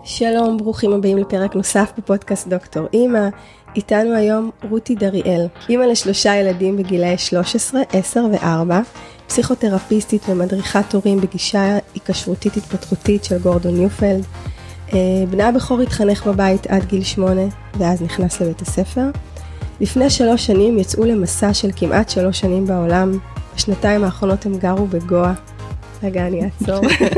שלום, ברוכים הבאים לפרק נוסף בפודקאסט דוקטור אימא. איתנו היום רותי דריאל, אימא לשלושה ילדים בגילאי 13, 10 ו-4, פסיכותרפיסטית ומדריכת הורים בגישה היקשרותית התפתחותית של גורדון ניופלד. בנה הבכור התחנך בבית עד גיל 8 ואז נכנס לבית הספר. לפני 3 שנים יצאו למסע של כמעט 3 שנים בעולם. בשנתיים האחרונות הם גרו בגואה. רגע, אני אעצור.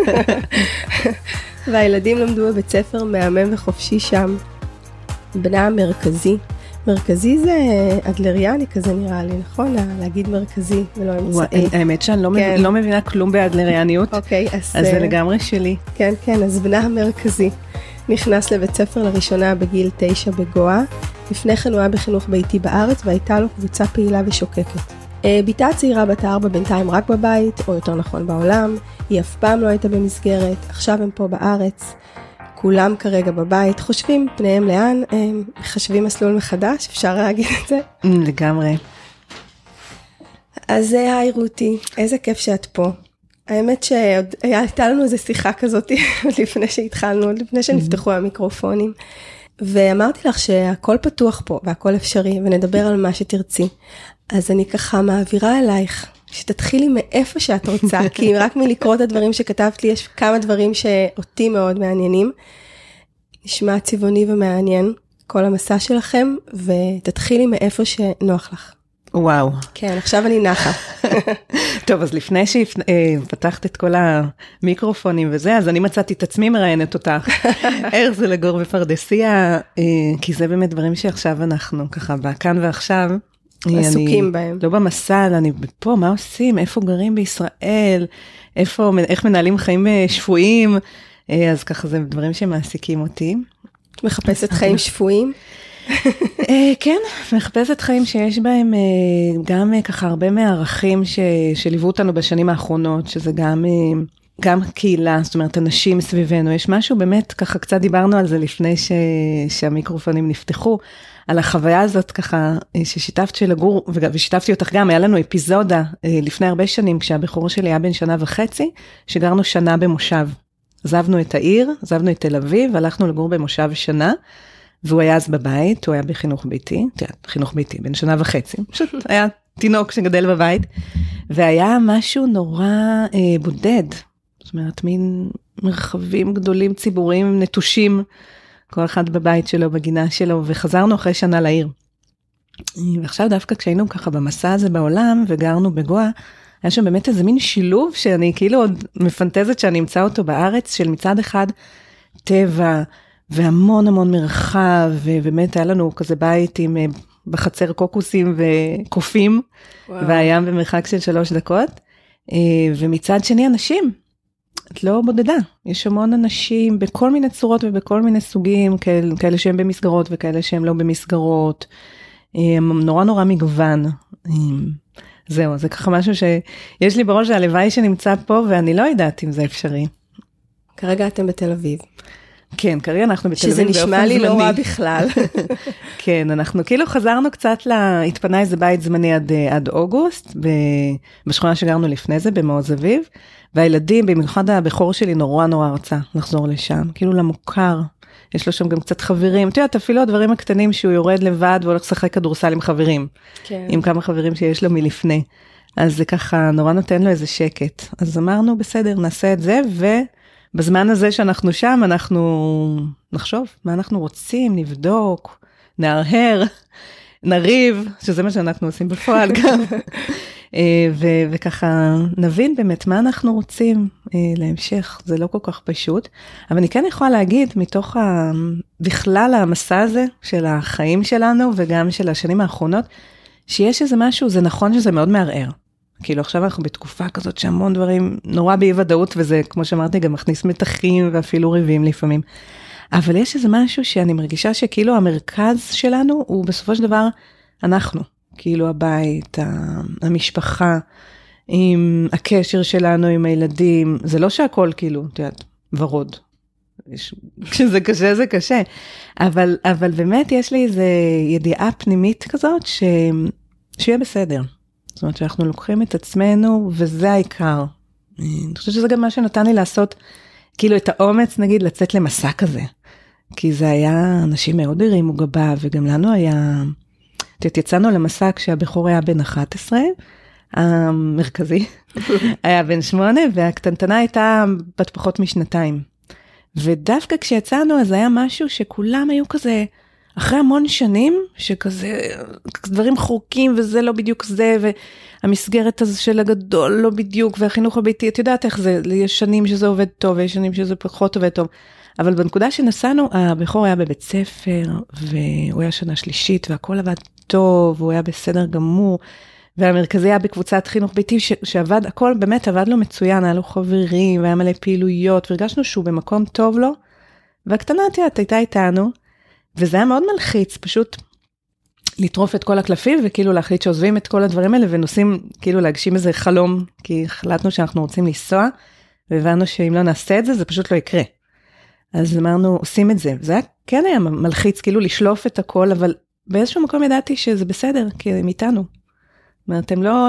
והילדים למדו בבית ספר מהמם וחופשי שם. בנה מרכזי. מרכזי זה אדלריאני כזה נראה לי, נכון? להגיד מרכזי ולא אמצעי. האמת שאני לא מבינה כלום באדלריאניות. אוקיי, אז זה לגמרי שלי. כן, כן, אז בנה המרכזי. נכנס לבית ספר לראשונה בגיל 9 בגואה. לפני כן הוא היה בחינוך ביתי בארץ והייתה לו קבוצה פעילה ושוקקת. ביתה הצעירה בת 4 בינתיים רק בבית, או יותר נכון בעולם. היא אף פעם לא הייתה במסגרת, עכשיו הם פה בארץ. כולם כרגע בבית, חושבים פניהם לאן, מחשבים מסלול מחדש, אפשר להגיד את זה? לגמרי. אז היי רותי, איזה כיף שאת פה. האמת שהייתה לנו איזו שיחה כזאת לפני שהתחלנו, לפני שנפתחו המיקרופונים. ואמרתי לך שהכל פתוח פה והכל אפשרי, ונדבר על מה שתרצי. אז אני ככה מעבירה אלייך, שתתחילי מאיפה שאת רוצה, כי רק מלקרוא את הדברים שכתבת לי, יש כמה דברים שאותי מאוד מעניינים. נשמע צבעוני ומעניין, כל המסע שלכם, ותתחילי מאיפה שנוח לך. וואו. כן, עכשיו אני נחה. טוב, אז לפני שפתחת את כל המיקרופונים וזה, אז אני מצאתי את עצמי מראיינת אותך. איך זה לגור בפרדסיה, כי זה באמת דברים שעכשיו אנחנו ככה, בכאן ועכשיו. עסוקים בהם. לא במסע, אני פה, מה עושים? איפה גרים בישראל? איך מנהלים חיים שפויים? אז ככה זה דברים שמעסיקים אותי. מחפשת חיים שפויים? כן, מחפשת חיים שיש בהם גם ככה הרבה מהערכים שליוו אותנו בשנים האחרונות, שזה גם קהילה, זאת אומרת, אנשים סביבנו. יש משהו באמת, ככה קצת דיברנו על זה לפני שהמיקרופונים נפתחו, על החוויה הזאת ככה ששיתפת של לגור, ושיתפתי אותך גם, היה לנו אפיזודה לפני הרבה שנים, כשהבכור שלי היה בן 1.5 שנה, שגרנו שנה במושב. עזבנו את העיר, עזבנו את תל אביב, הלכנו לגור במושב שנה, והוא היה אז בבית, הוא היה בחינוך ביתי, חינוך ביתי, בן 1.5 שנה, פשוט היה תינוק שגדל בבית, והיה משהו נורא בודד, זאת אומרת, מין מרחבים גדולים, ציבוריים, נטושים, כל אחד בבית שלו, בגינה שלו, וחזרנו אחרי שנה לעיר. ועכשיו דווקא כשהיינו ככה במסע הזה בעולם, וגרנו בגואה, היה שם באמת איזה מין שילוב, שאני כאילו עוד מפנטזת שאני אמצא אותו בארץ, של מצד אחד טבע, והמון המון מרחב, ובאמת היה לנו כזה בית עם בחצר קוקוסים וקופים, והים במרחק של 3 דקות, ומצד שני אנשים, את לא בודדה, יש המון אנשים בכל מיני צורות ובכל מיני סוגים, כאלה שהם במסגרות וכאלה שהם לא במסגרות, נורא נורא מגוון. זהו, זה ככה משהו שיש לי בראש הלוואי שנמצא פה, ואני לא יודעת אם זה אפשרי. כרגע אתם בתל אביב. כן, כרגע אנחנו בתל אביב. שזה נשמע לי לא רע בכלל. כן, אנחנו כאילו חזרנו קצת התפנה איזה בית זמני עד אוגוסט, בשכונה שגרנו לפני זה, במעוז אביב, והילדים, במיוחד הבכור שלי, נורא נורא רצה לחזור לשם, כאילו למוכר, יש לו שם גם קצת חברים, אתה יודעת, אפילו הדברים הקטנים שהוא יורד לבד, והולך לשחק כדורסל עם חברים, עם כמה חברים שיש לו מלפני, אז זה ככה נורא נותן לו איזה שקט, אז אמרנו, בסדר, נעשה את זה, ובזמן הזה שאנחנו שם, אנחנו נחשוב מה אנחנו רוצים, נבדוק, נהרהר, נריב, שזה מה שאנחנו עושים בפועל גם, וככה נבין באמת מה אנחנו רוצים להמשך, זה לא כל כך פשוט, אבל אני כן יכולה להגיד מתוך בכלל המסע הזה של החיים שלנו וגם של השנים האחרונות, שיש איזה משהו, זה נכון שזה מאוד מערער, כאילו עכשיו אנחנו בתקופה כזאת שהמון דברים נורא באי ודאות, וזה כמו שאמרתי גם מכניס מתחים ואפילו ריבים לפעמים, אבל יש איזה משהו שאני מרגישה שכאילו המרכז שלנו הוא בסופו של דבר אנחנו, כאילו הבית, המשפחה, עם הקשר שלנו עם הילדים, זה לא שהכל כאילו, את יודעת, ורוד. כשזה קשה, זה קשה. אבל באמת יש לי איזו ידיעה פנימית כזאת, שיהיה בסדר. זאת אומרת שאנחנו לוקחים את עצמנו, וזה העיקר. אני חושבת שזה גם מה שנתן לי לעשות כאילו את האומץ נגיד לצאת למסע כזה, כי זה היה, אנשים מאוד הרימו גבה, וגם לנו היה, יצאנו למסע כשהבחור היה בן 11, המרכזי, היה בן 8, והקטנטנה הייתה בת פחות משנתיים. ודווקא כשיצאנו, אז היה משהו שכולם היו כזה, אחרי המון שנים, שכזה, דברים חורקים, וזה לא בדיוק זה, והמסגרת הזו של הגדול לא בדיוק, והחינוך הביתי, את יודעת איך זה, יש שנים שזה עובד טוב, ויש שנים שזה פחות עובד טוב. אבל בנקודה שנסענו, הבחור היה בבית ספר, והוא היה שנה שלישית, והכל עבד טוב, והוא היה בסדר גמור, והמרכזי היה בקבוצת חינוך ביתי, שעבד, הכל באמת עבד לו מצוין, היה לו חברים, והיה מלא פעילויות, והרגשנו שהוא במקום טוב לו, והקטנה הייתה איתנו, וזה היה מאוד מלחיץ, פשוט לטרוף את כל הקלפים, וכאילו להחליט שעוזבים את כל הדברים האלה, ונוסעים כאילו להגשים איזה חלום, כי החלטנו שאנחנו רוצים לנסוע, והבנו שאם לא נעשה את זה, זה פשוט לא יקרה. אז אמרנו, עושים את זה. זה כן היה מלחיץ, כאילו לשלוף את הכל, אבל באיזשהו מקום ידעתי שזה בסדר, כי הם איתנו. זאת אומרת,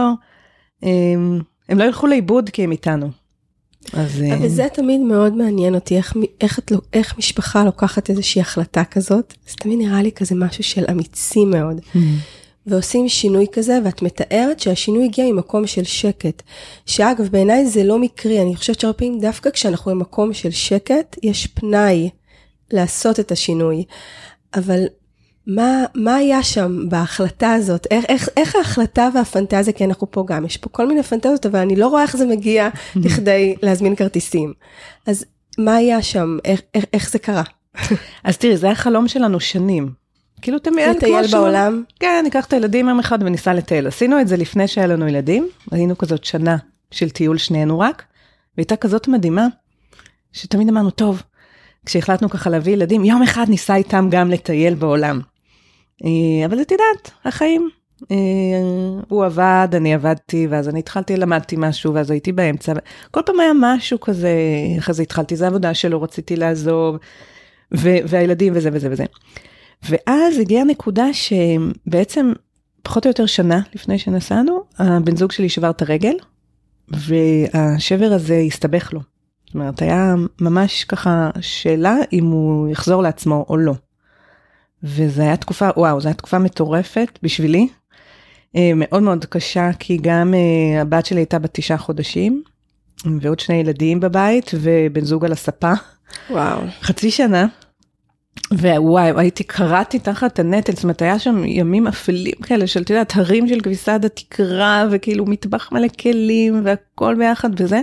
הם לא ילכו לאיבוד כי הם איתנו. אבל זה תמיד מאוד מעניין אותי, איך משפחה לוקחת איזושהי החלטה כזאת, זה תמיד נראה לי כזה משהו של אמיצי מאוד, ועושים שינוי כזה, ואת מתארת שהשינוי הגיע ממקום של שקט, שאגב בעיניי זה לא מקרי, אני חושבת שהרבה פעמים דווקא כשאנחנו במקום של שקט, יש פנאי לעשות את השינוי, אבל מה היה שם בהחלטה הזאת? איך ההחלטה והפנטזיה, כי אנחנו פה גם, יש פה כל מיני פנטזיות, אבל אני לא רואה איך זה מגיע לכדי להזמין כרטיסים. אז מה היה שם? איך זה קרה? אז תראי, זה היה חלום שלנו שנים. כאילו תמיד... לטייל בעולם? כן, ניקח את הילדים יום אחד וניסה לטייל. עשינו את זה לפני שהיה לנו ילדים, היינו כזאת שנה של טיול שנינו רק, והייתה כזאת מדהימה, שתמיד אמרנו, טוב, כשהחלטנו ככה להביא ילדים, יום אחד ניסה איתם גם לטייל בעולם. אבל את יודעת, החיים, הוא עבד, אני עבדתי, ואז אני התחלתי, למדתי משהו, ואז הייתי באמצע, כל פעם היה משהו כזה, אחרי זה התחלתי, זה עבודה שלא רציתי לעזוב, והילדים וזה וזה וזה. ואז הגיעה נקודה שבעצם, פחות או יותר שנה לפני שנסענו, הבן זוג שלי שבר את הרגל, והשבר הזה הסתבך לו. זאת אומרת, היה ממש ככה שאלה אם הוא יחזור לעצמו או לא. וזו הייתה תקופה, וואו, זו הייתה תקופה מטורפת בשבילי, מאוד מאוד קשה, כי גם הבת שלי הייתה בת 9 חודשים, ועוד 2 ילדים בבית, ובן זוג על הספה. וואו. חצי שנה, ווואי, קראתי תחת הנטל, זאת אומרת, היה שם ימים אפלים כאלה, של, אתה יודעת, הרים של כביסה עד התקרה, וכאילו מטבח מלא כלים, והכל ביחד וזה,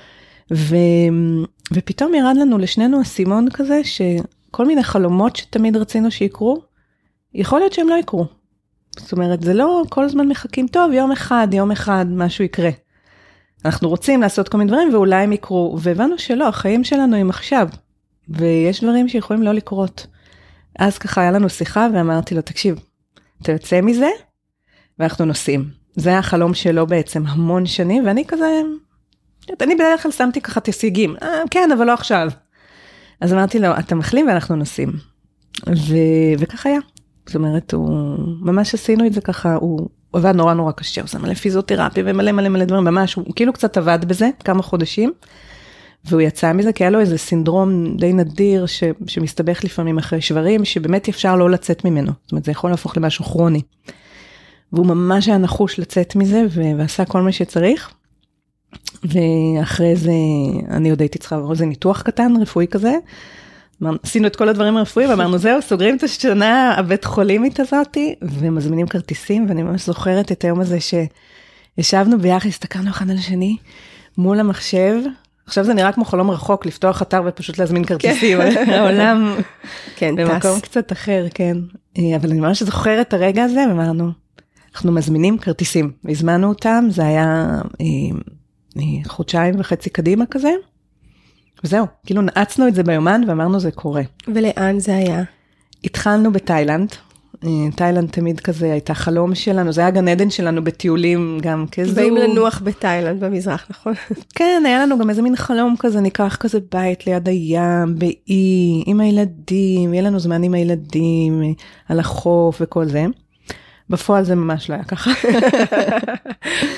ופתאום ירד לנו לשנינו הסימון כזה, כל מיני חלומות שתמיד רצינו שיקרו, יכול להיות שהם לא יקרו. זאת אומרת, זה לא כל הזמן מחכים, טוב, יום אחד משהו יקרה. אנחנו רוצים לעשות כל מיני דברים, ואולי הם יקרו, והבנו שלא, החיים שלנו הם עכשיו, ויש דברים שיכולים לא לקרות. אז ככה היה לנו שיחה, ואמרתי לו, תקשיב, אתה יוצא מזה, ואנחנו נוסעים. זה היה החלום שלו בעצם המון שנים, ואני כזה, אני בדרך כלל שמתי ככה תשיגים, כן, אבל לא עכשיו. אז אמרתי לו, אתה מחלים ואנחנו נוסעים. וכך היה. זאת אומרת, ממש עשינו את זה ככה, הוא עבד נורא נורא קשה, הוא עושה מלא פיזיותרפיה ומלא מלא מלא דברים, ממש, הוא כאילו קצת עבד בזה, כמה חודשים, והוא יצא מזה, כי היה לו איזה סינדרום די נדיר, שמסתבך לפעמים אחרי שברים, שבאמת אפשר לא לצאת ממנו. זאת אומרת, זה יכול להפוך למשהו כרוני. והוא ממש היה נחוש לצאת מזה, ועשה כל מה שצריך. ואחרי זה, אני עוד הייתי צריכה, זה ניתוח קטן, רפואי כזה, עשינו את כל הדברים הרפואיים, ואמרנו, זהו, סוגרים את השנה הבית חולימית הזאת, ומזמינים כרטיסים, ואני ממש זוכרת את היום הזה שישבנו ביחד, הסתכלנו אחד על השני, מול המחשב, עכשיו זה נראה כמו חלום רחוק, לפתוח אתר ופשוט להזמין כרטיסים, העולם במקום קצת אחר, כן. אבל אני ממש זוכרת את הרגע הזה, ואמרנו, אנחנו מזמינים כרטיסים, והזמנו אותם, זה היה 1.5 חודשים קדימה כזה, וזהו, כאילו נעצנו את זה ביומן, ואמרנו זה קורה. ולאן זה היה? התחלנו בתאילנד, תאילנד תמיד כזה הייתה חלום שלנו, זה היה גן עדן שלנו בטיולים גם כזו. באים לנוח בתאילנד במזרח, נכון? כן, היה לנו גם איזה מין חלום כזה, ניקח כזה בית ליד הים, באי, עם הילדים, יהיה לנו זמן עם הילדים, על החוף וכל זה. בפועל זה ממש לא היה ככה.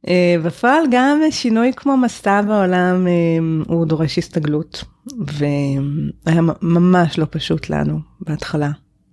בפועל גם שינוי כמו מסע בעולם, הוא דורש הסתגלות, והיה ממש לא פשוט לנו בהתחלה.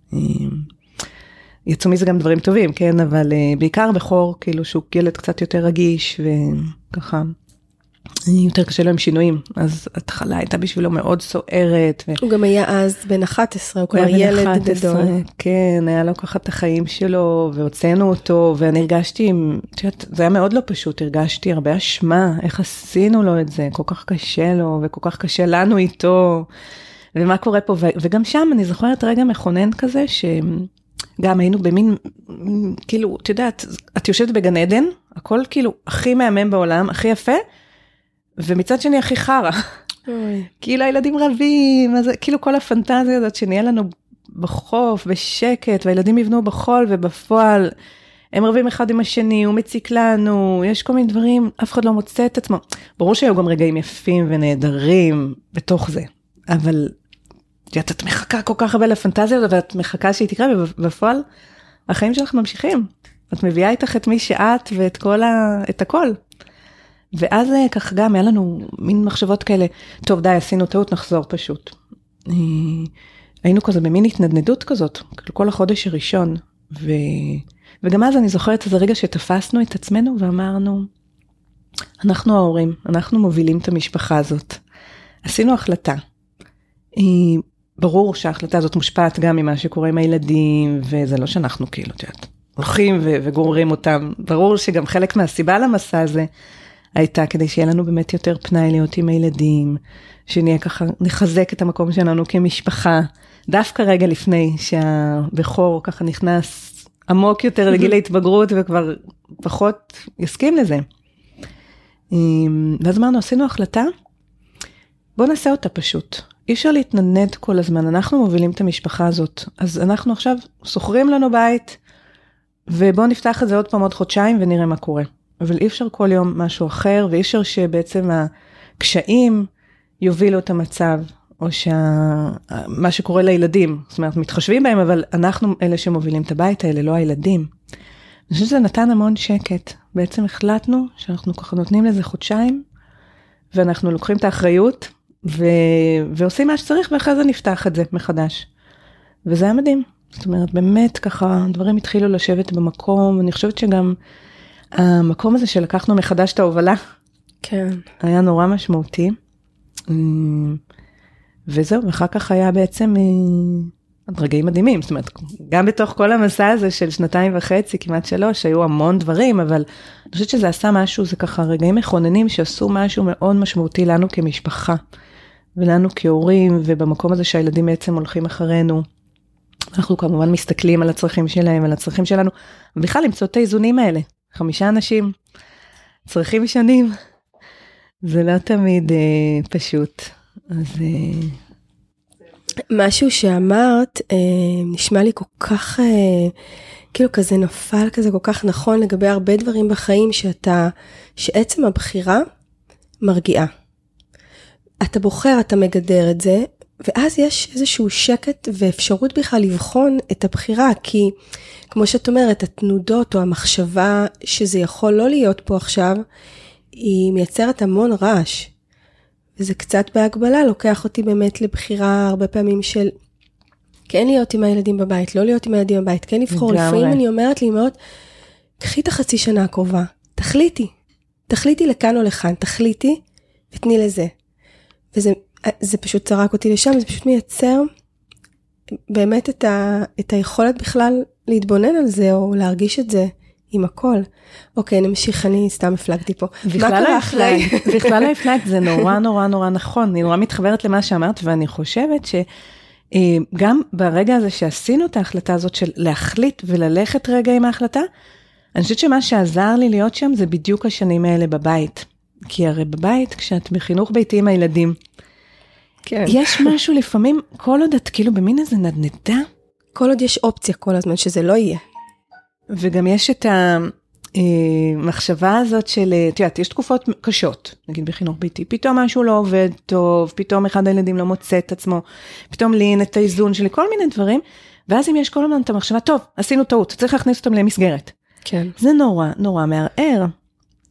יצאו מזה גם דברים טובים, כן, אבל בעיקר בחור, כאילו שהוא ילד קצת יותר רגיש, וככה, יותר קשה לו עם שינויים, אז התחלה הייתה בשבילו מאוד סוערת. הוא גם היה אז בן 11, הוא כבר ילד גדול. כן, היה לו ככה את החיים שלו, והוצאנו אותו, ואני הרגשתי, זה היה מאוד לא פשוט, הרגשתי הרבה אשמה, איך עשינו לו את זה, כל כך קשה לו, וכל כך קשה לנו איתו, ומה קורה פה, וגם שם אני זוכרת רגע מכונן כזה, גם היינו במין, כאילו, את יודעת, את יושבת בגן עדן, הכל כאילו הכי מהמם בעולם, הכי יפה, ומצד שני הכי חרה. כאילו הילדים רבים, אז כאילו כל הפנטזיה הזאת שנהיה לנו בחוף, בשקט, והילדים יבנו בחול, ובפועל הם רבים אחד עם השני, הוא מציק לנו, יש כל מיני דברים, אף אחד לא מוצא את עצמו. ברור שהיו גם רגעים יפים ונהדרים בתוך זה, אבל את מחכה כל כך הרבה לפנטזיה הזאת, ואת מחכה שהיא תקרה, ובפועל החיים שלך ממשיכים. את מביאה איתך את מי שאת ואת הכל. ואז כך גם היה לנו מין מחשבות כאלה, טוב די, עשינו טעות, נחזור פשוט. היינו כזה במין התנדנדות כזאת, כל החודש הראשון, וגם אז אני זוכרת איזה רגע שתפסנו את עצמנו ואמרנו, אנחנו ההורים, אנחנו מובילים את המשפחה הזאת. עשינו החלטה. ברור שההחלטה הזאת מושפעת גם ממה שקורה עם הילדים, וזה לא שאנחנו כאילו, הולכים וגוררים אותם. ברור שגם חלק מהסיבה למסע הזה, הייתה כדי שיהיה לנו באמת יותר פנאי להיות עם הילדים, שנהיה ככה, נחזק את המקום שלנו כמשפחה, דווקא רגע לפני שהבכור ככה נכנס עמוק יותר לגיל ההתבגרות, וכבר פחות יסכים לזה. ואז אמרנו, עשינו החלטה, בוא נעשה אותה פשוט. אי אפשר להתנדנד כל הזמן, אנחנו מובילים את המשפחה הזאת, אז אנחנו עכשיו סוחרים לנו בית, ובוא נפתח את זה עוד פעם עוד חודשיים ונראה מה קורה. אבל אי אפשר כל יום משהו אחר, ואי אפשר שבעצם הקשיים יובילו את המצב, או מה שקורה לילדים, זאת אומרת, מתחשבים בהם, אבל אנחנו אלה שמובילים את הבית האלה, לא הילדים. אני חושבת שזה נתן המון שקט. בעצם החלטנו שאנחנו ככה נותנים לזה חודשיים, ואנחנו לוקחים את האחריות, ועושים מה שצריך, ואחרי זה נפתח את זה מחדש. וזה היה מדהים. זאת אומרת, באמת ככה, דברים התחילו לשבת במקום, ואני חושבת שגם המקום הזה שלקחנו מחדש את ההובלה, כן. היה נורא משמעותי. וזהו, ואחר כך היה בעצם רגעים מדהימים, זאת אומרת, גם בתוך כל המסע הזה של 2.5, כמעט 3, היו המון דברים, אבל אני חושבת שזה עשה משהו, זה ככה רגעים מכוננים שעשו משהו מאוד משמעותי לנו כמשפחה, ולנו כהורים, ובמקום הזה שהילדים בעצם הולכים אחרינו, אנחנו כמובן מסתכלים על הצרכים שלהם, על הצרכים שלנו, ובכלל למצוא את האיזונים האלה, 5 אנשים, צרכים שונים, זה לא תמיד פשוט, אז משהו שאמרת, נשמע לי כל כך, כאילו כזה נפל כזה כל כך נכון, לגבי הרבה דברים בחיים שעצם הבחירה מרגיעה. אתה בוחר, אתה מגדר את זה, ואז יש איזשהו שקט ואפשרות בכלל לבחון את הבחירה, כי כמו שאת אומרת, התנודות או המחשבה שזה יכול לא להיות פה עכשיו, היא מייצרת המון רעש. וזה קצת בהגבלה, לוקח אותי באמת לבחירה הרבה פעמים של כן להיות עם הילדים בבית, לא להיות עם הילדים בבית, כן לבחור. לפעמים אני אומרת לאמהות, קחי את החצי שנה הקרובה, תחליטי לכאן או לכאן, תחליטי ותני לזה. וזה פשוט צרק אותי לשם, זה פשוט מייצר באמת את היכולת בכלל להתבונן על זה, או להרגיש את זה עם הכל. אוקיי, נמשיך, אני סתם הפלגתי פה. בכלל לא הפלגת, זה נורא נורא נורא נכון, אני נורא מתחברת למה שאמרת, ואני חושבת שגם ברגע הזה שעשינו את ההחלטה הזאת של להחליט וללכת רגע עם ההחלטה, אני חושבת שמה שעזר לי להיות שם זה בדיוק השנים האלה בבית. כי הרי בבית, כשאת בחינוך ביתי עם הילדים, כן. יש משהו לפעמים, כל עוד את כאילו במין איזה נדנדה, כל עוד יש אופציה כל הזמן שזה לא יהיה. וגם יש את המחשבה הזאת של, תראית, יש תקופות קשות, נגיד בחינוך ביתי, פתאום משהו לא עובד טוב, פתאום אחד הילדים לא מוצא את עצמו, פתאום לין את האיזון שלי, כל מיני דברים, ואז אם יש כל הזמן את המחשבה, טוב, עשינו טעות, צריך להכניס אותם למסגרת. כן. זה נורא, נורא מערער.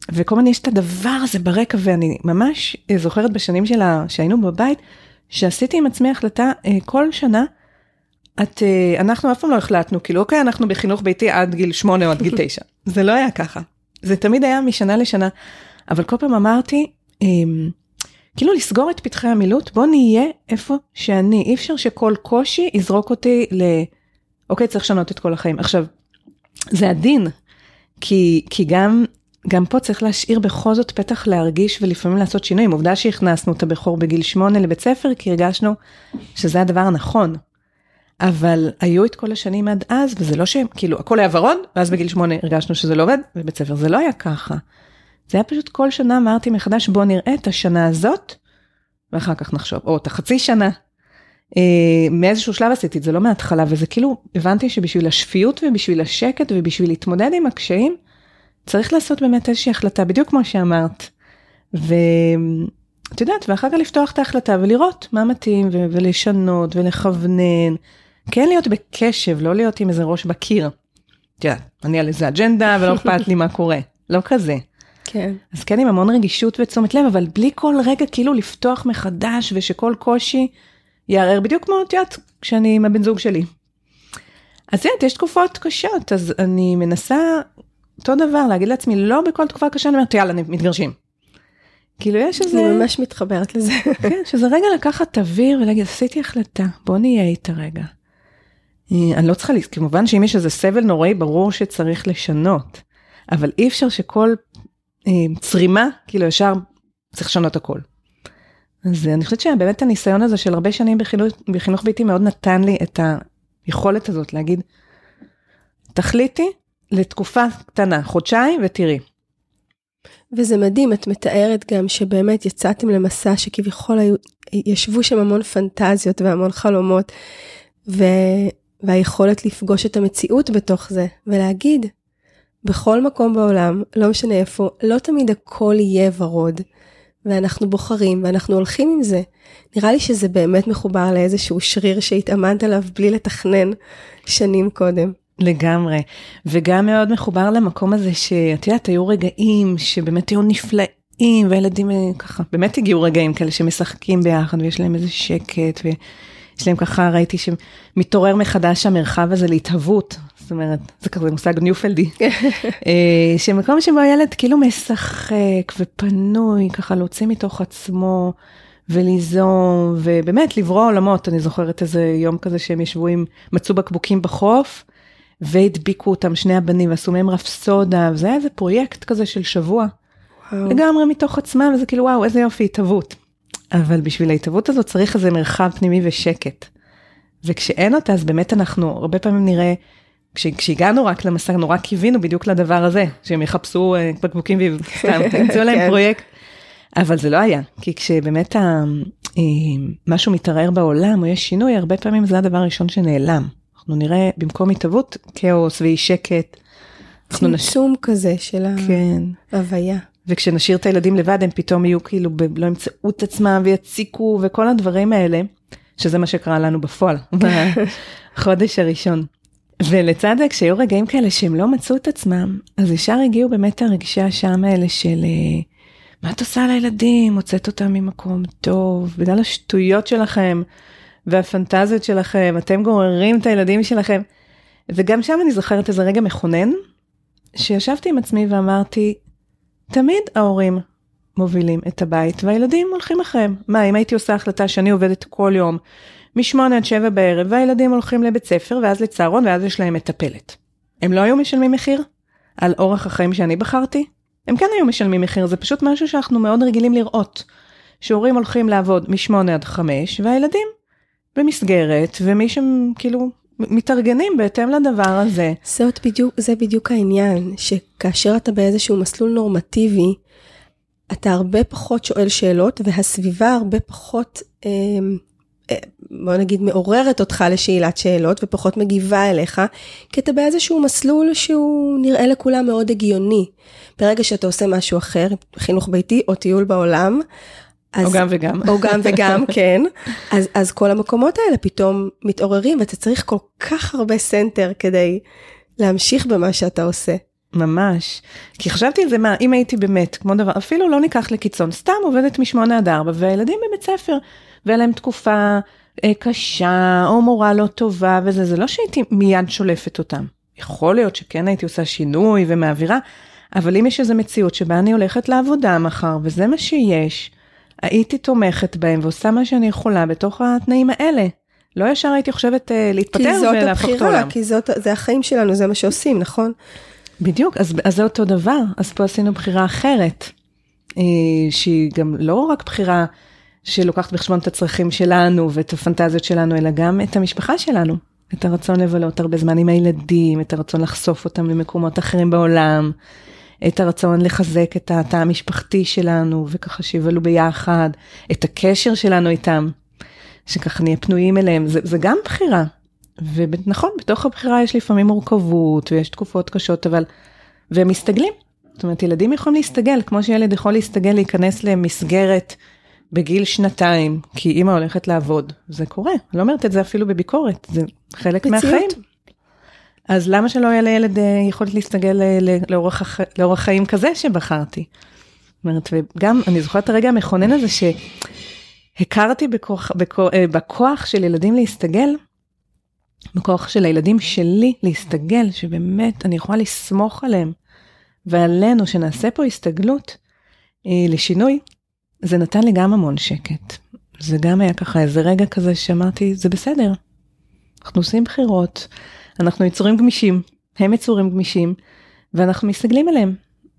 וכל מיני יש את הדבר הזה ברקע, ואני ממש זוכרת בשנים שהיינו בבית, שעשיתי עם עצמי החלטה כל שנה, אנחנו אף פעם לא החלטנו, כאילו אוקיי, אנחנו בחינוך ביתי עד גיל 8 או עד גיל 9. זה לא היה ככה. זה תמיד היה משנה לשנה, אבל כל פעם אמרתי, כאילו לסגור את פתחי המילוט, בוא נהיה איפה שאני, אי אפשר שכל קושי יזרוק אותי אוקיי, צריך לשנות את כל החיים. עכשיו, זה הדין, כי גם פה צריך להשאיר בכל זאת פתח להרגיש ולפעמים לעשות שינויים. עובדה שהכנסנו את הבכור בגיל 8 לבית ספר, כי הרגשנו שזה הדבר הנכון. אבל היו את כל השנים עד אז, וזה לא שהם, כאילו, הכל היה ורוד, ואז בגיל 8 הרגשנו שזה לא עובד, ובית ספר זה לא היה ככה. זה היה פשוט כל שנה, אמרתי מחדש, בוא נראה את השנה הזאת, ואחר כך נחשוב, או את החצי שנה. מאיזשהו שלב עשיתי את זה, לא מההתחלה, וזה כאילו, הבנתי שבשביל השפיות ובשביל השקט ובשביל להתמודד עם הקשיים, צריך לעשות באמת איזושהי החלטה, בדיוק כמו שאמרת. ואת יודעת, ואחר כך לפתוח את ההחלטה ולראות מה מתאים ולשנות ולכוונן. כן להיות בקשב, לא להיות עם איזה ראש בקיר. תראה, אני על איזה אג'נדה ולא אכפת לי מה קורה. לא כזה. כן. אז כן עם המון רגישות ותשומת לב, אבל בלי כל רגע כאילו לפתוח מחדש ושכל קושי יערער בדיוק כמו אותיות כשאני עם הבן זוג שלי. אז יש תקופות קשות, אז אני מנסה אותו דבר, להגיד לעצמי, לא בכל תקופה קשה, אני אומרת, יאללה, מתגרשים. כאילו יש איזה... אני ממש מתחברת לזה. כן, שזה רגע לקחת אוויר ולהגיד, עשיתי החלטה, בוא נהיה איתה רגע. אני לא צריכה, כמובן שאם יש איזה סבל נוראי, ברור שצריך לשנות. אבל אי אפשר שכל צרימה, כאילו ישר צריך לשנות הכל. אז אני חושבת שבאמת הניסיון הזה של הרבה שנים בחינוך ביתי מאוד נתן לי את היכולת הזאת להגיד, תחליטי לתקופה קטנה, חודשיים ותראי. וזה מדהים, את מתארת גם שבאמת יצאתם למסע שכביכול ישבו שם המון פנטזיות והמון חלומות, והיכולת לפגוש את המציאות בתוך זה, ולהגיד, בכל מקום בעולם, לא משנה איפה, לא תמיד הכל יהיה ורוד, ואנחנו בוחרים, ואנחנו הולכים עם זה. נראה לי שזה באמת מחובר לאיזשהו שריר שהתאמנת עליו בלי לתכנן שנים קודם. לגמרי, וגם מאוד מחובר למקום הזה שאת יודעת, היו רגעים שבאמת היו נפלאים, והילדים ככה, באמת הגיעו רגעים כאלה שמשחקים ביחד, ויש להם איזה שקט, ויש להם ככה, ראיתי שמתעורר מחדש המרחב הזה להתהוות, זאת אומרת, זה כזה מושג ניופלדי, שמקום שבו הילד כאילו משחק ופנוי, ככה להוציא מתוך עצמו, וליזום, ובאמת לברוא עולמות, אני זוכרת איזה יום כזה שהם ישבו עם, מצאו בקבוקים בחוף, והדביקו אותם שני הבנים, ועשו מהם רפסודה, וזה היה איזה פרויקט כזה של שבוע, לגמרי מתוך עצמם, וזה כאילו וואו, איזה יופי, התהוות. אבל בשביל ההתהוות הזאת צריך איזה מרחב פנימי ושקט. וכשאין אותה, אז באמת אנחנו, הרבה פעמים נראה, כשהגענו רק למסע, נורא קיווינו בדיוק לדבר הזה, שהם יחפשו בקבוקים וסתם, ימצאו להם פרויקט. אבל זה לא היה, כי כשבאמת משהו מתערער בעולם, או יש שינוי, הרבה פעמים זה הדבר הראשון שנעלם. אנחנו נראה במקום התהוות, כאוס ואי שקט. צמצום כזה של ההוויה. וכשנשאיר את הילדים לבד, הם פתאום יהיו כאילו, לא ימצאו את עצמם ויציקו, וכל הדברים האלה, שזה מה שקרה לנו בפועל, בחודש הראשון. ולצד זה, כשהיו רגעים כאלה שהם לא מצאו את עצמם, אז ישר הגיעו באמת הרגשי השם האלה של, מה את עושה לילדים? מוצאת אותם ממקום טוב, בגלל השטויות שלכם, והפנטזיות שלכם, אתם גוררים את הילדים שלכם. וגם שם אני זוכרת איזה רגע מכונן, שישבתי עם עצמי ואמרתי, תמיד ההורים מובילים את הבית, והילדים הולכים אחריהם. מה, אם הייתי עושה החלטה שאני עובדת כל יום, מ8 עד 7 בערב, והילדים הולכים לבית ספר, ואז לצהרון, ואז יש להם מטפלת. הם לא היו משלמים מחיר על אורח החיים שאני בחרתי? הם כן היו משלמים מחיר, זה פשוט משהו שאנחנו מאוד רגילים לראות. שהורים הולכים לעבוד מ8 עד 5, והילדים במסגרת, ומי שהם כאילו מתארגנים בהתאם לדבר הזה. זה בדיוק העניין, שכאשר אתה באיזשהו מסלול נורמטיבי, אתה הרבה פחות שואל שאלות, והסביבה הרבה פחות, בוא נגיד, מעוררת אותך לשאלת שאלות, ופחות מגיבה אליך, כי אתה באיזשהו מסלול שהוא נראה לכולם מאוד הגיוני. ברגע שאתה עושה משהו אחר, חינוך ביתי או טיול בעולם, או גם וגם. או גם וגם, כן. אז כל המקומות האלה פתאום מתעוררים, ואתה צריך כל כך הרבה סנטר כדי להמשיך במה שאתה עושה. ממש. כי חשבתי על זה, מה, אם הייתי באמת, כמו דבר, אפילו לא ניקח לקיצון, סתם עובדת מ8 עד 4, והילדים בבית ספר, והיה להם תקופה קשה, או מורה לא טובה, וזה, זה לא שהייתי מיד שולפת אותם. יכול להיות שכן הייתי עושה שינוי ומעבירה, אבל אם יש איזו מציאות שבה אני הולכת לעבודה מחר, וזה מה שיש, הייתי תומכת בהם, ועושה מה שאני יכולה בתוך התנאים האלה. לא ישר הייתי חושבת להתפטר ולהפוך את העולם. כי זה החיים שלנו, זה מה שעושים, נכון? בדיוק, אז זה אותו דבר. אז פה עשינו בחירה אחרת, שהיא גם לא רק בחירה שלוקחת בחשבון את הצרכים שלנו, ואת הפנטזיות שלנו, אלא גם את המשפחה שלנו. את הרצון לבלות הרבה זמן עם הילדים, את הרצון לחשוף אותם למקומות אחרים בעולם, את הרצון לחזק את התא המשפחתי שלנו, וככה שיבלו ביחד, את הקשר שלנו איתם, שככה נהיה פנויים אליהם, זה גם בחירה. ונכון, בתוך הבחירה יש לפעמים מורכבות, ויש תקופות קשות, אבל, והם מסתגלים. זאת אומרת, ילדים יכולים להסתגל, כמו שילד יכול להסתגל, להיכנס למסגרת בגיל 2, כי אמא הולכת לעבוד. זה קורה. אני לא אומרת את זה אפילו בביקורת, זה חלק מהחיים. אז למה שלא יהיה לילד יכולת להסתגל לאורח חיים כזה שבחרתי? זאת אומרת, וגם אני זוכרת הרגע המכונן הזה שהכרתי בכוח של ילדים להסתגל, בכוח של הילדים שלי להסתגל, שבאמת אני יכולה לסמוך עליהם, ועלינו שנעשה פה הסתגלות לשינוי, זה נתן לי גם המון שקט. זה גם היה ככה איזה רגע כזה שאמרתי, זה בסדר. אנחנו עושים בחירות, אנחנו יצורים גמישים, הם יצורים גמישים, ואנחנו מסתגלים עליהם.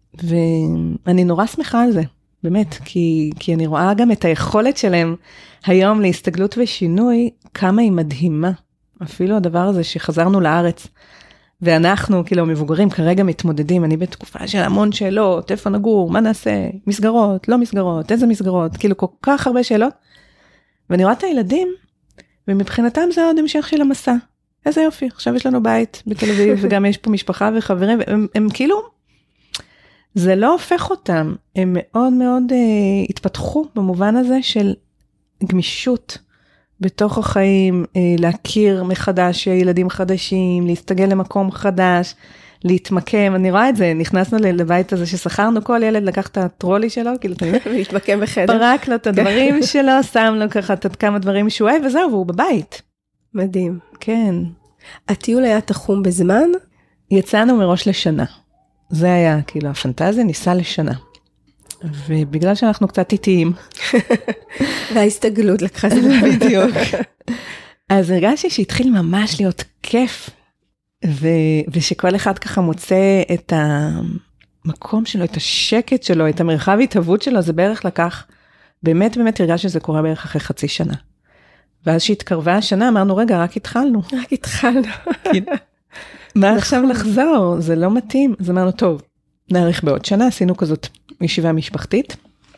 ואני נורא שמחה על זה, באמת, כי אני רואה גם את היכולת שלהם היום להסתגלות ושינוי, כמה היא מדהימה. אפילו הדבר הזה שחזרנו לארץ, ואנחנו כאילו מבוגרים כרגע מתמודדים, אני בתקופה של המון שאלות, איפה נגור, מה נעשה, מסגרות, לא מסגרות, איזה מסגרות, כאילו כל כך הרבה שאלות, ואני רואה את הילדים, ומבחינתם זה עוד המשך של המסע. איזה יופי, עכשיו יש לנו בית בתל אביב, וגם יש פה משפחה וחברים, הם כאילו, זה לא הופך אותם, הם מאוד מאוד התפתחו במובן הזה של גמישות בתוך החיים, להכיר מחדש ילדים חדשים, להסתגל למקום חדש, להתמקם, אני רואה את זה, נכנסנו לבית הזה ששכרנו, כל ילד לקח את הטרולי שלו, כאילו אתה יודע, להתמקם בחדר. פרק לו את הדברים שלו, שם לו ככה את כמה דברים שהוא אוהב, וזהו, והוא בבית. מדהים. כן. הטיול היה תחום בזמן? יצאנו מראש לשנה. זה היה, כאילו, הפנטזיה ניסה לשנה. ובגלל שאנחנו קצת איטיים. וההסתגלות לקחה זמן. בדיוק. אז הרגשתי שהתחיל ממש להיות כיף, ושכל אחד ככה מוצא את המקום שלו, את השקט שלו, את המרחב התהוות שלו, זה בערך לקח, באמת הרגשתי שזה קורה בערך אחרי חצי שנה. ואז שהתקרבה השנה, אמרנו, רגע, רק התחלנו. רק התחלנו. מה עכשיו לחזור? זה לא מתאים. אז אמרנו, טוב, נאריך בעוד שנה, עשינו כזאת ישיבה משפחתית.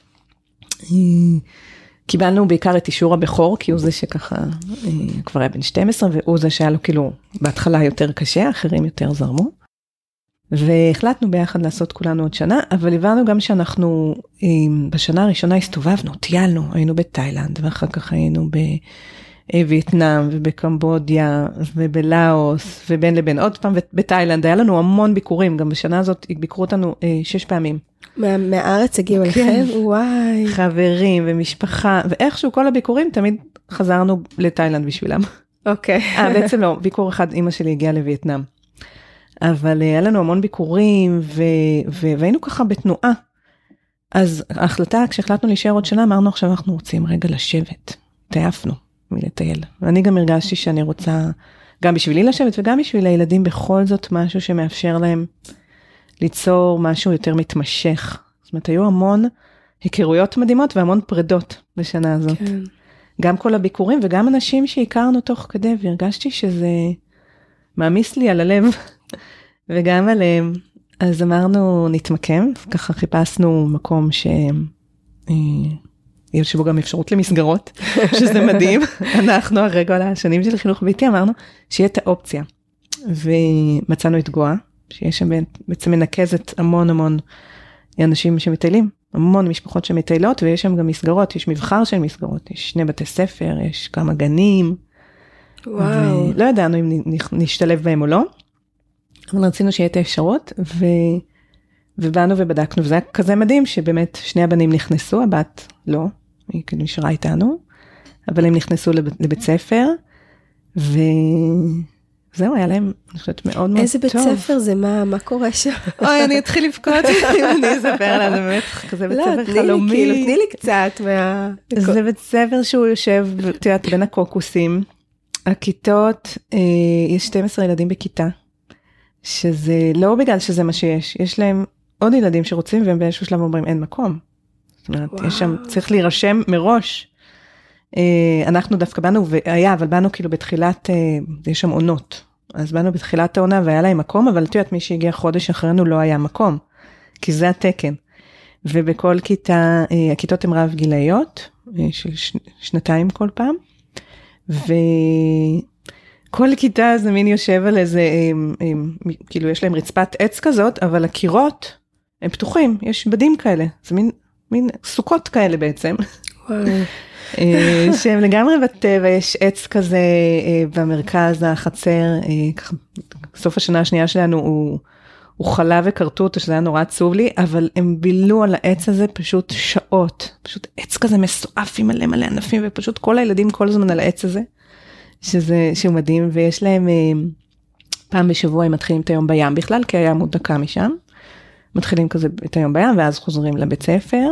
קיבלנו בעיקר את אישור הבכור, כי הוא זה שככה, כבר היה בן 12, והוא זה שהיה לו כאילו, בהתחלה יותר קשה, אחרים יותר זרמו. והחלטנו ביחד לעשות כולנו עוד שנה, אבל הבנו גם שאנחנו, בשנה הראשונה הסתובבנו, טיילנו, היינו בתאילנד, ואחר כך היינו בווייטנאם, ובקמבודיה, ובלאוס, ובין לבין עוד פעם, ובתאילנד, היה לנו המון ביקורים, גם בשנה הזאת ביקרו אותנו 6 פעמים. מהארץ הגיעו אליכם? וואי. חברים ומשפחה, ואיכשהו כל הביקורים, תמיד חזרנו לתאילנד בשבילם. אוקיי. בעצם לא, ביקור אחד, אמא שלי הגיעה לווייטנאם. אבל היה לנו המון ביקורים, והיינו ככה בתנועה. אז ההחלטה, כשהחלטנו להישאר עוד שנה, אמרנו עכשיו אנחנו רוצים רגע לשבת. תעפנו מלטייל. ואני גם הרגשתי שאני רוצה, גם בשבילי לשבת, וגם בשביל הילדים בכל זאת משהו שמאפשר להם ליצור משהו יותר מתמשך. זאת אומרת, היו המון היכרויות מדהימות, והמון פרדות בשנה הזאת. כן. גם כל הביקורים, וגם אנשים שהכרנו תוך כדי, והרגשתי שזה מעמיס לי על הלב. וגם עליהם, אז אמרנו נתמקם, ככה חיפשנו מקום יש בו גם אפשרות למסגרות, שזה מדהים. אנחנו הרגע על השנים של חינוך ביתי אמרנו שיהיה את האופציה, ומצאנו את גואה, שיש שם בעצם מנקזת המון אנשים שמטיילים, המון משפחות שמטיילות, ויש שם גם מסגרות, יש מבחר של מסגרות, יש 2 בתי ספר, יש כמה גנים, וואו. לא ידענו אם נשתלב בהם או לא, אבל רצינו שיהיה את האפשרות, ובאנו ובדקנו, וזה היה כזה מדהים, שבאמת שני הבנים נכנסו, הבת לא, היא נשארה איתנו, אבל הם נכנסו לבית ספר, וזהו, היה להם, אני חושבת, מאוד מאוד טוב. איזה בית ספר זה? מה קורה שם? אוי, אני אתחיל לבכות, אם אני אספר לה, זה באמת כזה בית ספר חלומי. תני לי קצת זה בית ספר שהוא יושב, תראית, בין הקוקוסים, הכיתות, יש 12 ילדים בכיתה, שזה לא בגלל שזה מה שיש, יש להם עוד ילדים שרוצים, והם באיזשהו שלב אומרים, אין מקום. זאת אומרת, יש שם, צריך להירשם מראש. אנחנו דווקא באנו, אבל באנו כאילו בתחילת, יש שם עונות. אז באנו בתחילת העונה, והיה להם מקום, אבל תראית, מי שהגיע חודש אחרינו לא היה מקום, כי זה התקן. ובכל כיתה, הכיתות הן רב גילאיות, של שנתיים כל פעם, וכל כיתה זה מין יושב על איזה, כאילו יש להם רצפת עץ כזאת, אבל הקירות הם פתוחים, יש בדים כאלה, זה מין סוכות כאלה בעצם. שהם לגמרי בטבע, יש עץ כזה במרכז החצר, סוף השנה השנייה שלנו הוא חלה וקרטו אותו, שזה היה נורא עצוב לי, אבל הם בילו על העץ הזה פשוט שעות, פשוט עץ כזה מסועף עם מלא מלא ענפים, ופשוט כל הילדים כל הזמן על העץ הזה, שהוא מדהים, ויש להם פעם בשבוע הם מתחילים את היום בים בכלל, כי הים הוא דקה משם, מתחילים כזה את היום בים, ואז חוזרים לבית ספר,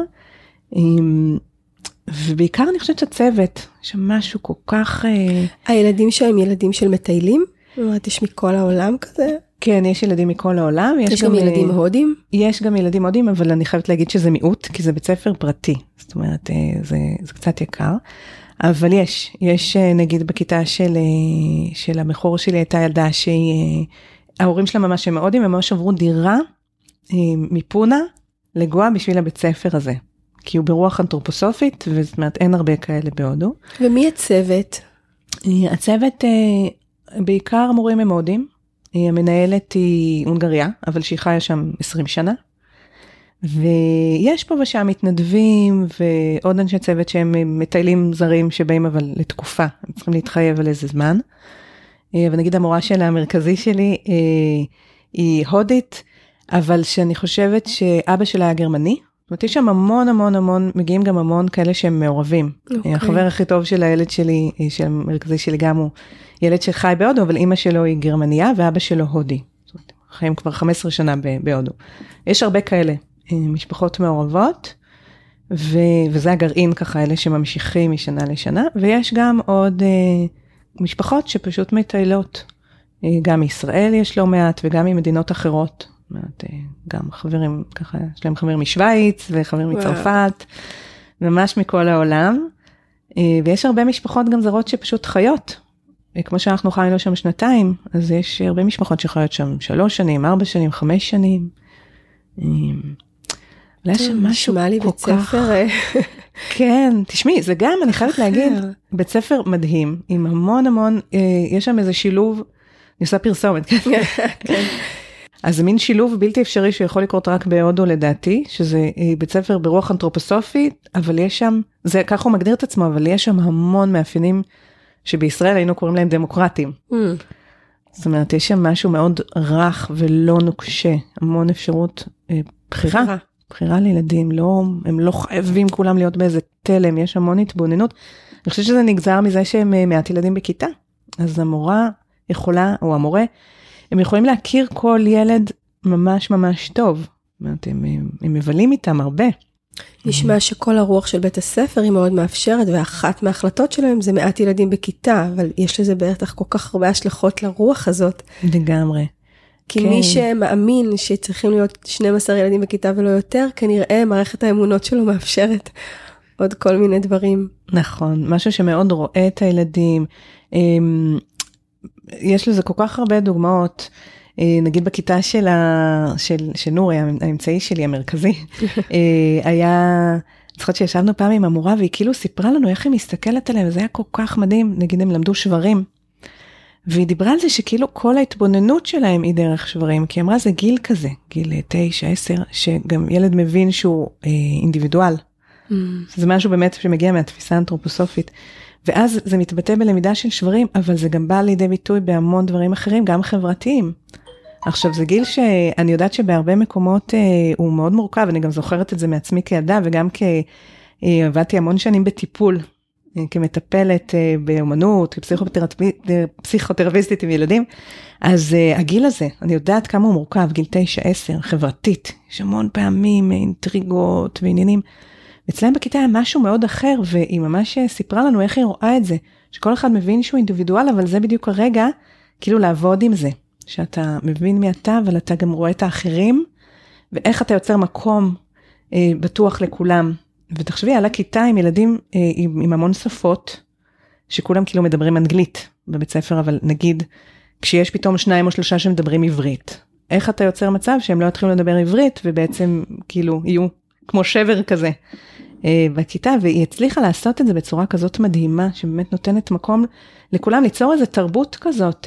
ובעיקר אני חושבת שהצוות, שמשהו כל כך... הילדים שהם ילדים של מטיילים? זאת אומרת, יש מכל העולם כזה? כן, יש ילדים מכל העולם. יש גם ילדים הודים? יש גם ילדים הודים, אבל אני חייבת להגיד שזה מיעוט, כי זה בית ספר פרטי. זאת אומרת, זה קצת יקר. אבל יש נגיד בכיתה של המחור שלי, הייתה ילדה שההורים שלה ממש הם הודים, הם ממש עברו דירה מפונה לגוע בשביל הבית ספר הזה. כי הוא ברוח אנתרופוסופית, וזאת אומרת, אין הרבה כאלה בהודו. ומי הצוות? הצוות, בעיקר מורים הם הודים. המנהלת היא הונגריה, אבל שהיא חיה שם 20 שנה. ויש פה ושם מתנדבים, ועוד אנשי צוות שהם מטיילים זרים שבאים אבל לתקופה. הם צריכים להתחייב על איזה זמן. ונגיד המורה שלה, המרכזי שלי, היא הודית, אבל שאני חושבת שאבא שלה היה גרמני. זאת אומרת, יש שם המון, מגיעים גם המון כאלה שהם מעורבים. החבר הכי טוב של הילד שלי, של המרכזי שלי גם הוא ילד שחי בהודו, אבל אמא שלו היא גרמניה, ואבא שלו הודי. זאת אומרת, חיים כבר 15 שנה בהודו. יש הרבה כאלה, משפחות מעורבות, וזה הגרעין ככה, אלה שממשיכים משנה לשנה, ויש גם עוד משפחות שפשוט מטיילות. גם מישראל יש לא מעט, וגם ממדינות אחרות. גם חברים, ככה, יש להם חברים משוויץ, וחברים מצרפת, ממש מכל העולם, ויש הרבה משפחות גם זרות שפשוט חיות, כמו שאנחנו חיינו שם 2, אז יש הרבה משפחות שחיות שם 3 שנים, 4 שנים, 5 שנים, אולי שם משהו כל כך, כן, תשמעי, זה גם, אני חייבת להגיד, בית ספר מדהים, עם המון, יש שם איזה שילוב, אני עושה פרסומת, כן, אז זה מין שילוב בלתי אפשרי שיכול לקרות רק בהודו לדעתי, שזה בית ספר ברוח אנתרופוסופית, אבל יש שם, זה ככה הוא מגדיר את עצמו, אבל יש שם המון מאפיינים שבישראל היינו קוראים להם דמוקרטיים. זאת אומרת, יש שם משהו מאוד רך ולא נוקשה, המון אפשרות בחירה לילדים, הם לא חייבים כולם להיות באיזה תלם, יש המון התבוננות. אני חושבת שזה נגזר מזה שהם מעט ילדים בכיתה, אז המורה יכולה, או המורה, הם יכולים להכיר כל ילד ממש ממש טוב. הם מבלים איתם הרבה. נשמע שכל הרוח של בית הספר היא מאוד מאפשרת, ואחת מההחלטות שלהם זה מעט ילדים בכיתה, אבל יש לזה בטח כל כך הרבה השלכות לרוח הזאת. לגמרי. כי מי שמאמין שצריכים להיות 12 ילדים בכיתה ולא יותר, כנראה מערכת האמונות שלו מאפשרת עוד כל מיני דברים. נכון, משהו שמאוד רואה את הילדים, יש לזה כל כך הרבה דוגמאות, נגיד בכיתה של נורי, האמצעי שלי, המרכזי, היה, זוכרת שישבנו פעם עם המורה, והיא כאילו סיפרה לנו איך היא מסתכלת עליהם, וזה היה כל כך מדהים, נגיד הם למדו שברים, והיא דיברה על זה שכאילו כל ההתבוננות שלהם היא דרך שברים, כי היא אמרה זה גיל כזה, גיל 9, 10, שגם ילד מבין שהוא אינדיבידואל, זה משהו באמת שמגיע מהתפיסה האנתרופוסופית, ואז זה מתבטא בלמידה של שברים, אבל זה גם בא לידי ביטוי בהמון דברים אחרים, גם חברתיים. עכשיו זה גיל שאני יודעת שבהרבה מקומות הוא מאוד מורכב, אני גם זוכרת את זה מעצמי כילדה, וגם עבדתי המון שנים בטיפול, כמטפלת באומנות, פסיכותרפיסטית עם ילדים, אז הגיל הזה, אני יודעת כמה הוא מורכב, גיל 9-10, חברתית, יש המון פעמים אינטריגות ועניינים, אצלם בכיתה היה משהו מאוד אחר, והיא ממש סיפרה לנו איך היא רואה את זה, שכל אחד מבין שהוא אינדיבידואל, אבל זה בדיוק הרגע, כאילו לעבוד עם זה, שאתה מבין מי אתה, אבל אתה גם רואה את האחרים, ואיך אתה יוצר מקום בטוח לכולם, ותחשבי, על הכיתה עם ילדים עם המון שפות, שכולם כאילו מדברים אנגלית בבית ספר, אבל נגיד, כשיש פתאום 2 או 3 שמדברים עברית, איך אתה יוצר מצב שהם לא יתחילו לדבר עברית, ובעצם כאילו יהיו כמו שבר כזה בכיתה, והיא הצליחה לעשות את זה בצורה כזאת מדהימה, שבאמת נותנת מקום לכולם, ליצור איזו תרבות כזאת,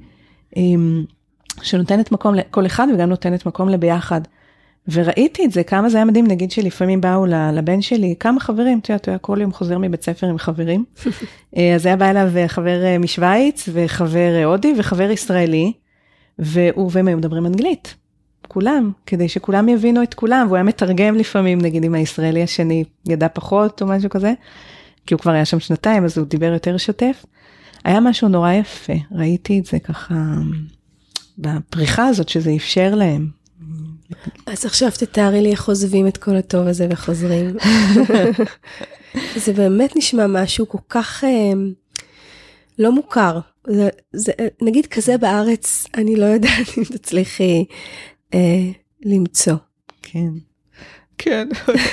שנותנת מקום לכל אחד, וגם נותנת מקום לביחד. וראיתי את זה, כמה זה היה מדהים, נגיד שלפעמים באו לבן שלי, כמה חברים, אתה יודע, כל יום חוזר מבית ספר עם חברים, אז היה בא אליו חבר משוויץ, וחבר הודי, וחבר ישראלי, והם היו מדברים אנגלית, כולם, כדי שכולם יבינו את כולם, והוא היה מתרגם לפעמים, נגיד עם הישראלי השני, ידע פחות או משהו כזה, כי הוא כבר היה שם 2 אז הוא דיבר יותר שוטף, היה משהו נורא יפה, ראיתי את זה ככה, בפריחה הזאת שזה אפשר להם, אז עכשיו תתארי לי איך עוזבים את כל הטוב הזה וחוזרים. זה באמת נשמע משהו כל כך לא מוכר. נגיד כזה בארץ, אני לא יודעת אם תצליחי למצוא. כן. כן.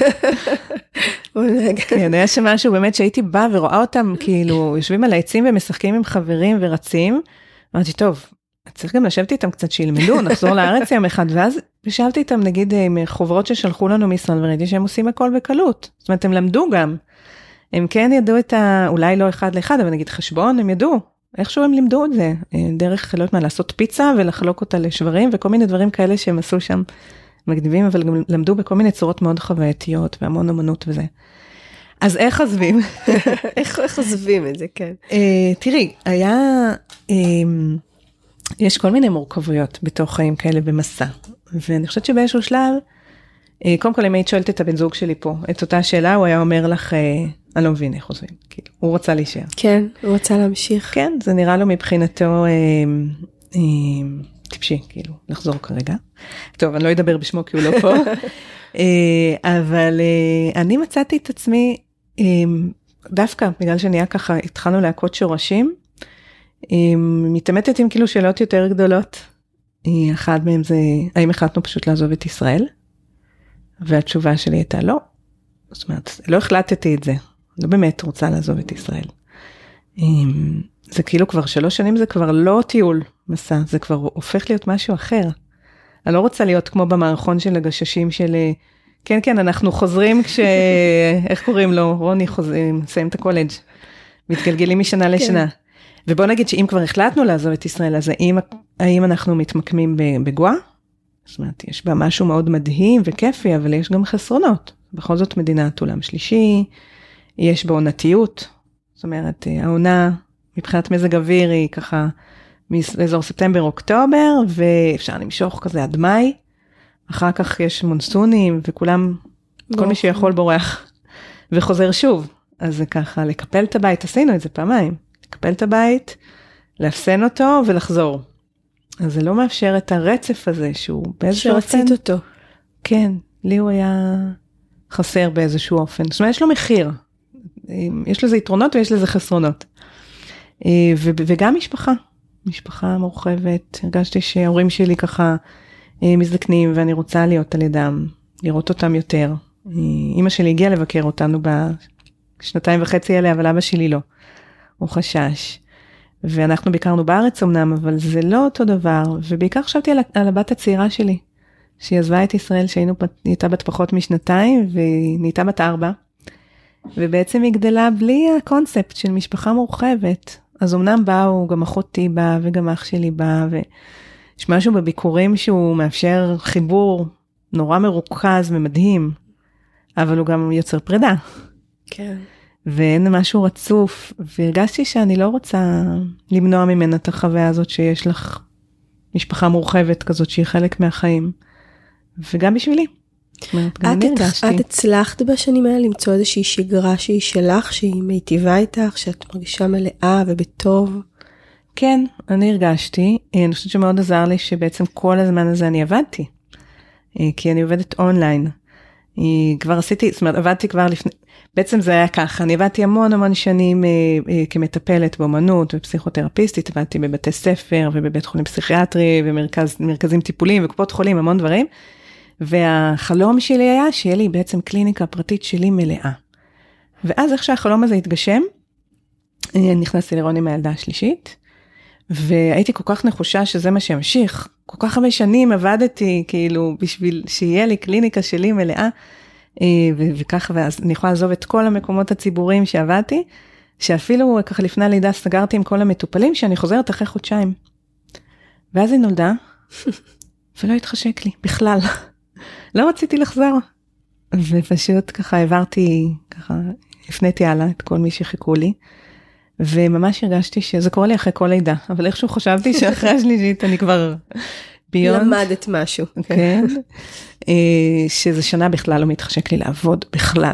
כן, היה שם משהו באמת שהייתי באה ורואה אותם כאילו יושבים על העצים ומשחקים עם חברים ורצים. אמרתי, טוב, צריך גם לשבת איתם קצת שילמדו, נחזור לארץ יום אחד, ואז ישבתי איתם נגיד עם חוברות ששלחו לנו מישראל, וראיתי שהם עושים הכל בקלות. זאת אומרת, הם למדו גם. הם כן ידעו אולי לא אחד לאחד, אבל נגיד חשבון, הם ידעו. איכשהו הם לימדו את זה. דרך, לא יודעת מה, לעשות פיצה ולחלוק אותה לשברים, וכל מיני דברים כאלה שהם עשו שם מגניבים, אבל גם למדו בכל מיני צורות מאוד חווייתיות, והמון אמנות וזה. אז איך עזבים? איך עזבים את זה, כן. תראי, יש כל מיני מורכבויות בתוך חיים כאלה במסע, ואני חושבת שבאיזשהו שלב, קודם כל אם היית שואלת את הבן זוג שלי פה, את אותה שאלה, הוא היה אומר לך, אני לא מבין איך עוזבים, כאילו, הוא רוצה להישאר. כן, הוא רוצה להמשיך. כן, זה נראה לו מבחינתו טיפשי, כאילו, לחזור כרגע. טוב, אני לא אדבר בשמו כי הוא לא פה, אבל אני מצאתי את עצמי, דווקא בגלל שנהיה ככה, התחלנו להכות שורשים, מתאמתת עם כאילו שאלות יותר גדולות. אחד מהם זה, האם החלטנו פשוט לעזוב את ישראל? והתשובה שלי הייתה לא. זאת אומרת, לא החלטתי את זה. לא באמת רוצה לעזוב את ישראל. זה כאילו כבר 3 שנים, זה כבר לא טיול מסע, זה כבר הופך להיות משהו אחר. אני לא רוצה להיות כמו במערכון של הגששים של, כן, כן, אנחנו חוזרים איך קוראים לו? רוני חוזרים, מסיים את הקולג', מתגלגלים משנה לשנה. ובוא נגיד שאם כבר החלטנו לעזוב את ישראל, אז האם אנחנו מתמקמים בגואה? זאת אומרת, יש בה משהו מאוד מדהים וכיפי, אבל יש גם חסרונות. בכל זאת מדינת עולם שלישי, יש בה עונתיות, זאת אומרת, העונה מבחינת מזג אוויר היא ככה, מאזור ספטמבר, אוקטובר, ואפשר למשוך כזה עד מאי, אחר כך יש מונסונים, וכולם, כל מי שיכול בורח, וחוזר שוב. אז זה ככה, לקפל את הבית, עשינו את זה פעמיים. לקפל את הבית, לאפסן אותו ולחזור. אז זה לא מאפשר את הרצף הזה, שהוא באיזשהו אופן... שרצית אותו. כן, לי הוא היה חסר באיזשהו אופן. זאת אומרת, יש לו מחיר. יש לזה יתרונות ויש לזה חסרונות. וגם משפחה מורחבת. הרגשתי שההורים שלי ככה מזדקנים, ואני רוצה להיות על ידם, לראות אותם יותר. אמא שלי הגיעה לבקר אותנו 2.5 האלה, אבל אבא שלי לא. הוא חשש. ואנחנו ביקרנו בארץ אמנם, אבל זה לא אותו דבר. ובעיקר חשבתי על הבת הצעירה שלי, שהיא עזבה את ישראל, שהיא הייתה בת פחות מ2, והיא נהייתה בת 4. ובעצם היא גדלה בלי הקונספט של משפחה מורחבת. אז אמנם באו, גם אחותי באה, וגם אח שלי בא, ויש משהו בביקורים שהוא מאפשר חיבור נורא מרוכז ומדהים, אבל הוא גם יוצר פרידה. כן. ואין משהו רצוף, והרגשתי שאני לא רוצה למנוע ממנה את החוויה הזאת שיש לך משפחה מורחבת כזאת שהיא חלק מהחיים, וגם בשבילי. את הצלחת בשנים האלה למצוא איזושהי שגרה שהיא שלך, שהיא מיטיבה איתך, שאת מרגישה מלאה ובטוב? כן, אני הרגשתי, אני חושבת שמאוד עזר לי שבעצם כל הזמן הזה אני עבדתי, כי אני עובדת אונליין. כבר עשיתי, זאת אומרת, עבדתי כבר לפני, בעצם זה היה ככה, אני עבדתי המון שנים כמטפלת באמנות ופסיכותרפיסטית, עבדתי בבתי ספר ובבית חולים פסיכיאטרי ומרכזים טיפוליים וקופות חולים, המון דברים, והחלום שלי היה שיהיה לי בעצם קליניקה פרטית שלי מלאה. ואז איך שהחלום הזה התגשם, נכנסתי לרוני מהילדה השלישית, והייתי כל כך נחושה שזה מה שימשיך. כל כך הרבה שנים עבדתי כאילו בשביל שיהיה לי קליניקה שלי מלאה, וככה, ואז אני יכולה לעזוב את כל המקומות הציבוריים שעבדתי, שאפילו ככה לפני הלידה סגרתי עם כל המטופלים, שאני חוזרת אחרי חודשיים. ואז היא נולדה, ולא התחשק לי בכלל. לא רציתי לחזור. ופשוט ככה העברתי, ככה הפניתי הלאה את כל מי שחיכו לי, וממש הרגשתי שזה קורה לי אחרי כל לידה, אבל איכשהו חשבתי שאחרי השלישית אני כבר ביונד. למדת משהו. כן. שזה שנה בכלל לא מתחשק לי לעבוד בכלל.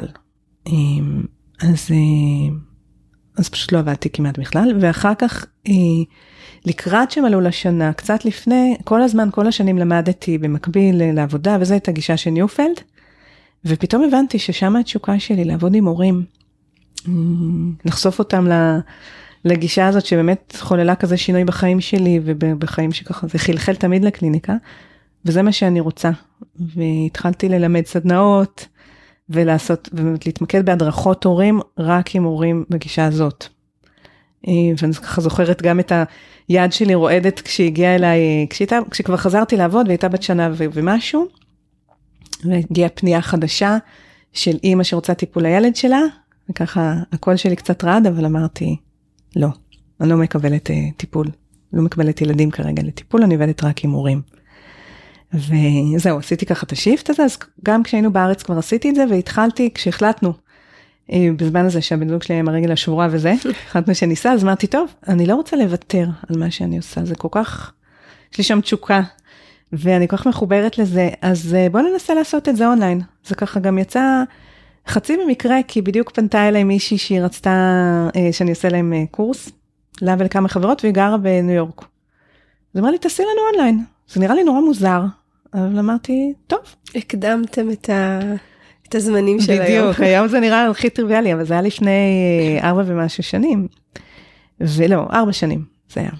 אז פשוט לא עבדתי כמעט בכלל, ואחר כך לקראת שמלאו לשנה, קצת לפני, כל הזמן, כל השנים למדתי במקביל לעבודה, וזו הייתה גישה של ניופלד, ופתאום הבנתי ששם התשוקה שלי לעבוד עם הורים, לחשוף אותם לגישה הזאת שבאמת חוללה כזה שינוי בחיים שלי, ובחיים שככה זה חלחל תמיד לקליניקה, וזה מה שאני רוצה. והתחלתי ללמד סדנאות, ולהתמקד בהדרכות הורים, רק עם הורים בגישה הזאת. ואני ככה זוכרת גם את היד שלי רועדת כשהגיעה אליי, כשכבר חזרתי לעבוד, והייתה בת שנה ומשהו, והגיעה פנייה חדשה של אמא שרוצה טיפול לילד שלה, וככה הקול שלי קצת רעד, אבל אמרתי, לא, אני לא מקבלת טיפול, לא מקבלת ילדים כרגע לטיפול, אני עובדת רק עם הורים. וזהו, עשיתי ככה את השיפט הזה, אז גם כשהיינו בארץ כבר עשיתי את זה, והתחלתי כשהחלטנו, בזמן הזה שהבן זוג שלי עם הרגל השבורה וזה, החלטנו שניסה, אז אמרתי, טוב, אני לא רוצה לוותר על מה שאני עושה, זה כל כך, יש לי שם תשוקה, ואני כל כך מחוברת לזה, אז בוא ננסה לעשות את זה אונליין. זה ככה גם יצא חצי במקרה, כי בדיוק פנתה אליי מישהי שהיא רצתה שאני אעשה להם קורס, לה ולכמה חברות, והיא גרה בניו יורק. אז אמרה לי, תעשי לנו אונליין. זה נראה לי נורא מוזר, אבל אמרתי, טוב. הקדמתם את הזמנים של היום. בדיוק, היום זה נראה הכי טריוויאלי, אבל זה היה לפני 4 ומשהו שנים. ולא, 4 שנים זה היה.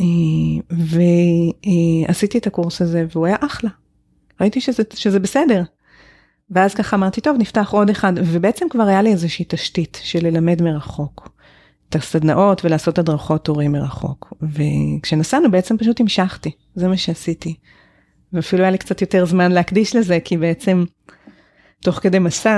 ועשיתי את הקורס הזה, והוא היה אחלה. ראיתי שזה בסדר. ואז ככה אמרתי, טוב, נפתח עוד אחד, ובעצם כבר היה לי איזושהי תשתית של ללמד מרחוק. את הסדנאות ולעשות הדרכות הורים מרחוק. וכשנסענו בעצם פשוט המשכתי. זה מה שעשיתי. ואפילו היה לי קצת יותר זמן להקדיש לזה, כי בעצם תוך כדי מסע,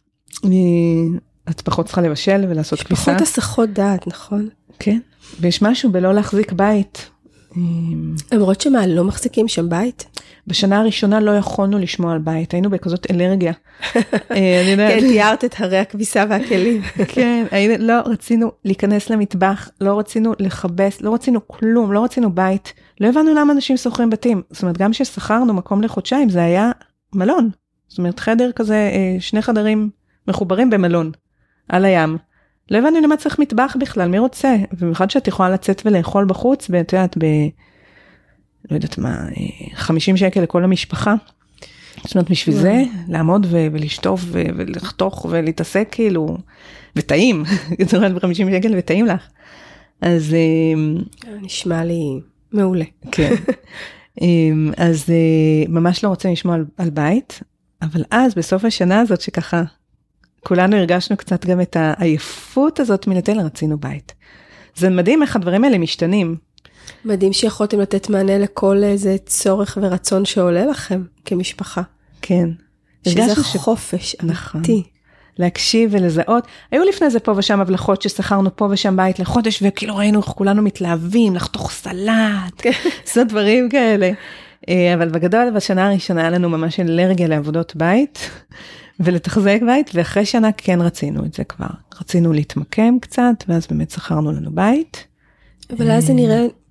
את פחות צריכה לבשל ולעשות כביסה. פחות הסחות דעת, נכון? כן. ויש משהו בלא להחזיק בית. למרות שמה, לא מחזיקים שם בית? בשנה הראשונה לא יכולנו לשמוע על בית, היינו בכזאת אלרגיה. כן, תיארת את הרי הכביסה והכלים. כן, לא רצינו להיכנס למטבח, לא רצינו לחבס, לא רצינו כלום, לא רצינו בית, לא הבנו למה אנשים שוכרים בתים. זאת אומרת, גם ששכרנו מקום לחודשיים, זה היה מלון. זאת אומרת, חדר כזה, 2 חדרים מחוברים במלון, על הים. לא הבנו למה צריך מטבח בכלל, מי רוצה? ובמיוחד שאת יכולה לצאת ולאכול בחוץ, ואת יודעת, לא יודעת מה, 50 שקל לכל המשפחה. זאת אומרת, בשביל זה, לעמוד ולשטוף ולחתוך ולהתעסק כאילו, וטעים, זאת אומרת, ב-50 שקל וטעים לך. אז נשמע לי מעולה. כן. אז ממש לא רוצה לשמוע על בית, אבל אז בסוף השנה הזאת שככה, כולנו הרגשנו קצת גם את העייפות הזאת מלתל, רצינו בית. זה מדהים איך הדברים האלה משתנים. מדהים שיכולתם לתת מענה לכל איזה צורך ורצון שעולה לכם כמשפחה. כן. שזה חופש אמיתי. להקשיב ולזהות. היו לפני זה פה ושם הבלחות ששכרנו פה ושם בית לחודש, וכאילו ראינו איך כולנו מתלהבים, לחתוך סלט, לעשות דברים כאלה. אבל בגדול בשנה הראשונה היה לנו ממש אלרגיה לעבודות בית, ולתחזק בית, ואחרי שנה כן רצינו את זה כבר. רצינו להתמקם קצת, ואז באמת שכרנו לנו בית. אבל אז זה נראה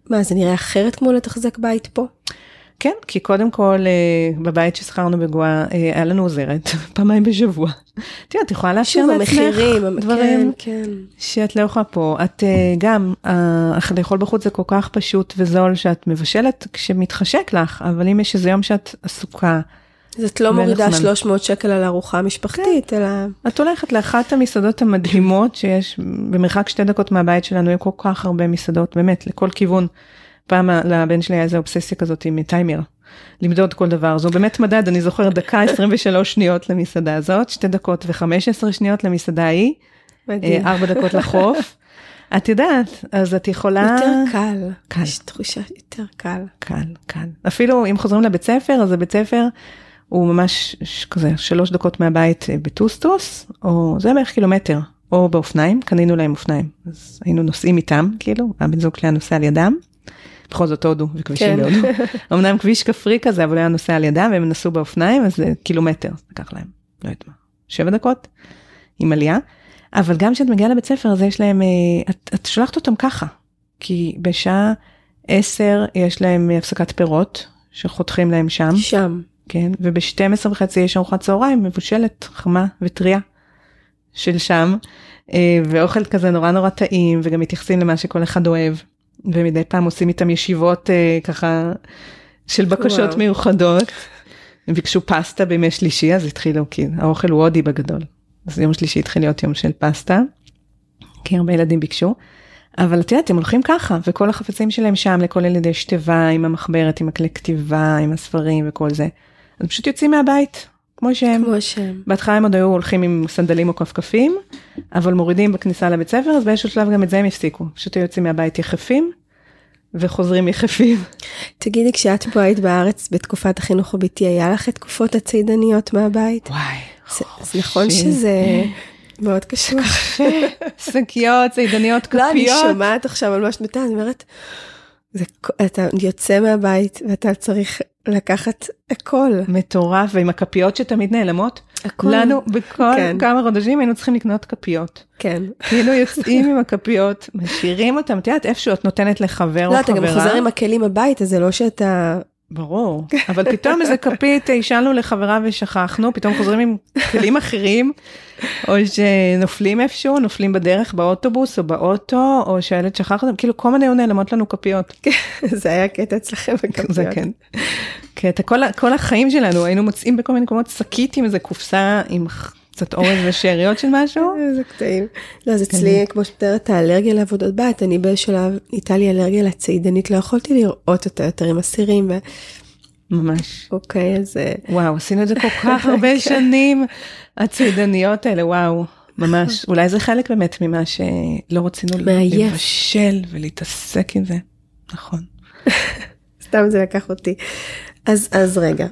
מה, זה נראה אחרת כמו לתחזק בית פה? כן, כי קודם כל, בבית ששכרנו בגואה, היה לנו עוזרת, פעמיים בשבוע. תראה, את יכולה לאשר לעצמך דברים שאת לא יכולה פה. את גם, לאכול בחוץ זה כל כך פשוט וזול, שאת מבשלת כשמתחשק לך, אבל אם יש איזה יום שאת עסוקה, אז את לא מורידה 300 שקל על ארוחה משפחתית, אלא... את הולכת לאחת המסעדות המדהימות, שיש במרחק 2 דקות מהבית שלנו, היו כל כך הרבה מסעדות, באמת, לכל כיוון. פעם לבן שלי היה איזו אובססיה כזאת עם טיימר, למדוד כל דבר. זו באמת מדד, אני זוכר דקה 23 שניות למסעדה הזאת, 2 דקות ו15 שניות למסעדה ההיא, 4 דקות לחוף. את יודעת, אז את יכולה... יותר קל. יש תחושה יותר קל. קל. אפילו אם חוזרים לבית ספר, אז הבית ספר הוא ממש כזה 3 דקות מהבית בטוסטוס, או זה בערך קילומטר, או באופניים, קנינו להם אופניים. אז היינו נוסעים איתם, כאילו, הבן זוג שלי היה נוסע על ידם, בכל זאת הודו וכבישים בהודו. אמנם כביש כפרי כזה, אבל היה נוסע על ידם, והם נסעו באופניים, אז זה קילומטר, זה לקח להם, לא יודעת מה, 7 דקות, עם עלייה. אבל גם כשאת מגיעה לבית ספר, אז יש להם, את שולחת אותם ככה, כי בשעה 10 יש להם הפסקת פירות, שחותכים להם שם. כן, וב-12:30 יש ארוחת צהריים, מבושלת, חמה וטריה של שם, ואוכל כזה נורא טעים, וגם מתייחסים למה שכל אחד אוהב. ומדי פעם עושים איתם ישיבות ככה של בקשות מיוחדות. הם ביקשו פסטה בימי שלישי, אז התחילו, כי האוכל הוא הודי בגדול. אז יום שלישי התחיל להיות יום של פסטה, כי הרבה ילדים ביקשו. אבל את יודעת, הם הולכים ככה, וכל החפצים שלהם שם, לכל ילד יש תיבה, עם המחברת, עם הכלי כתיבה, עם הספרים וכל זה. אז פשוט יוצאים מהבית, כמו שהם. בהתחלה הם עוד היו הולכים עם סנדלים או כפכפים, אבל מורידים בכניסה לבית ספר, אז באיזשהו שלב גם את זה הם הפסיקו. פשוט יוצאים מהבית יחפים, וחוזרים יחפים. תגידי, כשאת פה היית בארץ בתקופת החינוך הביתי, היה לך את תקופות הצעידניות מהבית? וואי. אז נכון שזה מאוד קשור. שקיות, צעידניות, כפיות. לא, אני שומעת עכשיו על מה שאת מתארת, אני אומרת, אתה יוצא מהבית, ואתה צריך לקחת הכל. מטורף, ועם הכפיות שתמיד נעלמות. הכל. לנו, בכל כמה חודשים, היינו צריכים לקנות כפיות. כן. כאילו יוצאים עם הכפיות, משאירים אותם, את יודעת, איפשהו את נותנת לחבר או חברה. לא, אתה גם חוזר עם הכלים הבית, אז זה לא שאתה... ברור, אבל פתאום איזה כפית השאלנו לחברה ושכחנו, פתאום חוזרים עם כלים אחרים, או שנופלים איפשהו, נופלים בדרך באוטובוס או באוטו, או שהילד שכח אותם, כאילו כל מיני נעלמות לנו כפיות. זה היה קטע אצלכם בכפיות. זה כן. קטע, כל החיים שלנו היינו מוצאים בכל מיני מקומות שקית עם איזה קופסה, עם קצת אורז ושאריות של משהו. איזה קטעים. לא, אז אצלי, כמו שתארת, האלרגיה לעבודות בית, אני בשלב, הייתה לי אלרגיה לצעידנית, לא יכולתי לראות אותה יותר עם אסירים. ממש. אוקיי, אז... וואו, עשינו את זה כל כך הרבה שנים, הצעידניות האלה, וואו, ממש. אולי זה חלק באמת ממה שלא רצינו לבשל ולהתעסק עם זה. נכון. סתם זה לקח אותי. אז רגע.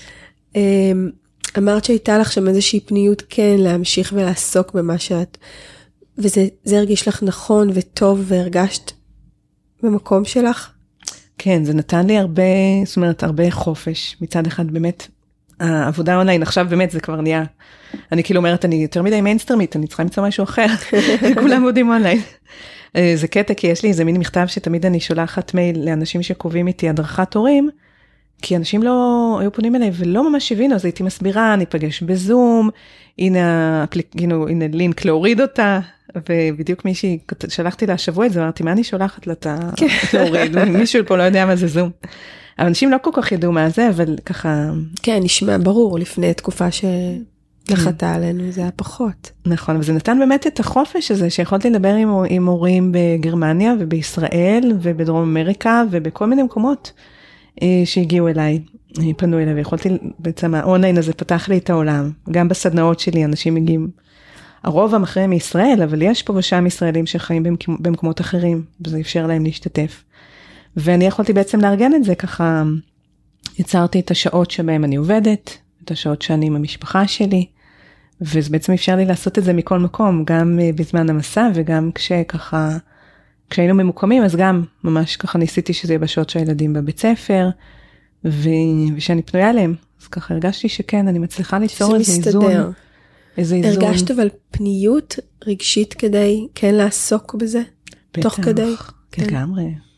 אמרת שהייתה לך שם איזושהי פניות כן להמשיך ולעסוק במה שאת, וזה הרגיש לך נכון וטוב והרגשת במקום שלך? כן, זה נתן לי הרבה, זאת אומרת, הרבה חופש. מצד אחד באמת, העבודה אונליין, עכשיו באמת זה כבר נהיה, אני כאילו אומרת, אני יותר מדי מיינסטרמית, אני צריכה למצוא משהו אחר, כולם עובדים אונליין. זה קטע, כי יש לי איזה מיני מכתב שתמיד אני שולחת מייל לאנשים שקובעים איתי הדרכת הורים, כי אנשים לא היו פונים אליי ולא ממש הבינו, אז הייתי מסבירה, אני אפגש בזום, הנה לינק להוריד אותה, ובדיוק מישהי, שלחתי לה השבוע את זה, אמרתי, מה אני שולחת לה להוריד? מישהו פה לא יודע מה זה זום. אבל אנשים לא כל כך ידעו מה זה, אבל ככה... כן, נשמע ברור לפני תקופה שנחתה עלינו, זה היה פחות. נכון, אבל זה נתן באמת את החופש הזה, שיכולתי לדבר עם הורים בגרמניה ובישראל ובדרום אמריקה ובכל מיני מקומות. שהגיעו אליי, פנו אליי, ויכולתי, בעצם האונליין הזה פתח לי את העולם, גם בסדנאות שלי אנשים מגיעים, הרוב המכריע מישראל, אבל יש פה ושם ישראלים שחיים במקומות אחרים, וזה אפשר להם להשתתף, ואני יכולתי בעצם לארגן את זה, ככה יצרתי את השעות שבהם אני עובדת, את השעות שאני עם המשפחה שלי, וזה בעצם אפשר לי לעשות את זה מכל מקום, גם בזמן המסע, וגם כשככה, כשהיינו ממוקמים, אז גם ממש ככה ניסיתי שזה יהיה בשעות שהילדים בבית ספר, ושאני פנויה להם. אז ככה הרגשתי שכן, אני מצליחה ליצור איזה איזון. הרגשת אבל פניות רגשית כדי כן לעסוק בזה? תוך כדי? לגמרי.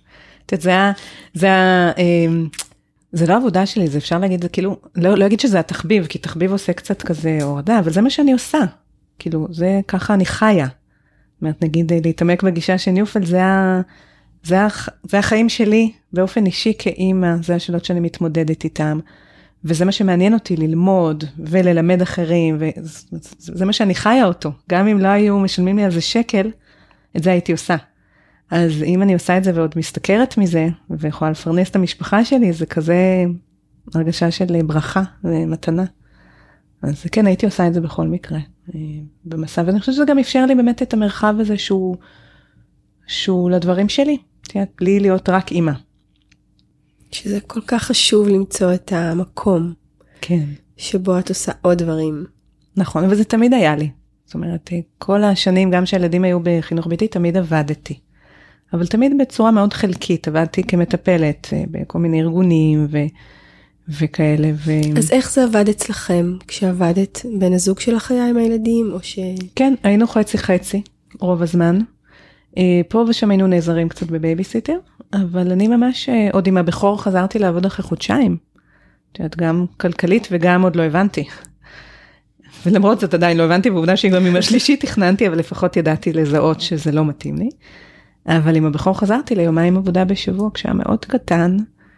זה לא עבודה שלי, זה אפשר להגיד, זה כאילו, לא אגיד שזה התחביב, כי תחביב עושה קצת כזה הורדה, אבל זה מה שאני עושה. כאילו, זה ככה אני חיה. זאת אומרת, נגיד, להתעמק בגישה של ניופל, זה החיים שלי, באופן אישי כאימא, זה השאלות שאני מתמודדת איתם, וזה מה שמעניין אותי ללמוד, וללמד אחרים, וזה מה שאני חיה אותו. גם אם לא היו משלמים לי על זה שקל, את זה הייתי עושה. אז אם אני עושה את זה ועוד מסתכרת מזה, ויכולה לפרנס את המשפחה שלי, זה כזה הרגשה של ברכה ומתנה. אז כן, הייתי עושה את זה בכל מקרה, במסע, ואני חושבת שזה גם אפשר לי באמת את המרחב הזה, שהוא לדברים שלי, בלי להיות רק אימא. שזה כל כך חשוב למצוא את המקום, כן. שבו את עושה עוד דברים. נכון, וזה תמיד היה לי. זאת אומרת, כל השנים, גם שהילדים היו בחינוך ביתי, תמיד עבדתי. אבל תמיד בצורה מאוד חלקית, עבדתי כמטפלת בכל מיני ארגונים וכאלה. אז איך זה עבד אצלכם, כשעבדת בין הזוג שלך היה עם הילדים, או ש... כן, היינו חצי, רוב הזמן. פה ושם היינו נעזרים קצת בבייביסיטר, אבל אני ממש, עוד עם הבכור חזרתי לעבוד אחרי חודשיים. גם כלכלית וגם עוד לא הבנתי. ולמרות זאת עדיין לא הבנתי, ועובדה שגם עם השלישי תכננתי, אבל לפחות ידעתי לזהות שזה לא מתאים לי. אבל עם הבכור חזרתי ליומיים עבודה בשבוע, כשהיה מאוד קטן,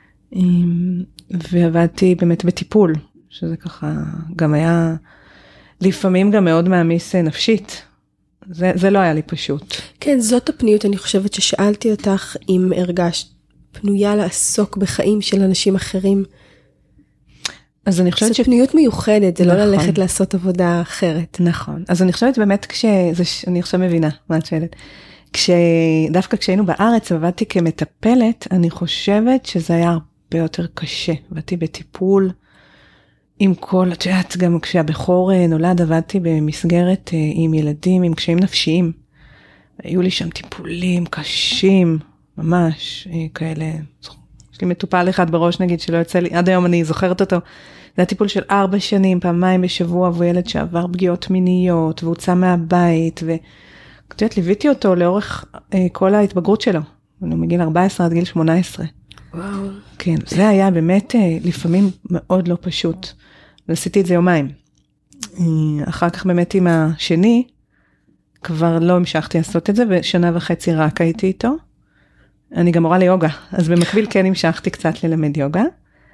ועבדתי באמת בטיפול, שזה ככה גם היה לפעמים גם מאוד מעמיס נפשית. זה לא היה לי פשוט. כן, זאת הפניות, אני חושבת ששאלתי אותך אם הרגשת פנויה לעסוק בחיים של אנשים אחרים. אז אני חושבת זאת פניות מיוחדת, זה לא ללכת לעשות עבודה אחרת. נכון. אז אני חושבת באמת אני עכשיו מבינה מה את שואלת. דווקא כשהיינו בארץ ועבדתי כמטפלת, אני חושבת שזה היה הרבה יותר קשה. עבדתי בטיפול עם כל, את יודעת, גם כשהבכור נולד, עבדתי במסגרת עם ילדים, עם קשיים נפשיים. היו לי שם טיפולים קשים, ממש כאלה. יש לי מטופל אחד בראש, נגיד, שלא יוצא לי, עד היום אני זוכרת אותו. זה הטיפול של 4 שנים, פעמיים בשבוע, והוא ילד שעבר פגיעות מיניות, והוצא מהבית, את יודעת, ליוויתי אותו לאורך כל ההתבגרות שלו. הוא מגיל 14 עד גיל 18. וואו. כן, זה היה באמת לפעמים מאוד לא פשוט. ועשיתי את זה יומיים. אחר כך באמת עם השני, כבר לא המשכתי לעשות את זה, ושנה וחצי רק הייתי איתו. אני גם מורה ליוגה, אז במקביל כן המשכתי קצת ללמד יוגה,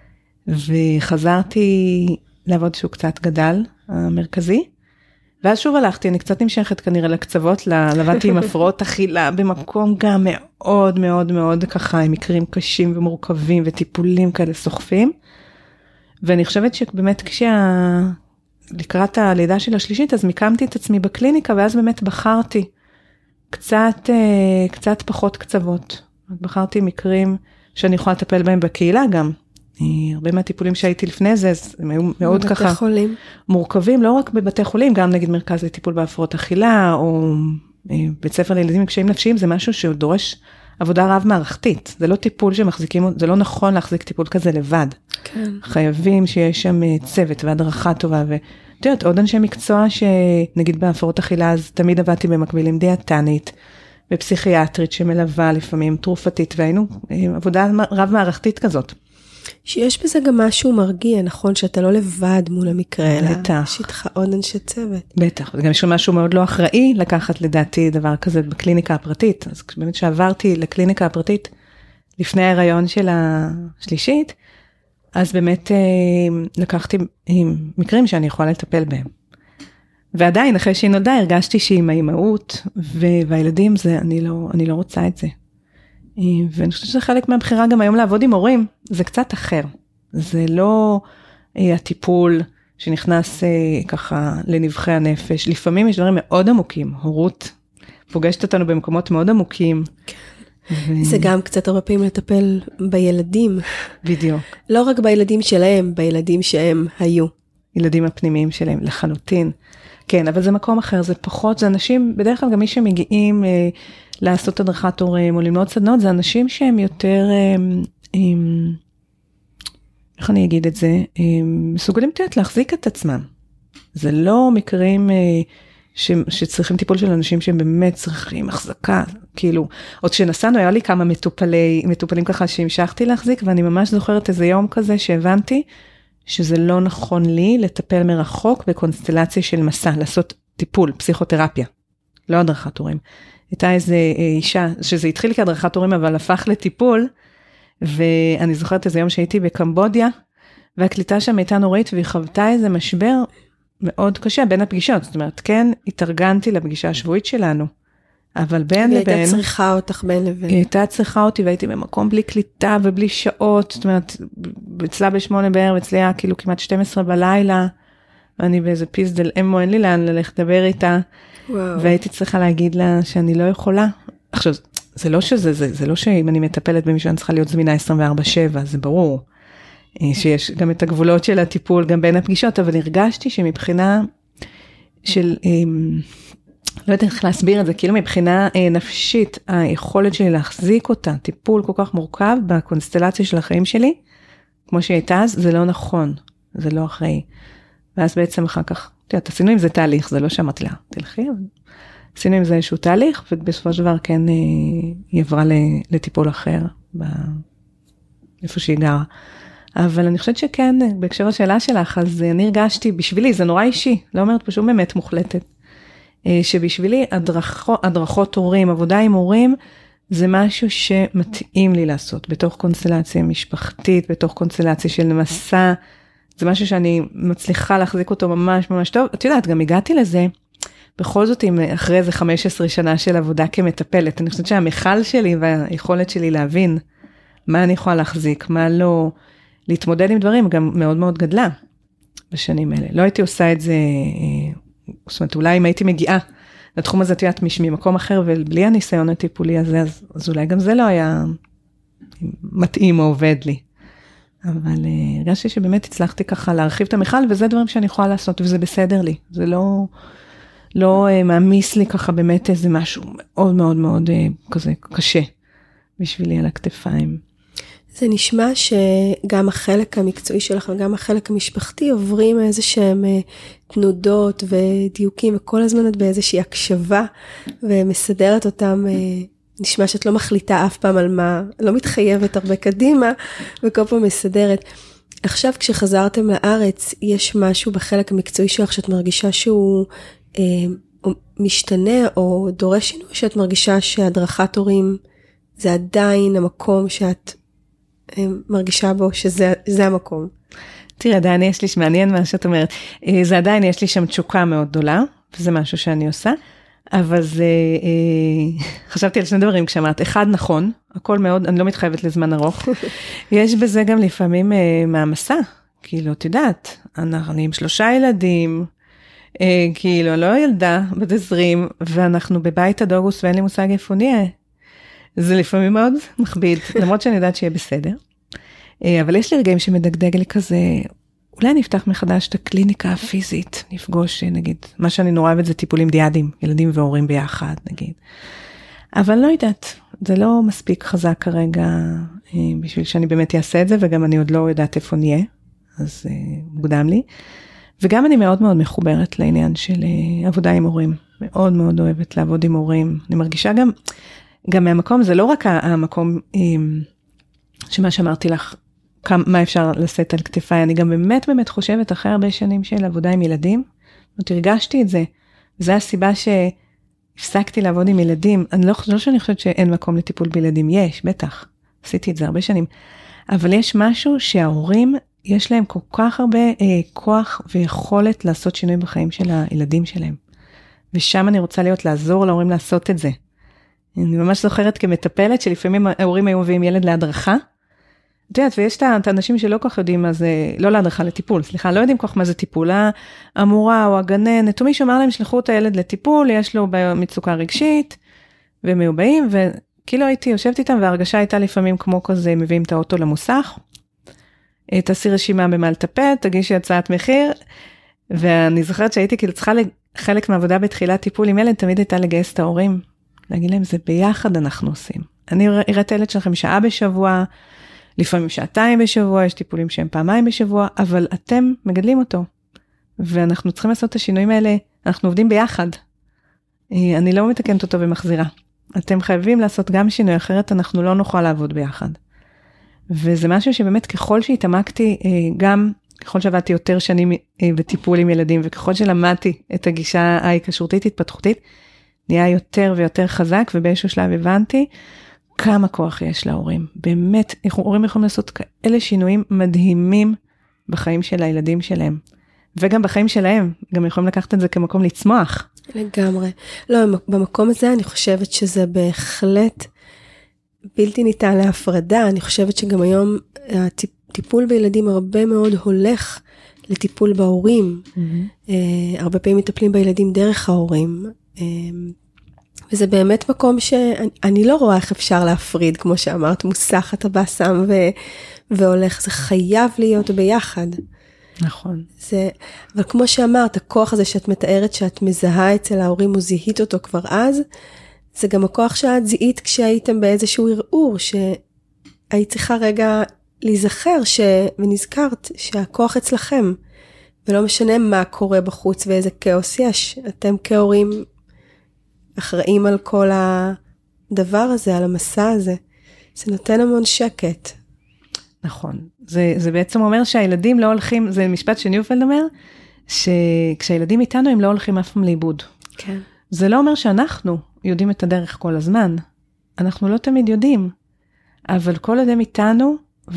וחזרתי לעבוד שהוא קצת גדל, המרכזי, ואז שוב הלכתי, אני קצת נמשכת כנראה לקצוות, לבדתי עם הפרעות אכילה, במקום גם מאוד מאוד מאוד ככה, עם מקרים קשים ומורכבים, וטיפולים כאלה סוחפים, ואני חושבת שבאמת לקראת הלידה של השלישית, אז מיקמתי את עצמי בקליניקה, ואז באמת בחרתי קצת פחות קצוות. בחרתי מקרים שאני יכולה לטפל בהם בקהילה גם. הרבה מהטיפולים שהייתי לפני זה, הם היו מאוד ככה מורכבים, לא רק בבתי חולים, גם נגיד מרכז לטיפול בהפרעות אכילה, או בית ספר לילדים עם קשיים נפשיים, זה משהו שדורש עבודה רב מערכתית. זה לא טיפול שמחזיקים, זה לא נכון להחזיק טיפול כזה לבד. כן. חייבים שיש שם צוות והדרכה טובה, ואת יודעת, עוד אנשי מקצוע שנגיד בהפרעות אכילה, אז תמיד עבדתי במקביל עם דיאטנית, ופסיכיאטרית שמלווה לפעמים תרופתית, והיינו עבודה רב מערכתית כזאת. שיש בזה גם משהו מרגיע, נכון? שאתה לא לבד מול המקרה, אלא בטח. יש איתך עוד אנשי צוות. בטח, וגם יש משהו מאוד לא אחראי לקחת לדעתי דבר כזה בקליניקה הפרטית, אז באמת שעברתי לקליניקה הפרטית לפני ההיריון של השלישית, אז באמת לקחתי מקרים שאני יכולה לטפל בהם. ועדיין, אחרי שהיא נולדה, הרגשתי שעם האימהות והילדים, אני לא רוצה את זה. ואני חושבת שזה חלק מהבחירה גם היום לעבוד עם הורים, זה קצת אחר. זה לא הטיפול שנכנס ככה לנבחי הנפש. לפעמים יש דברים מאוד עמוקים, הורות פוגשת אותנו במקומות מאוד עמוקים. זה גם קצת הרבה פעמים לטפל בילדים. בדיוק. לא רק בילדים שלהם, בילדים שהם היו. ילדים הפנימיים שלהם, לחלוטין. כן, אבל זה מקום אחר, זה פחות, זה אנשים, בדרך כלל גם מי שמגיעים לעשות הדרכת הורים או ללמוד סדנות, זה אנשים שהם יותר, איך אני אגיד את זה, מסוגלים להחזיק את עצמם. זה לא מקרים שצריכים טיפול של אנשים שהם באמת צריכים החזקה, כאילו, עוד כשנסענו, היה לי כמה מטופלים ככה שהמשכתי להחזיק, ואני ממש זוכרת איזה יום כזה שהבנתי, שזה לא נכון לי לטפל מרחוק בקונסטלציה של מסע, לעשות טיפול, פסיכותרפיה, לא הדרכת הורים. הייתה איזו אישה, שזה התחיל כהדרכת הורים, אבל הפך לטיפול, ואני זוכרת איזה יום שהייתי בקמבודיה, והקליטה שם הייתה נוראית, והיא חוותה איזה משבר מאוד קשה בין הפגישות, זאת אומרת, כן, התארגנתי לפגישה השבועית שלנו, אבל בין לבין... היא הייתה צריכה אותך בין לבין. היא הייתה צריכה אותי, והייתי במקום בלי קליטה ובלי שעות, זאת אומרת, אצלה ב8 בערב, אצלי היה כאילו כמעט 12 בלילה, ואני באיזה פיסדל אמו, אין לי לאן ללכת לדבר איתה, והייתי צריכה להגיד לה שאני לא יכולה. עכשיו, זה לא שאם אני מטפלת במישהו, אני צריכה להיות זמינה 24/7, זה ברור. שיש גם את הגבולות של הטיפול, גם בין הפגישות, אבל הרגשתי שמבחינה של, לא יודעת איך להסביר את זה, כאילו מבחינה נפשית, היכולת שלי להחזיק אותה, טיפול כל כך מורכב בקונסטלציה של החיים שלי, כמו שהיא הייתה אז, זה לא נכון, זה לא אחראי. ואז בעצם אחר כך, תראה, עשינו עם זה תהליך, זה לא שאמרתי לה, תלכי, עשינו עם זה איזשהו תהליך, ובסופו של דבר כן היא עברה לטיפול אחר, איפה שהיא גרה. אבל אני חושבת שכן, בהקשר השאלה שלך, אז אני הרגשתי, בשבילי, זה נורא אישי, לא אומרת פשוט באמת מוחלטת, שבשבילי הדרכות הורים, עבודה עם הורים, זה משהו שמתאים לי לעשות, בתוך קונסטלציה משפחתית, בתוך קונסטלציה של מסע, זה משהו שאני מצליחה להחזיק אותו ממש ממש טוב. את יודעת, גם הגעתי לזה, בכל זאת, אחרי איזה 15 שנה של עבודה כמטפלת, אני חושבת שהמחל שלי והיכולת שלי להבין מה אני יכולה להחזיק, מה לא, להתמודד עם דברים, גם מאוד מאוד גדלה בשנים האלה. לא הייתי עושה את זה, זאת אומרת, אולי אם הייתי מגיעה לתחום הזה, תיאת ממקום אחר, ובלי הניסיון הטיפולי הזה, אז אולי גם זה לא היה מתאים או עובד לי. אבל הרגשתי שבאמת הצלחתי ככה להרחיב את המחל, וזה דברים שאני יכולה לעשות, וזה בסדר לי. זה לא מאמיס לי ככה באמת איזה משהו מאוד מאוד מאוד כזה קשה בשבילי על הכתפיים. זה נשמע שגם החלק המקצועי שלך וגם החלק המשפחתי עוברים איזה שהם תנודות ודיוקים, וכל הזמן את באיזושהי הקשבה ומסדרת אותם. נשמע שאת לא מחליטה אף פעם על מה, לא מתחייבת הרבה קדימה, וכל פעם מסדרת. עכשיו כשחזרתם לארץ, יש משהו בחלק המקצועי שלך שאת מרגישה שהוא משתנה או דורש שינוי, שאת מרגישה שהדרכת הורים זה עדיין המקום שאת מרגישה בו, שזה המקום? תראה, עדיין יש לי, מעניין מה שאת אומרת, זה עדיין יש לי שם תשוקה מאוד גדולה, וזה משהו שאני עושה, אבל זה, חשבתי על שני דברים כשאמרת, אחד נכון, הכל מאוד, אני לא מתחייבת לזמן ארוך, יש בזה גם לפעמים מהמסע, כאילו, את יודעת, אני עם 3 ילדים, כאילו, לא ילדה, בת 20, ואנחנו בבית עד אוגוסט, ואין לי מושג איפה נהיה, זה לפעמים מאוד מכביד, למרות שאני יודעת שיהיה בסדר, אבל יש לי רגעים שמדגדג לי כזה, אולי נפתח מחדש את הקליניקה הפיזית, נפגוש, נגיד, מה שאני נורא אוהבת זה טיפולים דיאדים, ילדים והורים ביחד, נגיד. אבל לא יודעת, זה לא מספיק חזק כרגע, בשביל שאני באמת אעשה את זה, וגם אני עוד לא יודעת איפה נהיה, אז מוקדם לי. וגם אני מאוד מאוד מחוברת לעניין של עבודה עם הורים, מאוד מאוד אוהבת לעבוד עם הורים. אני מרגישה גם מהמקום, זה לא רק המקום שמה שאמרתי לך, מה אפשר לשאת על כתפיי, אני גם באמת חושבת אחרי הרבה שנים של עבודה עם ילדים, הרגשתי את זה, וזו הסיבה שהפסקתי לעבוד עם ילדים, לא שאני חושבת שאין מקום לטיפול בילדים, יש, בטח, עשיתי את זה הרבה שנים, אבל יש משהו שההורים, יש להם כל כך הרבה כוח ויכולת לעשות שינוי בחיים של הילדים שלהם, ושם אני רוצה לעזור להורים לעשות את זה. אני ממש זוכרת כמטפלת, שלפעמים ההורים היו מביאים ילד להדרכה, את יודעת, ויש את האנשים שלא כל כך יודעים מה זה, לא להדרכה, לטיפול, סליחה, לא יודעים כל כך מה זה טיפול, המורה או הגננת, או מי שאומר להם, שלחו את הילד לטיפול, יש לו מצוקה רגשית, והם היו באים, וכאילו הייתי יושבת איתם, וההרגשה הייתה לפעמים כמו כזה, מביאים את האוטו למוסך, תעשי רשימה במה לטפל, תגישי הצעת מחיר, ואני זוכרת שהייתי כאילו צריכה חלק מהעבודה בתחילת טיפול עם ילד, תמיד הייתה לגייס את ההורים, להגיד להם, זה ביחד אנחנו עושים. אני אראה את הילד שלכם שעה בשבוע, לפעמים 2 בשבוע, יש טיפולים שהם 2 בשבוע, אבל אתם מגדלים אותו. ואנחנו צריכים לעשות את השינויים האלה, אנחנו עובדים ביחד. אני לא מתקנת אותו ומחזירה. אתם חייבים לעשות גם שינוי, אחרת אנחנו לא נוכל לעבוד ביחד. וזה משהו שבאמת ככל שהתעמקתי, גם ככל שעבדתי יותר שנים בטיפול עם ילדים, וככל שלמדתי את הגישה ההיקשרותית התפתחותית, נהיה יותר ויותר חזק, ובאיזשהו שלב הבנתי כמה כוח יש להורים. באמת, הורים יכולים לעשות כאלה שינויים מדהימים בחיים של הילדים שלהם. וגם בחיים שלהם, גם יכולים לקחת את זה כמקום לצמוח. לגמרי. לא, במקום הזה אני חושבת שזה בהחלט בלתי ניתן להפרדה. אני חושבת שגם היום הטיפול בילדים הרבה מאוד הולך לטיפול בהורים. הרבה פעמים מטפלים בילדים דרך ההורים. וזה באמת מקום שאני לא רואה איך אפשר להפריד, כמו שאמרת, מוסך אתה בא שם והולך. זה חייב להיות ביחד. נכון. אבל כמו שאמרת, הכוח הזה שאת מתארת שאת מזהה אצל ההורים או זיהית אותו כבר אז, זה גם הכוח שאת זיהית כשהייתם באיזשהו ערעור, שהיית צריכה רגע להיזכר ונזכרת שהכוח אצלכם, ולא משנה מה קורה בחוץ ואיזה כאוס יש. אתם כהורים אחראים על כל הדבר הזה, על המסע הזה. זה נותן המון שקט. נכון. זה בעצם אומר שהילדים לא הולכים, זה משפט שניופלד אומר, שכשהילדים איתנו הם לא הולכים אף פעם לאיבוד. כן. זה לא אומר שאנחנו יודעים את הדרך כל הזמן. אנחנו לא תמיד יודעים. אבל כל אדם איתנו,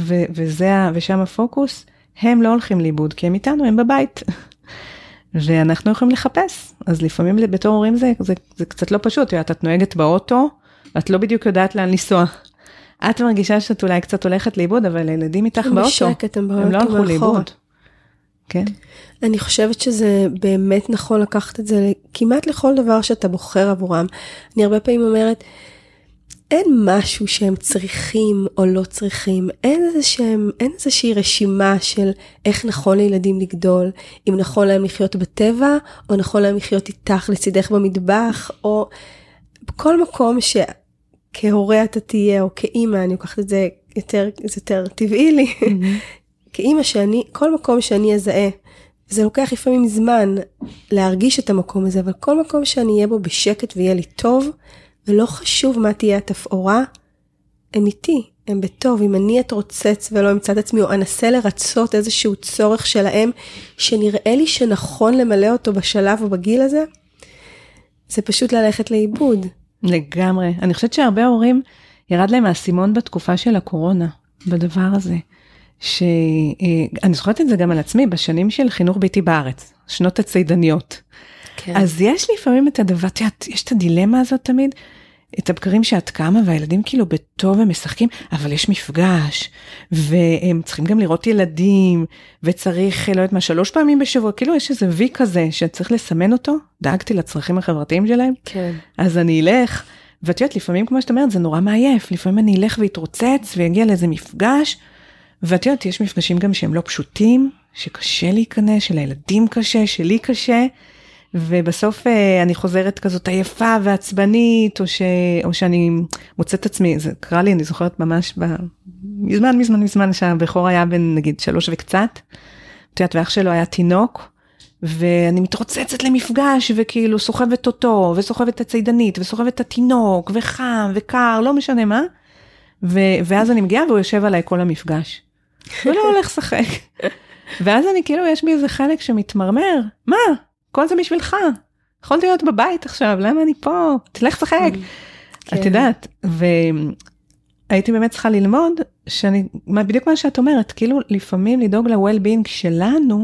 ושם הפוקוס, הם לא הולכים לאיבוד, כי הם איתנו, הם בבית. ואנחנו יכולים לחפש. אז לפעמים בתור הורים זה קצת לא פשוט. את נוהגת באוטו, ואת לא בדיוק יודעת לאן לנסוע. את מרגישה שאת אולי קצת הולכת לאיבוד, אבל הילדים איתך באוטו, הם לא הלכו לאיבוד. כן. אני חושבת שזה באמת נכון לקחת את זה כמעט לכל דבר שאתה בוחר עבורם. אני הרבה פעמים אומרת, אין משהו שהם צריכים או לא צריכים, אין איזושהי רשימה של איך נכון לילדים לגדול, אם נכון להם לחיות בטבע, או נכון להם לחיות איתך לצידך במטבח, או בכל מקום כהורה אתה תהיה, או כאימא, אני לוקחת את זה יותר טבעי לי, כאימא כל מקום שאני אזהה, זה לוקח לפעמים זמן להרגיש את המקום הזה, אבל כל מקום שאני אהיה בו בשקט ויהיה לי טוב, ולא חשוב מה תהיה התפאורה, הם איתי, הם בטוב. אם אני אתרוצץ ולא אמצא את עצמי, או אנסה לרצות איזשהו צורך שלהם, שנראה לי שנכון למלא אותו בשלב או בגיל הזה, זה פשוט ללכת לאיבוד. לגמרי. אני חושבת שהרבה הורים ירד להם האסימון בתקופה של הקורונה, בדבר הזה. אני זוכרת את זה גם על עצמי, בשנים של חינוך ביתי בארץ, שנות הציידניות. כן. אז יש לפעמים את הדבר, יש את הדילמה הזאת תמיד, את הבקרים שאת קמה, והילדים כאילו בטוב הם משחקים, אבל יש מפגש, והם צריכים גם לראות ילדים, וצריך, לא יודעת מה, 3 פעמים בשבוע, כאילו יש איזה וי כזה, שצריך לסמן אותו, דאגתי לצרכים החברתיים שלהם, כן. אז אני אלך, ואת יודעת, לפעמים כמו שאת אומרת, זה נורא מעייף, לפעמים אני אלך ויתרוצץ, ויגיע לאיזה מפגש, ואת יודעת, יש מפגשים גם שהם לא פשוטים, שקשה להיכנס, שלילדים קשה, שלי קשה, ובסוף אני חוזרת כזאת עייפה ועצבנית, או שאני מוצאת עצמי, זה קרה לי, אני זוכרת ממש מזמן שהבכור היה בין נגיד 3 וקצת, ואח שלו היה תינוק, ואני מתרוצצת למפגש, וכאילו סוחבת אותו, וסוחבת את הציידנית, וסוחבת את התינוק, וחם, וקר, לא משנה מה, ואז אני מגיעה, והוא יושב עליי כל המפגש. הוא לא הולך לשחק. ואז אני כאילו, יש בי איזה חלק שמתמרמר, מה? כל זה בשבילך. יכולתי להיות בבית עכשיו, למה אני פה? תלך לשחק. את יודעת, והייתי באמת צריכה ללמוד, בדיוק מה שאת אומרת, כאילו לפעמים לדאוג ל-well-being שלנו,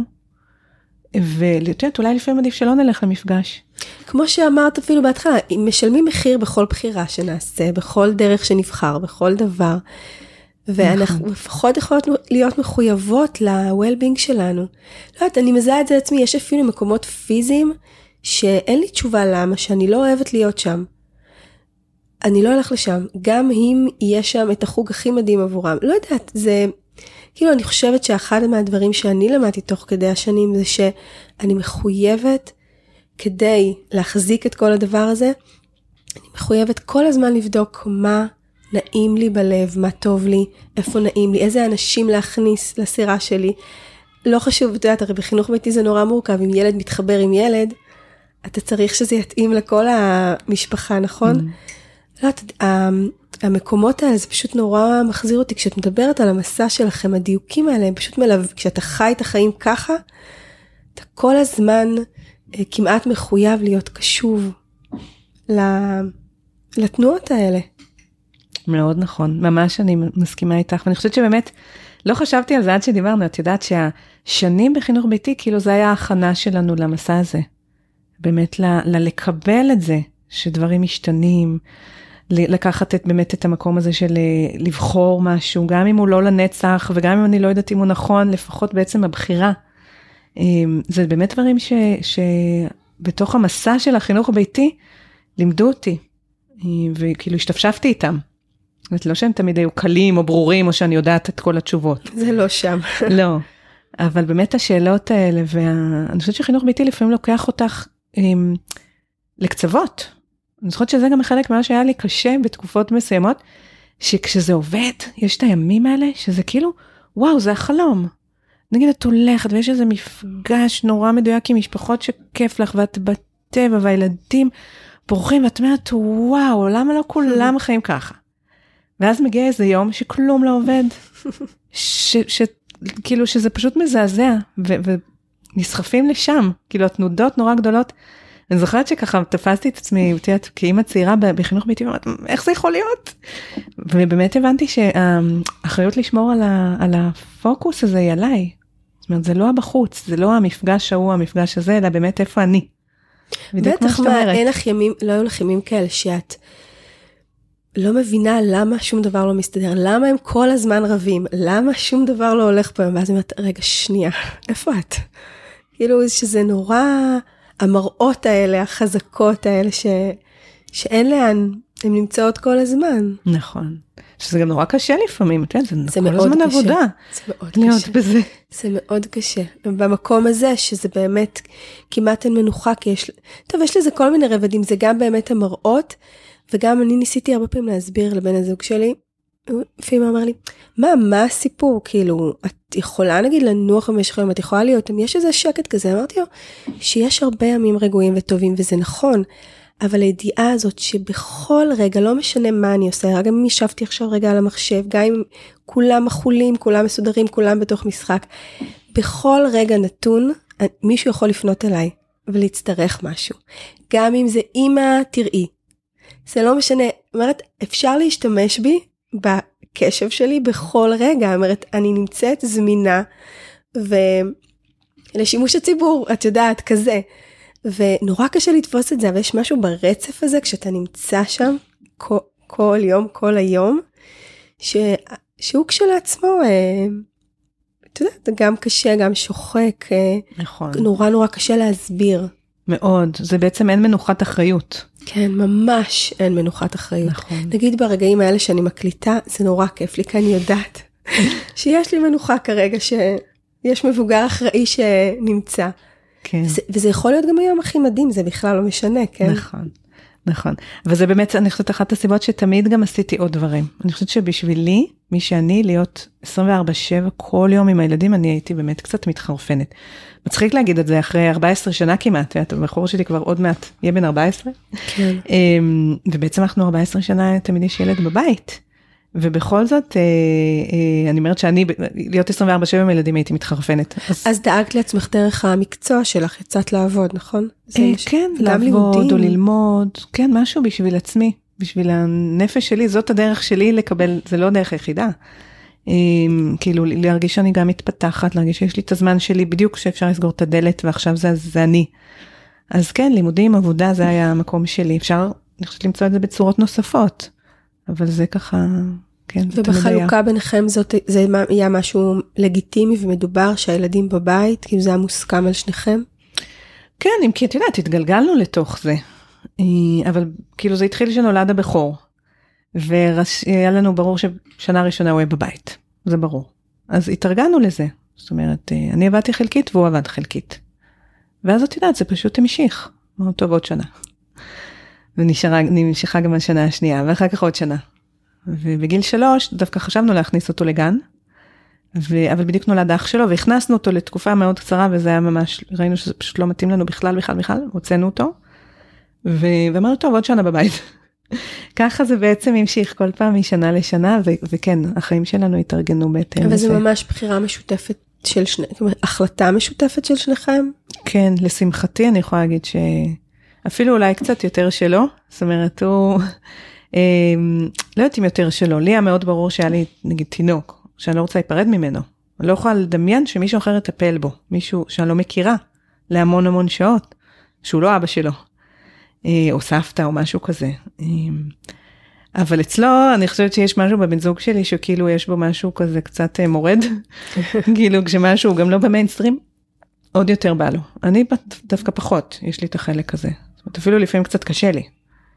ולתת, אולי לפעמים עדיף שלא נלך למפגש. כמו שאמרת אפילו בהתחלה, משלמים מחיר בכל בחירה שנעשה, בכל דרך שנבחר, בכל דבר, ואנחנו לפחות יכולות להיות מחויבות ל-well-being שלנו. לא יודעת, אני מזהה את זה לעצמי, יש אפילו מקומות פיזיים, שאין לי תשובה למה, שאני לא אוהבת להיות שם. אני לא הולך לשם, גם אם יהיה שם את החוג הכי מדהים עבורם. לא יודעת, זה, כאילו אני חושבת שאחד מהדברים שאני למדתי תוך כדי השנים, זה שאני מחויבת, כדי להחזיק את כל הדבר הזה, אני מחויבת כל הזמן לבדוק מה נעים לי בלב, מה טוב לי, איפה נעים לי, איזה אנשים להכניס לסירה שלי. לא חשוב, את יודעת, הרי בחינוך ביתי זה נורא מורכב, אם ילד מתחבר עם ילד, אתה צריך שזה יתאים לכל המשפחה, נכון? לא, המקומות האלה, זה פשוט נורא מחזיר אותי, כשאת מדברת על המסע שלכם, הדיוקים האלה, הם פשוט כשאתה חי את החיים ככה, אתה כל הזמן כמעט מחויב להיות קשוב לתנועות האלה. מאוד נכון, ממש אני מסכימה איתך, ואני חושבת שבאמת, לא חשבתי על זה עד שדיברנו, את יודעת שהשנים בחינוך ביתי, כאילו זה היה ההכנה שלנו למסע הזה, באמת לקבל את זה, שדברים משתנים, לקחת באמת את המקום הזה של לבחור משהו, גם אם הוא לא לנצח, וגם אם אני לא יודעת אם הוא נכון, לפחות בעצם הבחירה. זה באמת דברים שבתוך המסע של החינוך הביתי, לימדו אותי, וכאילו השתפשפתי איתם. זאת אומרת, לא שהם תמיד היו קלים או ברורים, או שאני יודעת את כל התשובות. זה לא שם. לא, אבל באמת השאלות האלה, ואני חושבת שחינוך ביתי לפעמים לוקח אותך לקצוות. אני זוכרת שזה גם חלק מה שהיה לי קשה בתקופות מסוימות, שכשזה עובד, יש את הימים האלה, שזה כאילו, וואו, זה החלום. נגיד את הולכת, ויש איזה מפגש נורא מדויק עם משפחות שכיף לך, ואת בטבע, והילדים פורחים, ואת אומרת, וואו, למה לא כולם חיים ככה? ואז מגיע איזה יום שכלום לא עובד, כאילו שזה פשוט מזעזע, ונסחפים לשם, כאילו התנודות נורא גדולות, אני זוכרת שככה תפסתי את עצמי, כאמא צעירה בחינוך ביתי, איך זה יכול להיות? ובאמת הבנתי שהאחריות לשמור על הפוקוס הזה היא עליי. זאת אומרת, זה לא הבחוץ, זה לא המפגש ההוא, המפגש הזה, אלא באמת איפה אני. בטח מה, אין לך ימים, לא היו לך ימים כאלה שאת לא מבינה למה שום דבר לא מסתדר, למה הם כל הזמן רבים, למה שום דבר לא הולך פה, ואז אני אומרת, רגע, שנייה, איפה את? כאילו שזה נורא, המראות האלה, החזקות האלה, שאין לאן, הן נמצאות כל הזמן. נכון. שזה גם נורא קשה לפעמים, זה כל הזמן עבודה. זה מאוד קשה. בזה. זה מאוד קשה. במקום הזה, שזה באמת כמעט אין מנוחה, כי יש לזה כל מיני רבדים, זה גם באמת המראות, וגם אני ניסיתי הרבה פעמים להסביר לבן הזוג שלי, לפעמים אמר לי, מה הסיפור? כאילו, את יכולה נגיד לנוח במשך היום, את יכולה להיות, יש איזה שקט כזה, אמרתי לו, שיש הרבה ימים רגועים וטובים, וזה נכון, אבל הידיעה הזאת שבכל רגע, לא משנה מה אני עושה, גם אם ישבתי עכשיו רגע על המחשב, גם אם כולם מחולים, כולם מסודרים, כולם בתוך משחק, בכל רגע נתון, מישהו יכול לפנות אליי, ולהצטרך משהו. גם אם זה אמא, תראי. זה לא משנה, אומרת, אפשר להשתמש בי, בקשב שלי בכל רגע, אומרת, אני נמצאת זמינה, ולשימוש הציבור, את יודעת, כזה. ונורא קשה לתפוס את זה, אבל יש משהו ברצף הזה, כשאתה נמצא שם, כל יום, כל היום, שהוא כשלעצמו, אתה יודעת, גם קשה, גם שוחק, נכון. נורא נורא קשה להסביר. מאוד, זה בעצם אין מנוחת אחריות. כן, ממש אין מנוחת אחריות. נכון. נגיד ברגעים האלה שאני מקליטה, זה נורא כיף לי, כי אני יודעת שיש לי מנוחה כרגע, שיש מבוגר אחראי שנמצא. כן. וזה יכול להיות גם היום הכי מדהים, זה בכלל לא משנה, כן? נכון, נכון. וזה באמת, אני חושבת, אחת הסיבות שתמיד גם עשיתי עוד דברים. אני חושבת שבשבילי, מי שאני, להיות 24/7 כל יום עם הילדים, אני הייתי באמת קצת מתחרפנת. מצחיק להגיד את זה אחרי 14 שנה כמעט, הבחור שלי כבר עוד מעט יהיה בן 14. כן. ובעצם אנחנו 14 שנה תמיד יש ילד בבית. ובכל זאת, אני אומרת שאני, להיות 24/7 עם ילדים הייתי מתחרפנת. אז דאגת לעצמך דרך המקצוע שלך, יצאת לעבוד, נכון? כן, לעבוד או ללמוד, כן, משהו בשביל עצמי, בשביל הנפש שלי, זאת הדרך שלי לקבל, זה לא דרך יחידה. כאילו, להרגיש שאני גם מתפתחת, להרגיש שיש לי את הזמן שלי, בדיוק שאפשר לסגור את הדלת, ועכשיו זה אני. אז כן, לימודים, עבודה, זה היה המקום שלי. אפשר, אני חושבת למצוא את זה בצורות נוספות, אבל זה ככה, כן, זה תמיד היה. ובחלוקה ביניכם זה היה משהו לגיטימי ומדובר שהילדים בבית, כאילו זה היה מוסכם על שניכם? כן, אם כי את יודעת, התגלגלנו לתוך זה, אבל כאילו זה התחיל שנולד הבכור, והיה לנו ברור ששנה ראשונה הוא יהיה בבית, זה ברור. אז התארגנו לזה, זאת אומרת, אני עבדתי חלקית והוא עבד חלקית. ואז את יודעת, זה פשוט המשיך, מאוד טוב עוד שנה. ונמשכה גם השנה השנייה, ואחר כך עוד שנה. ובגיל 3, דווקא חשבנו להכניס אותו לגן, אבל בדיוק נולד אח שלו, והכנסנו אותו לתקופה מאוד קצרה, וזה היה ממש, ראינו שזה פשוט לא מתאים לנו בכלל, הוצאנו אותו, ואמרנו, טוב, עוד שנה בבית. ככה זה בעצם המשיך כל פעם משנה לשנה, וכן, החיים שלנו התארגנו בהתאם. אבל זה ממש בחירה משותפת של החלטה משותפת של שניכם? כן, לשמחתי אני יכולה להגיד אפילו אולי קצת יותר שלו, זאת אומרת, הוא, לא יודעת אם יותר שלו, לי היה מאוד ברור שהיה לי, נגיד, תינוק, שאני לא רוצה להיפרד ממנו. אני לא יכולה לדמיין שמישהו אחר יטפל בו, מישהו שאני לא מכירה, להמון המון שעות, שהוא לא אבא שלו, או סבתא או משהו כזה. אבל אצלו, אני חושבת שיש משהו בבן זוג שלי, שכאילו יש בו משהו כזה קצת מורד, כאילו כשמשהו גם לא במיינסטרים, עוד יותר בא לו. אני דווקא פחות, יש לי את החלק הזה. זאת אומרת, אפילו לפעמים קצת קשה לי.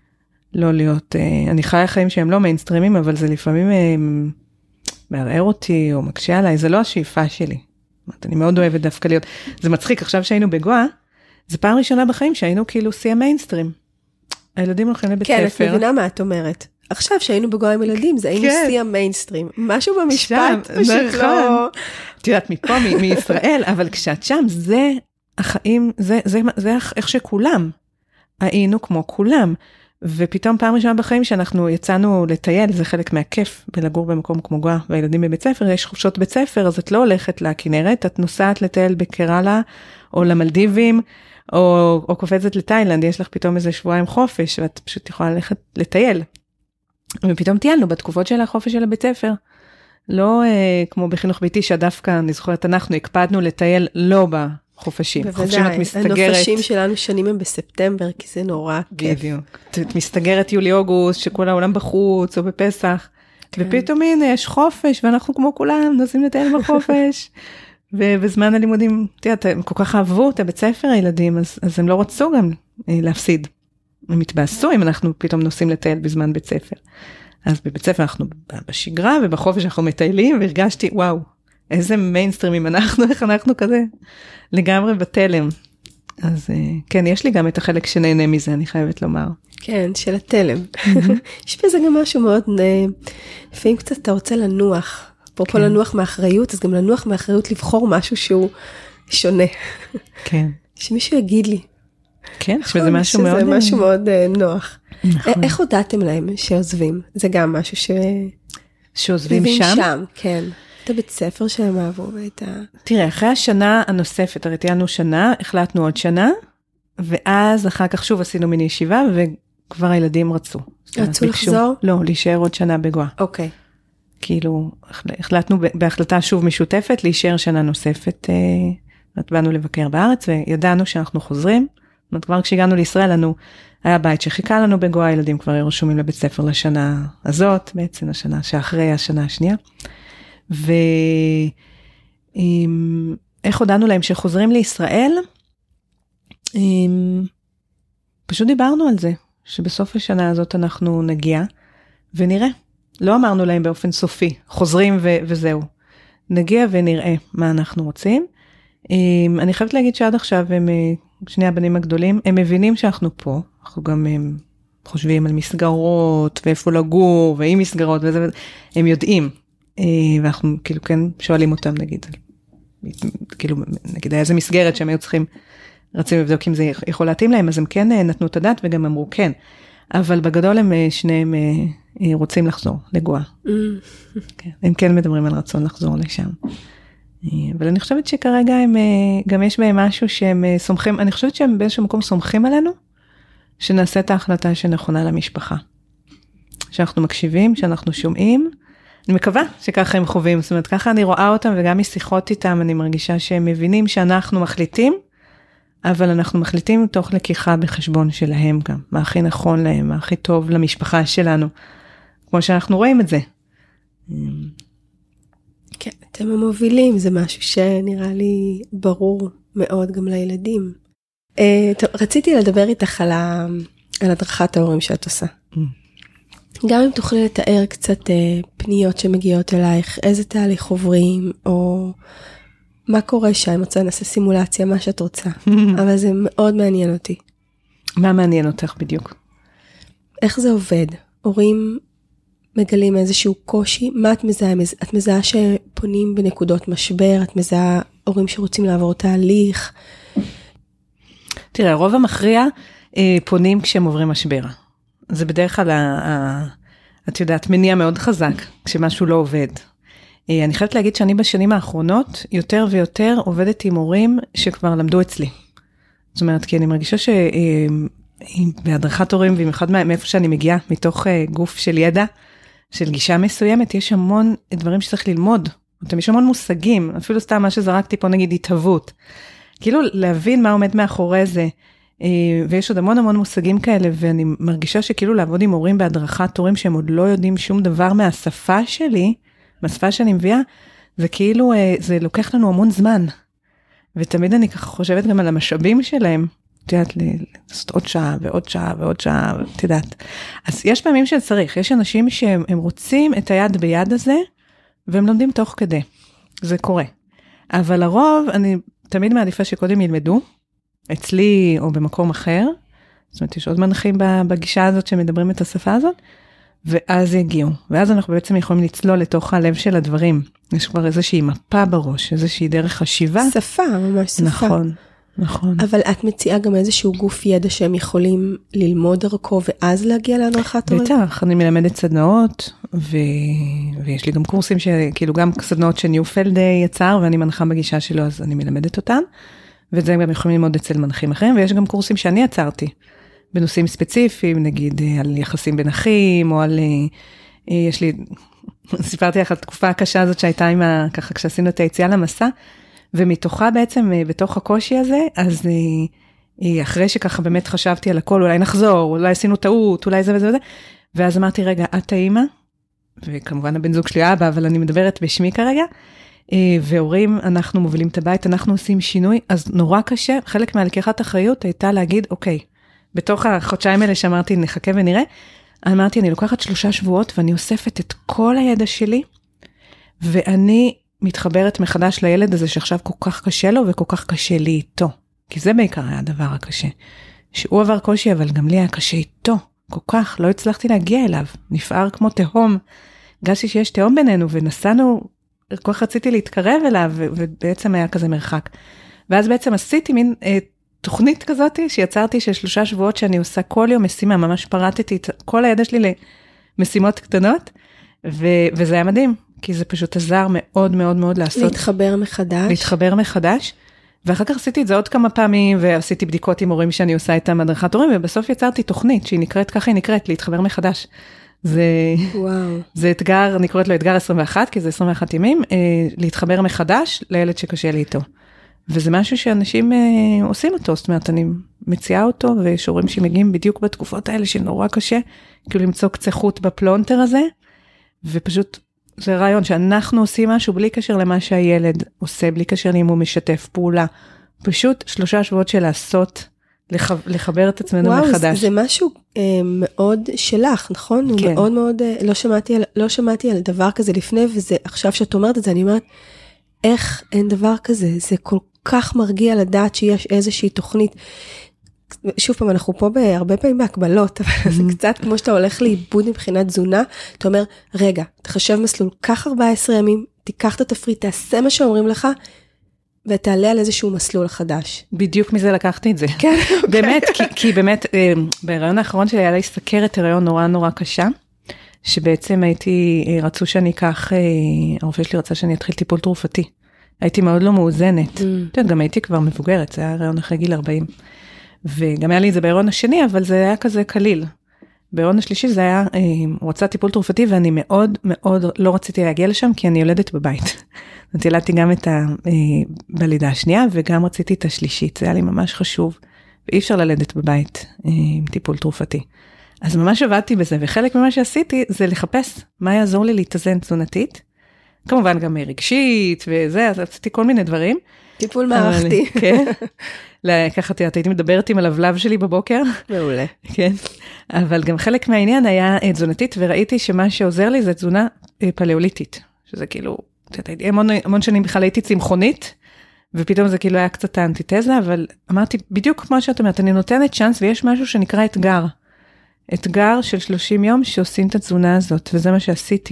לא להיות, אני חיה חיים שהם לא מיינסטרימים, אבל זה לפעמים מערער אותי או מקשה עליי, זה לא השאיפה שלי. זאת אומרת, אני מאוד אוהבת דווקא להיות, זה מצחיק, עכשיו שהיינו בגואה, זה פעם ראשונה בחיים שהיינו כאילו שיא המיינסטרים. הילדים הולכים לבית ספר. כן, את מבינה מה את אומרת. עכשיו שהיינו בגואה עם ילדים, זה היינו שיא המיינסטרים. משהו במשפט פשוט לא... את יודעת, מפה, מישראל, אבל כשאת שם, זה החיים, זה איך שכולם. היינו כמו כולם. ופתאום פעם ראשונה בחיים שאנחנו יצאנו לטייל, זה חלק מהכיף בלגור במקום כמו גואה, והילדים בבית ספר, יש חופשות בית ספר, אז את לא הולכת לכנרת, את נוסעת לטייל בקרלה, או למלדיבים, או קופצת לתאילנד, יש לך פתאום איזה שבועיים חופש, ואת פשוט יכולה ללכת לטייל. ופתאום טיילנו בתקופות של החופש של הבית ספר. לא כמו בחינוך ביתי, שדווקא, אני זוכרת, אנחנו הקפדנו לטייל לא בחופשים. בוודאי, הנופשים שלנו שנים הם בספטמבר, כי זה נורא כיף. בדיוק. את מסתגרת יולי-אוגוסט, שכל העולם בחוץ, או בפסח, ופתאום הנה, יש חופש, ואנחנו כמו כולם, נוסעים לטייל בחופש. ובזמן הלימודים, תראה, הם כל כך אהבו את הבית ספר הילדים, אז הם לא רצו גם להפסיד. הם התבאסו אם אנחנו פתאום נוסעים לטייל בזמן בית ספר. אז בבית ספר אנחנו בשגרה, ובחופש אנחנו מטיילים, והרגשתי, וואו, איזה מיינסטרימים אנחנו, איך אנחנו כזה, לגמרי בתלם. אז כן, יש לי גם את החלק שנהנה מזה, אני חייבת לומר. כן, של התלם. יש בזה גם משהו מאוד, לפעמים קצת אתה רוצה לנוח, אפרופו לנוח מאחריות, אז גם לנוח מאחריות לבחור משהו שהוא שונה. כן. שמישהו יגיד לי. כן, שזה משהו מאוד... שזה משהו מאוד נוח. איך הודעתם להם שעוזבים? זה גם משהו שעוזבים שם? שם, כן. את הבית ספר שהם אהבו ואת ה... תראה, אחרי השנה הנוספת, הרי תיינו שנה, החלטנו עוד שנה, ואז אחר כך שוב עשינו מיני ישיבה, וכבר הילדים רצו. רצו לחזור? לא, להישאר עוד שנה בגואה. אוקיי. כאילו, החלטנו בהחלטה שוב משותפת, להישאר שנה נוספת, באנו לבקר בארץ, וידענו שאנחנו חוזרים, זאת אומרת, כבר כשהגענו לישראל, היה בית שחיכה לנו בגואה, הילדים כבר היו רשומים לבית ספר לשנה הזאת, בעצם השנה שאחרי השנה השנייה, ואיך הודענו להם שחוזרים לישראל, פשוט דיברנו על זה, שבסוף השנה הזאת אנחנו נגיע, ונראה. לא אמרנו להם באופן סופי, חוזרים וזהו. נגיע ונראה מה אנחנו רוצים. אני חייבת להגיד שעד עכשיו הם, שני הבנים הגדולים, הם מבינים שאנחנו פה, אנחנו גם חושבים על מסגרות, ואיפה לגור, ואם מסגרות, וזה, הם יודעים. ואנחנו כאילו כן שואלים אותם, נגיד, כאילו, נגיד, איזה מסגרת שהם היו צריכים, רצינו לבדוק אם זה יכול להתאים להם, אז הם כן נתנו את הדעת וגם אמרו כן. אבל בגדול הם שניהם רוצים לחזור לגואה. הם כן מדברים על רצון לחזור לשם. אבל אני חושבת שכרגע הם, גם יש בהם משהו שהם סומכים, אני חושבת שהם באיזשהו מקום סומכים עלינו, שנעשה את ההחלטה שנכונה למשפחה. שאנחנו מקשיבים, שאנחנו שומעים. אני מקווה שככה הם חווים, זאת אומרת, ככה אני רואה אותם, וגם משיחות איתם אני מרגישה שהם מבינים שאנחנו מחליטים, אבל אנחנו מחליטים תוך לקיחה בחשבון שלהם גם, מה הכי נכון להם, מה הכי טוב למשפחה שלנו, כמו שאנחנו רואים את זה. כן, אתם המובילים, זה משהו שנראה לי ברור מאוד גם לילדים. רציתי לדבר איתך על הדרכת ההורים שאת עושה. גם אם תוכלי לתאר קצת פניות שמגיעות אלייך, איזה תהליך עוברים, או מה קורה שם, רוצה נעשה סימולציה, מה שאת רוצה. אבל זה מאוד מעניין אותי. מה מעניין אותך בדיוק? איך זה עובד? הורים מגלים איזשהו קושי, מה את מזהה? את מזהה שפונים בנקודות משבר, את מזהה הורים שרוצים לעבור תהליך? תראה, הרוב המכריע פונים כשהם עוברים משבר. זה בדרך כלל, את יודעת, מניע מאוד חזק, כשמשהו לא עובד. אני חייבת להגיד שאני בשנים האחרונות, יותר ויותר עובדת עם הורים שכבר למדו אצלי. זאת אומרת, כי אני מרגישה בהדרכת הורים, במיוחד מאיפה שאני מגיעה, מתוך גוף של ידע, של גישה מסוימת, יש המון דברים שצריך ללמוד. יש המון מושגים, אפילו סתם מה שזרקתי פה נגיד התהוות. כאילו להבין מה עומד מאחורי זה, ויש עוד המון מושגים כאלה, ואני מרגישה שכאילו לעבוד עם הורים בהדרכת הורים, שהם עוד לא יודעים שום דבר מהשפה שלי, מהשפה שאני מביאה, זה כאילו, זה לוקח לנו המון זמן. ותמיד אני ככה חושבת גם על המשאבים שלהם, את יודעת, לעשות עוד שעה ועוד שעה ועוד שעה, את יודעת. אז יש פעמים שצריך, יש אנשים שהם רוצים את היד ביד הזה, והם לומדים תוך כדי. זה קורה. אבל לרוב, אני תמיד מעדיפה שקודם ילמדו, אצלי או במקום אחר, זאת אומרת, יש עוד מנחים בגישה הזאת שמדברים את השפה הזאת, ואז יגיעו. ואז אנחנו בעצם יכולים לצלול לתוך הלב של הדברים. יש כבר איזושהי מפה בראש, איזושהי דרך חשיבה. שפה, ממש שפה. נכון, נכון. אבל את מציעה גם איזשהו גוף ידע שהם יכולים ללמוד דרכו, ואז להגיע להדרכת הורים? בטח, אני מלמדת סדנאות, ויש לי גם קורסים שכאילו גם סדנאות שניופלד יצר, ואני מנחה בגישה שלו, אז אני מלמדת אותן. ואת זה גם יכולים ללמוד אצל מנחים אחרים, ויש גם קורסים שאני יצרתי, בנושאים ספציפיים, נגיד על יחסים בין אחים, או על, יש לי, סיפרתי לך על התקופה הקשה הזאת שהייתה עם ככה כשעשינו את היציאה למסע, ומתוכה בעצם, בתוך הקושי הזה, אז אחרי שככה באמת חשבתי על הכל, אולי נחזור, אולי עשינו טעות, אולי זה וזה וזה, ואז אמרתי, רגע, את האמא, וכמובן הבן זוג שלי אבא, אבל אני מדברת בשמי כרגע, והורים, אנחנו מובילים את הבית, אנחנו עושים שינוי, אז נורא קשה, חלק מהלקיחת אחריות הייתה להגיד, אוקיי, בתוך החודשיים האלה שאמרתי, נחכה ונראה, אמרתי, אני לוקחת 3 שבועות, ואני אוספת את כל הידע שלי, ואני מתחברת מחדש לילד הזה, שעכשיו כל כך קשה לו, וכל כך קשה לי איתו, כי זה בעיקר היה הדבר הקשה, שהוא עבר קושי, אבל גם לי היה קשה איתו, כל כך, לא הצלחתי להגיע אליו, נפער כמו תהום, הרגשתי שיש תהום בינינו, ונסענו, כל כך רציתי להתקרב אליו, ובעצם היה כזה מרחק. ואז בעצם עשיתי מין תוכנית כזאת, שיצרתי של 3 שבועות, שאני עושה כל יום משימה, ממש פרטתי את כל הידע שלי למשימות קטנות, וזה היה מדהים, כי זה פשוט עזר מאוד מאוד מאוד לעשות. להתחבר מחדש, ואחר כך עשיתי את זה עוד כמה פעמים, ועשיתי בדיקות עם הורים שאני עושה איתם הדרכת הורים, ובסוף יצרתי תוכנית, שהיא נקראת, ככה היא נקראת, להתחבר מחדש. זה אתגר, אני קוראת לו אתגר 21, כי זה 21 ימים, להתחבר מחדש לילד שקשה לי איתו. וזה משהו שאנשים עושים אותו, זאת אומרת, אני מציעה אותו, ויש הורים שמגיעים בדיוק בתקופות האלה, שנורא קשה, כאילו למצוא קצה חוט בפלונטר הזה, ופשוט זה רעיון שאנחנו עושים משהו בלי קשר למה שהילד עושה, בלי קשר אם הוא משתף פעולה, פשוט 3 שבועות של לעשות, לחבר את עצמנו מחדש. וואו, זה משהו מאוד שלך, נכון? כן. הוא מאוד מאוד, לא שמעתי על דבר כזה לפני, וזה, עכשיו שאת אומרת את זה, אני אומרת, איך אין דבר כזה? זה כל כך מרגיע לדעת שיש איזושהי תוכנית. שוב פעם, אנחנו פה הרבה פעמים בהקבלות, אבל זה קצת כמו שאתה הולך לאיבוד מבחינת תזונה, אתה אומר, רגע, תחשב מסלול, קח 14 ימים, תיקח את התפריט, תעשה מה שאומרים לך, ותעלה על איזשהו מסלול חדש. בדיוק מזה לקחתי את זה. כן, באמת, כי באמת, בהיריון האחרון שלי היה לי סכרת הריון נורא נורא קשה, שבעצם רצו שאני אקח, הרופא שלי רצה שאני אתחיל טיפול תרופתי. הייתי מאוד לא מאוזנת. גם הייתי כבר מבוגרת, זה היה הריון אחרי גיל 40. וגם היה לי את זה בהיריון השני, אבל זה היה כזה קליל. בהיריון השלישי זה היה, הוא רצה טיפול תרופתי, ואני מאוד מאוד לא רציתי להגיע לשם, כי אני יולדת בבית. אז ילדתי גם בלידה השנייה, וגם רציתי את השלישית. זה היה לי ממש חשוב, ואי אפשר ללדת בבית עם טיפול תרופתי. אז ממש עבדתי בזה, וחלק ממה שעשיתי, זה לחפש מה יעזור לי להתאזן תזונתית. כמובן גם רגשית וזה, אז עשיתי כל מיני דברים. טיפול מערכתי. כן. ככה הייתי מדברת עם הלבלב שלי בבוקר. מעולה. כן. אבל גם חלק מהעניין היה תזונתית, וראיתי שמה שעוזר לי זה תזונה פלאוליטית. שזה כאילו, המון שנים בכלל הייתי צמחונית, ופתאום זה כאילו היה קצת האנטיתזה, אבל אמרתי, בדיוק כמו שאת אומרת, אני נותנת צ'אנס, ויש משהו שנקרא אתגר. אתגר של 30 יום שעושים את התזונה הזאת, וזה מה שעשיתי.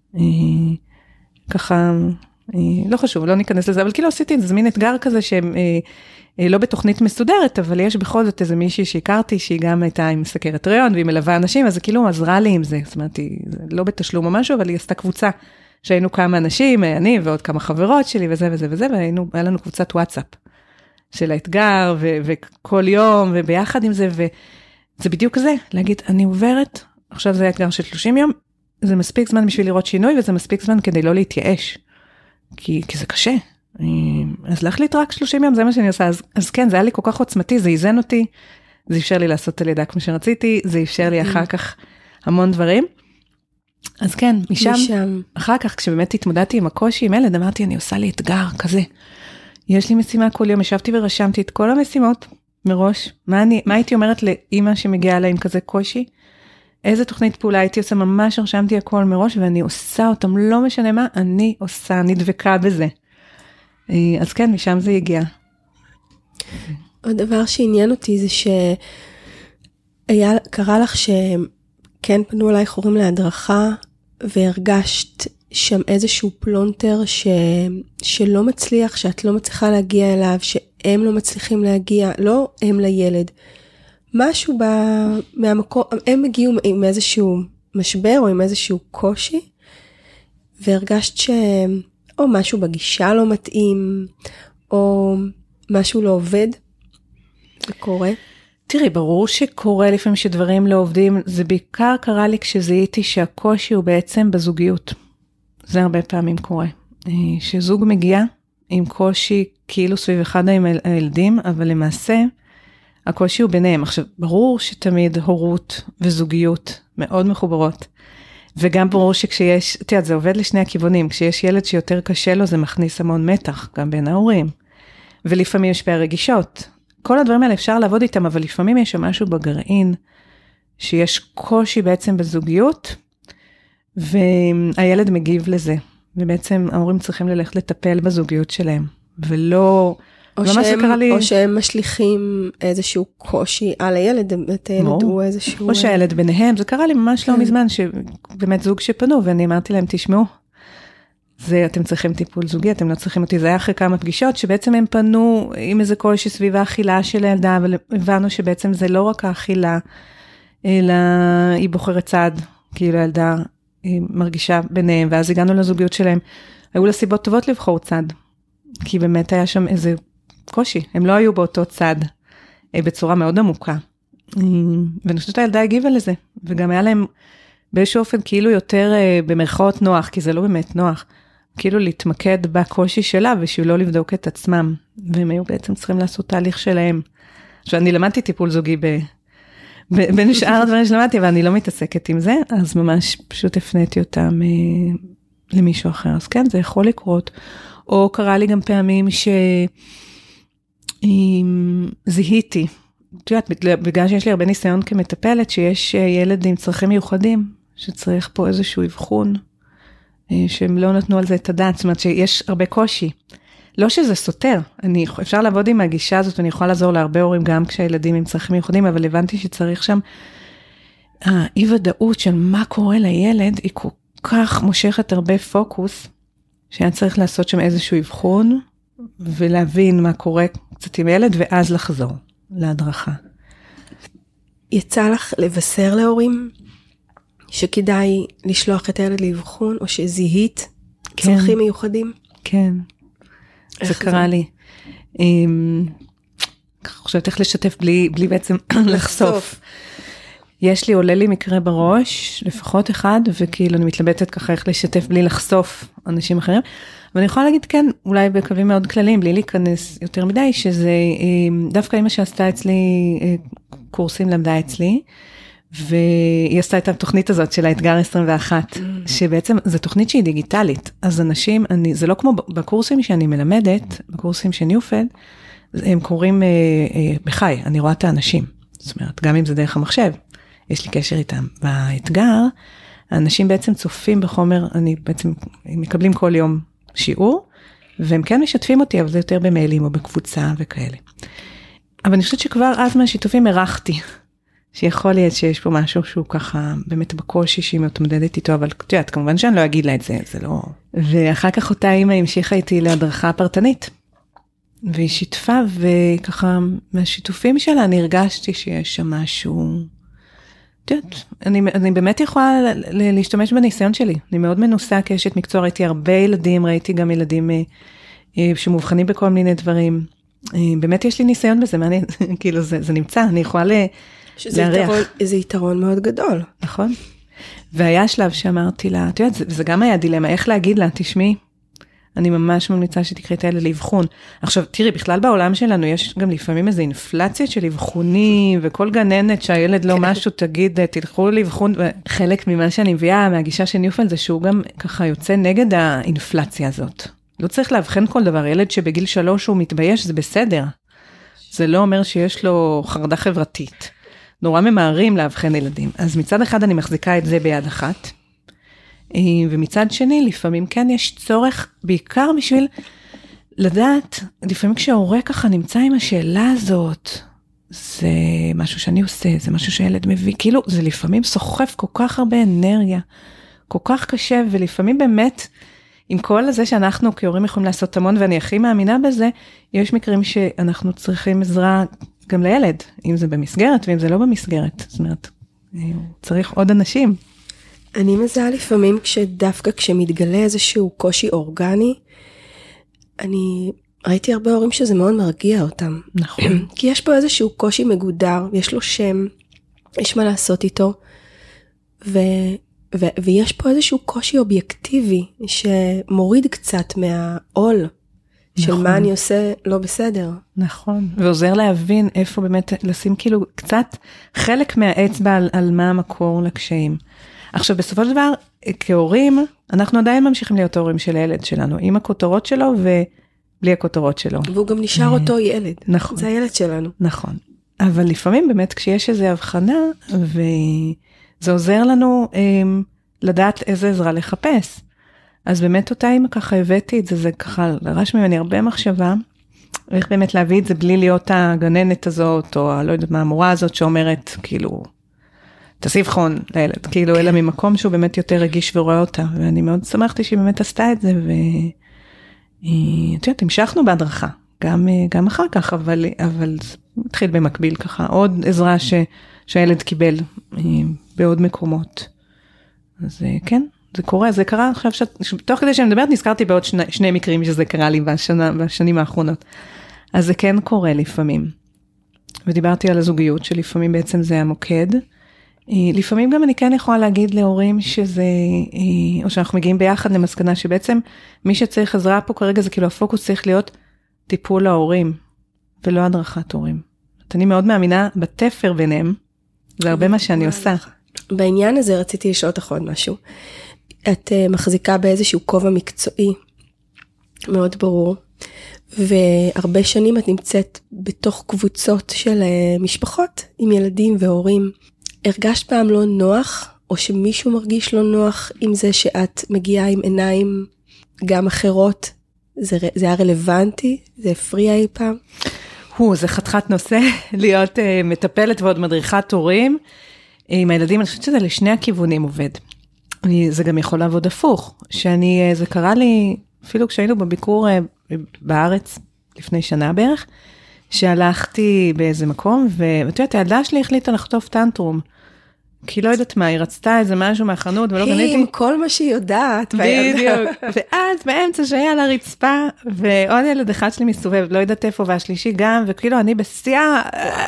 ככה, לא חשוב, לא ניכנס לזה, אבל כאילו עשיתי את זה, זה מין אתגר כזה לא בתוכנית מסודרת, אבל יש בכל זאת איזה מישהי שהכרתי, שהיא גם הייתה עם סכרת הריון, והיא מלווה אנשים, אז זה כאילו עזרה לי עם זה, זאת אומרת, זה לא בתשלום או משהו, אבל היא עשתה קבוצה, שהיינו כמה אנשים, אני ועוד כמה חברות שלי, וזה וזה וזה, והיה לנו קבוצת וואטסאפ, של האתגר, וכל יום, וביחד עם זה, וזה בדיוק זה, להגיד, אני עוברת, עכשיו זה האתגר של 30 יום, זה מספיק זמן בשביל לראות שינוי, וזה מספיק זמן כדי לא להתייאש, כי זה קשה. אז להחליט רק 30 יום, זה מה שאני עושה, אז כן, זה היה לי כל כך עוצמתי, זה איזן אותי, זה אפשר לי לעשות את הלידה כמו שרציתי, זה אפשר לי אחר כך המון דברים, אז כן, משם, אחר כך כשבאמת התמודדתי עם הקושי עם ילד, אמרתי, אני עושה לי אתגר כזה, יש לי משימה כל יום, ישבתי ורשמתי את כל המשימות מראש, מה הייתי אומרת לאמא שמגיעה לה עם כזה קושי, איזה תוכנית פעולה הייתי עושה, ממש רשמתי הכל מראש, ואני עושה אותם, לא משנה מה, אני עושה, אני דבקה בזה. אז כן, משם זה הגיע. עוד דבר שעניין אותי זה קרה לך שכן פנו אליי חורים להדרכה, והרגשת שם איזשהו פלונטר שלא מצליח, שאת לא מצליחה להגיע אליו, שהם לא מצליחים להגיע, לא הם לילד. משהו מהמקום, הם הגיעו עם איזשהו משבר או עם איזשהו קושי, והרגשת או משהו בגישה לא מתאים, או משהו לא עובד, זה קורה. תראי, ברור שקורה לפעמים שדברים לא עובדים, זה בעיקר קרה לי כשזיהיתי שהקושי הוא בעצם בזוגיות. זה הרבה פעמים קורה. שזוג מגיע עם קושי כאילו סביב אחד הילדים, אבל למעשה הקושי הוא ביניהם. עכשיו, ברור שתמיד הורות וזוגיות מאוד מחוברות, וגם ברור שכשיש, תראה, זה עובד לשני הכיוונים, כשיש ילד שיותר קשה לו, זה מכניס המון מתח, גם בין ההורים, ולפעמים יש פערי רגישות. כל הדברים האלה אפשר לעבוד איתם, אבל לפעמים יש שם משהו בגרעין, שיש קושי בעצם בזוגיות, והילד מגיב לזה, ובעצם ההורים צריכים ללכת לטפל בזוגיות שלהם, ולא או שהם משליכים איזשהו קושי על הילד, את הילד הוא איזשהו... או שהילד ביניהם, זה קרה לי ממש לא מזמן, שבאמת זוג שפנו, ואני אמרתי להם, תשמעו, אתם צריכים טיפול זוגי, אתם לא צריכים אותי, זה היה אחרי כמה פגישות, שבעצם הם פנו עם איזה קושי סביב האכילה של הילדה, אבל הבנו שבעצם זה לא רק האכילה, אלא היא בוחרת צד, כאילו הילדה מרגישה ביניהם, ואז הגענו לזוגיות שלהם, היו לה סיבות טובות לבחור צד, כי באמת היה שם איזה קושי, הם לא היו באותו צד, בצורה מאוד עמוקה, ואני חושבת הילדה הגיבה לזה, וגם היה להם באיזשהו אופן כאילו יותר במרכאות נוח, כי זה לא באמת נוח, כאילו להתמקד בקושי שלה, ושהוא לא לבדוק את עצמם, והם היו בעצם צריכים לעשות תהליך שלהם. עכשיו אני למדתי טיפול זוגי בין שאר הדברים שלמדתי, אבל אני לא מתעסקת עם זה, אז ממש פשוט הפניתי אותם למישהו אחר, אז כן, זה יכול לקרות, או קרה לי גם פעמים זיהיתי, את יודעת, בגלל שיש לי הרבה ניסיון כמטפלת, שיש ילד עם צרכים מיוחדים, שצריך פה איזשהו אבחון, שהם לא נתנו על זה את הדעת, זאת אומרת שיש הרבה קושי. לא שזה סותר, אפשר לעבוד עם הגישה הזאת, ואני יכולה לעזור להרבה הורים, גם כשהילדים עם צרכים מיוחדים, אבל הבנתי שצריך שם, האי ודאות של מה קורה לילד, היא כל כך מושכת הרבה פוקוס, שהיה צריך לעשות שם איזשהו אבחון, ולהבין מה קורה קצת עם הילד, ואז לחזור להדרכה. יצא לך לבשר להורים שכדאי לשלוח את הילד לאבחון, או שזיהית צרכים מיוחדים? כן, זה קרה לי. אני חושבת איך לשתף בלי בעצם לחשוף. יש לי, עולה לי מקרה בראש, לפחות אחד, וכאילו אני מתלבטת ככה איך לשתף בלי לחשוף אנשים אחרים, אבל אני יכולה להגיד כן, אולי בקווים מאוד כלליים, בלי להיכנס יותר מדי, שזה דווקא אמא שעשתה אצלי קורסים, למדה אצלי, והיא עשתה את התוכנית הזאת של האתגר 21, שבעצם זו תוכנית שהיא דיגיטלית, אז אנשים, זה לא כמו בקורסים שאני מלמדת, בקורסים שאני עופד, הם קוראים בחי, אני רואה את האנשים, זאת אומרת, גם אם זה דרך המחשב, יש לי קשר איתם. באתגר, האנשים בעצם צופים בחומר, בעצם מקבלים כל יום שיעור, והם כן משתפים אותי, אבל זה יותר במיילים או בקבוצה וכאלה. אבל אני חושבת שכבר אז מהשיתופים ערכתי, שיכול להיות שיש פה משהו שהוא ככה באמת בקושי שהיא מתמודדת איתו, אבל את יודעת, כמובן שאני לא אגיד לה את זה, זה לא... ואחר כך אותה אמא המשיכה איתי להדרכה פרטנית, והיא שיתפה, וככה מהשיתופים שלה אני הרגשתי שיש שם משהו... את יודעת, אני באמת יכולה להשתמש בניסיון שלי, אני מאוד מנוסה כאשת מקצוע, ראיתי הרבה ילדים, ראיתי גם ילדים שמובחנים בכל מיני דברים, באמת יש לי ניסיון בזה, מעניין, כאילו זה נמצא, אני יכולה להריח. שזה יתרון מאוד גדול. נכון. והיה שלב שאמרתי לה, את יודעת, זה גם היה דילמה, איך להגיד לה, תשמעי, אני ממש ממליצה שתקחי את האלה לאבחון. עכשיו, תראי, בכלל בעולם שלנו יש גם לפעמים איזו אינפלציה של אבחונים, וכל גננת שהילד לא משהו תגיד, תלכו לאבחון, וחלק ממה שאני מביאה מהגישה של ניופלד, זה שהוא גם ככה יוצא נגד האינפלציה הזאת. לא צריך להבחן כל דבר, ילד שבגיל 3 הוא מתבייש, זה בסדר. זה לא אומר שיש לו חרדה חברתית. נורא ממהרים להבחן ילדים. אז מצד אחד אני מחזיקה את זה ביד אחת, ומצד שני, לפעמים כן יש צורך, בעיקר בשביל לדעת, לפעמים כשההורה ככה נמצא עם השאלה הזאת, זה משהו שאני עושה, זה משהו שהילד מביא, כאילו זה לפעמים סוחף כל כך הרבה אנרגיה, כל כך קשה, ולפעמים באמת, עם כל הזה שאנחנו כהורים יכולים לעשות המון, ואני הכי מאמינה בזה, יש מקרים שאנחנו צריכים עזרה גם לילד, אם זה במסגרת, ואם זה לא במסגרת, זאת אומרת, צריך עוד אנשים. אני מזהה לפעמים דווקא כשמתגלה איזשהו קושי אורגני, אני ראיתי הרבה הורים שזה מאוד מרגיע אותם. נכון. כי יש פה איזשהו קושי מגודר, יש לו שם, יש מה לעשות איתו, ויש פה איזשהו קושי אובייקטיבי, שמוריד קצת מהעול, של מה אני עושה לא בסדר. נכון, ועוזר להבין איפה באמת לשים כאילו קצת חלק מהאצבע על מה המקור לקשיים. עכשיו, בסופו של דבר, כהורים, אנחנו עדיין ממשיכים להיות הורים של הילד שלנו, עם הכותרות שלו ובלי הכותרות שלו. והוא גם נשאר אותו ילד. נכון. זה הילד שלנו. נכון. אבל לפעמים באמת כשיש איזו הבחנה, וזה עוזר לנו לדעת איזה עזרה לחפש. אז באמת אותה אם ככה הבאתי את זה, זה ככה לרש ממני הרבה מחשבה, איך באמת להביא את זה בלי להיות הגננת הזאת, או לא יודעת מה, המורה הזאת שאומרת, כאילו, תעשי אבחון לילד, כאילו, אלא ממקום שהוא באמת יותר רגיש ורואה אותה, ואני מאוד שמחתי שהיא באמת עשתה את זה, ואת יודעת, המשכנו בהדרכה, גם אחר כך, אבל זה התחיל במקביל ככה, עוד עזרה שהילד קיבל בעוד מקומות. אז כן, זה קורה, זה קרה עכשיו, תוך כדי שאני מדברת, נזכרתי בעוד שני מקרים שזה קרה לי בשנים האחרונות. אז זה כן קורה לפעמים. ודיברתי על הזוגיות, שלפעמים בעצם זה המוקד. לפעמים גם אני כן יכולה להגיד להורים שזה, או שאנחנו מגיעים ביחד למסקנה, שבעצם מי שצריך עזרה פה כרגע, זה כאילו הפוקוס צריך להיות טיפול להורים, ולא הדרכת הורים. אני מאוד מאמינה בתפר ביניהם, זה הרבה מה שאני עושה. בעניין הזה רציתי לשאול אותך עוד משהו. את מחזיקה באיזשהו כובע מקצועי, מאוד ברור, והרבה שנים את נמצאת בתוך קבוצות של משפחות, עם ילדים והורים. הרגשת פעם לא נוח, או שמישהו מרגיש לא נוח עם זה שאת מגיעה עם עיניים גם אחרות? זה היה רלוונטי? זה הפריע אי פעם? זה חתיכת נושא, להיות מטפלת ועוד מדריכת הורים. עם הילדים, אני חושבת שזה לשני הכיוונים עובד. זה גם יכול לעבוד הפוך, זה קרה לי, אפילו כשהיינו בביקור בארץ, לפני שנה בערך, שהלכתי באיזה מקום, ואת יודעת, הילדה שלי החליטה לחטוף טנטרום, כי לא יודעת מה, היא רצתה איזה משהו מהחנות, ולא קניתי. עם כל מה שהיא יודעת. בדיוק. ואז באמצע שהיה על הרצפה, ועוד ילד אחד שלי מסתובב, לא יודעת איפה, והשלישי גם, וכאילו אני בשיאה,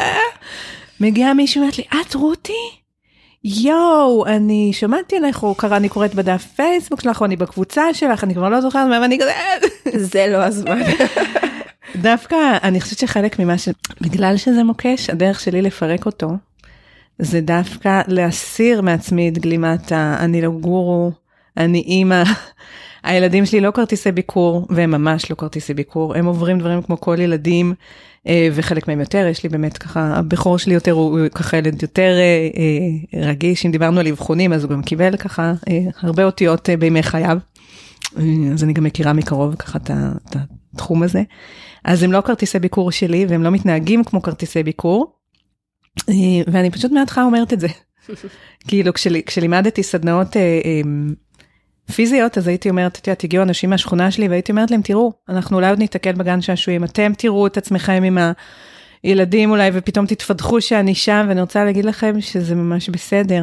מגיעה מישהו, אומרת לי, את רותי? יואו, אני שמעתי עליך, או קרא, אני קוראת בדף פייסבוק שלך, או אני בקבוצה שלך, אני כבר לא זוכרת מה, ואני כזה, זה לא הזמן. דווקא, אני חושבת שחלק ממה בגלל שזה מוקש, הדרך שלי לפרק אותו, זה דווקא להסיר מעצמי את גלימת אני לא גורו, אני אימא, הילדים שלי לא כרטיסי ביקור, והם ממש לא כרטיסי ביקור, הם עוברים דברים כמו כל ילדים, וחלק מהם יותר, יש לי באמת ככה, הבכור שלי יותר, הוא ככה ילד יותר רגיש, אם דיברנו על אבחונים, אז הוא גם קיבל ככה הרבה אותיות בימי חייו, אז אני גם מכירה מקרוב ככה את התחום הזה, אז הם לא כרטיסי ביקור שלי, והם לא מתנהגים כמו כרטיסי ביקור, ואני פשוט מהתחלה אומרת את זה. כאילו, כשלימדתי סדנאות פיזיות, אז הייתי אומרת, תגיעו אנשים מהשכונה שלי, והייתי אומרת להם, תראו, אנחנו אולי עוד ניתקל בגן שעשועים, אתם תראו את עצמכם עם הילדים אולי, ופתאום תתפדחו שאני שם, ואני רוצה להגיד לכם שזה ממש בסדר,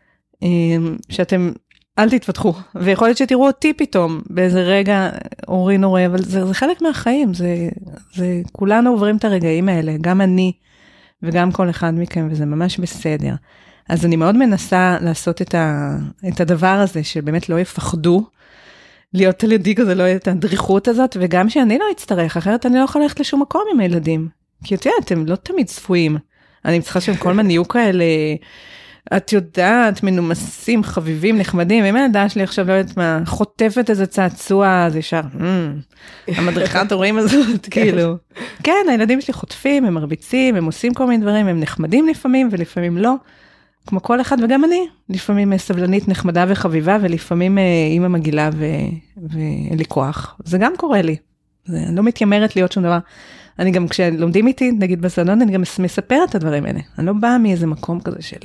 שאתם, אל תתפתחו, ויכול להיות שתראו אותי פתאום, באיזה רגע אורי נורא, אבל זה חלק מהחיים, כולנו עוברים את הרגעים האלה, גם אני, וגם כל אחד מכם, וזה ממש בסדר. אז אני מאוד מנסה לעשות את הדבר הזה, שבאמת לא יפחדו, להיות תלדי כזה, לא יהיה את הדריכות הזאת, וגם שאני לא אצטרך, אחרת אני לא יכולה ללכת לשום מקום עם הילדים. כי את יודעת, הם לא תמיד צפויים. אני צריכה שהם כל הזמן יהיו כאלה, את יודעת, מנומסים, חביבים, נחמדים, אם הילדה שלי עכשיו לא יודעת מה, חוטפת איזה צעצוע, אז ישר, המדריכת הורים הזאת, כאילו. כן, הילדים שלי חוטפים, הם מרביצים, הם עושים כל מיני דברים, הם נחמדים לפעמים, ולפעמים לא. כמו כל אחד, וגם אני, לפעמים סבלנית, נחמדה וחביבה, ולפעמים אימא מגילה ואין לי כוח. זה גם קורה לי. אני לא מתיימרת להיות שום דבר. אני גם, כשלומדים איתי, נגיד בסדנון, אני גם מספרת את הדברים האלה. אני לא באה מאיזה מקום כזה של...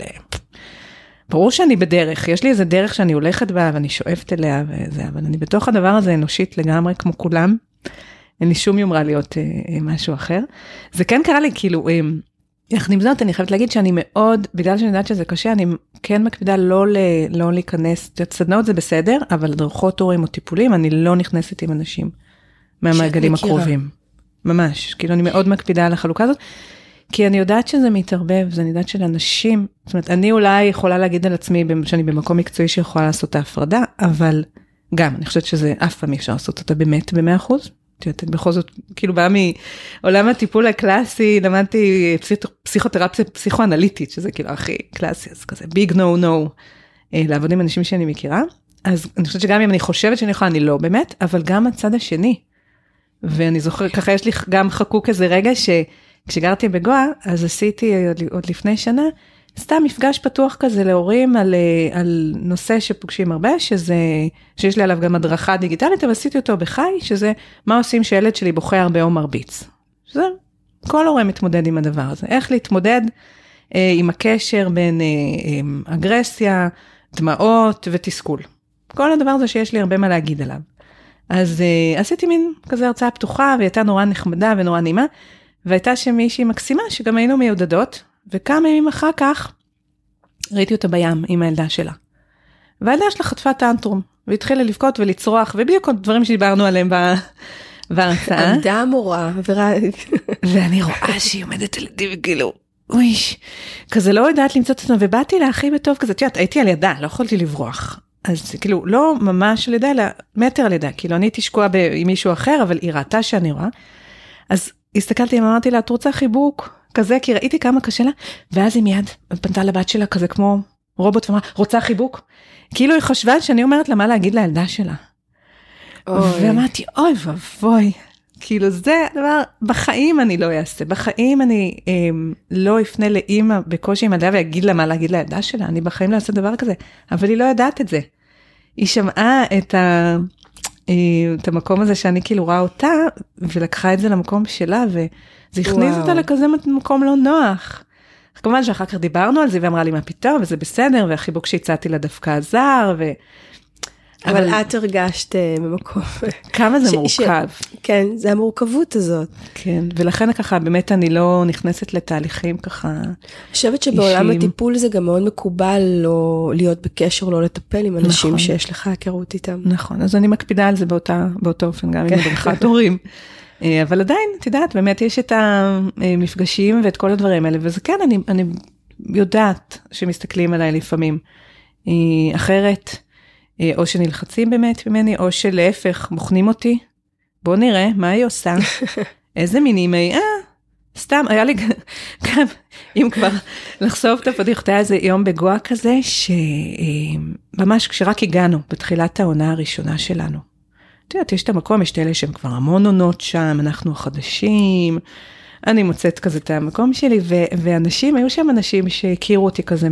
ברור שאני בדרך, יש לי איזה דרך שאני הולכת בה, ואני שואפת אליה וזה, אבל אני בתוך הדבר הזה אנושית לגמרי, כמו כולם. אין לי שום יומרה להיות משהו אחר. זה כן קרה לי, כאילו... יחד עם זאת, אני חייבת להגיד שאני מאוד, בגלל שאני יודעת שזה קשה, אני כן מקפידה לא להיכנס, סדנאות זה בסדר, אבל הדרכות הורים או טיפולים, אני לא נכנסת עם אנשים מהמעגלים הקרובים. ממש, כאילו אני מאוד מקפידה על החלוקה הזאת, כי אני יודעת שזה מתערבב, ואני יודעת שלאנשים, זאת אומרת, אני אולי יכולה להגיד על עצמי, שאני במקום מקצועי שיכולה לעשות את ההפרדה, אבל גם, אני חושבת שזה אף פעם אפשר לעשות אותה באמת ב100%, בכל זאת, כאילו באה מעולם הטיפול הקלאסי, למדתי פסיכותרפיה פסיכואנליטית, שזה כאילו הכי קלאסי, אז כזה ביג נו נו, לעבוד עם אנשים שאני מכירה, אז אני חושבת שגם אם אני חושבת שאני יכולה, אני לא באמת, אבל גם הצד השני, ואני זוכר, ככה יש לי גם חקוק איזה רגע, שכשגרתי בגואה, אז עשיתי עוד לפני שנה, סתם מפגש פתוח כזה להורים על נושא שפוגשים הרבה, שיש לי עליו גם הדרכה דיגיטלית, אבל עשיתי אותו בחי, שזה מה עושים שילד שלי בוכה הרבה או מרביץ. שזה, כל הורה מתמודד עם הדבר הזה. איך להתמודד עם הקשר בין אגרסיה, דמעות ותסכול. כל הדבר הזה שיש לי הרבה מה להגיד עליו. אז עשיתי מין כזה הרצאה פתוחה, והיא הייתה נורא נחמדה ונורא נעימה, והייתה שם מישהי מקסימה, שגם היינו מיודדות, וכמה ימים אחר כך, ראיתי אותה בים עם הילדה שלה. והילדה שלה חטפה טנטרום, והתחילה לבכות ולצרוח, ובדיוק עוד דברים שדיברנו עליהם בהרצאה. עמדה המורה, ואני רואה שהיא עומדת על ידי וכאילו, אוי, כזה לא יודעת למצוא את עצמה, ובאתי לה הכי בטוב כזה, תיודעת, הייתי על ידה, לא יכולתי לברוח. אז כאילו, לא ממש על ידה, אלא מטר על ידה, כאילו אני הייתי שקועה עם מישהו אחר, אבל היא ראתה שאני רואה. אז הסתכלתי, אמרתי לה, את רוצה חיבוק? כזה, כי ראיתי כמה קשה לה, ואז היא מיד פנתה לבת שלה כזה כמו רובוט, ואמרה, רוצה חיבוק? כאילו היא חשבה שאני אומרת לה מה להגיד לילדה שלה. ואמרתי, אוי ובוי, כאילו זה דבר, בחיים אני לא אעשה, בחיים אני לא אפנה לאמא בקושי עם הילדה, ויגיד לה מה להגיד לילדה שלה, אני בחיים לא אעשה דבר כזה, אבל היא לא יודעת את זה. היא שמעה את המקום הזה שאני כאילו רואה אותה, ולקחה את זה למקום שלה, וזה הכניס אותה לכזה מקום לא נוח. כמובן שאחר כך דיברנו על זה, ואמרה לי מה פתאום, וזה בסדר, והחיבוק שהצעתי לה דווקא עזר, אבל את הרגשת במקום. כמה זה מורכב. כן, זה המורכבות הזאת. כן, ולכן ככה, באמת אני לא נכנסת לתהליכים ככה. אני חושבת שבעולם הטיפול זה גם מאוד מקובל לא להיות בקשר, לא לטפל עם אנשים שיש לך הכרות איתם. נכון, אז אני מקפידה על זה באותו אופן, גם עם הדרכת הורים. אבל עדיין, את יודעת, באמת יש את המפגשים ואת כל הדברים האלה, וזה כן, אני יודעת שמסתכלים עליי לפעמים אחרת, או שנלחצים באמת ממני, או שלהפך, מוכנים אותי. בוא נראה מה היא עושה. איזה מינים היא? סתם, היה לי גם, אם כבר לחשוף את הפתיח, היה איזה יום בגואה כזה, שממש כשרק הגענו, בתחילת העונה הראשונה שלנו. את יודעת, יש את המקום, יש את אלה שהם כבר המון עונות שם, אנחנו החדשים, אני מוצאת כזה את המקום שלי, ואנשים, היו שם אנשים שהכירו אותי כזה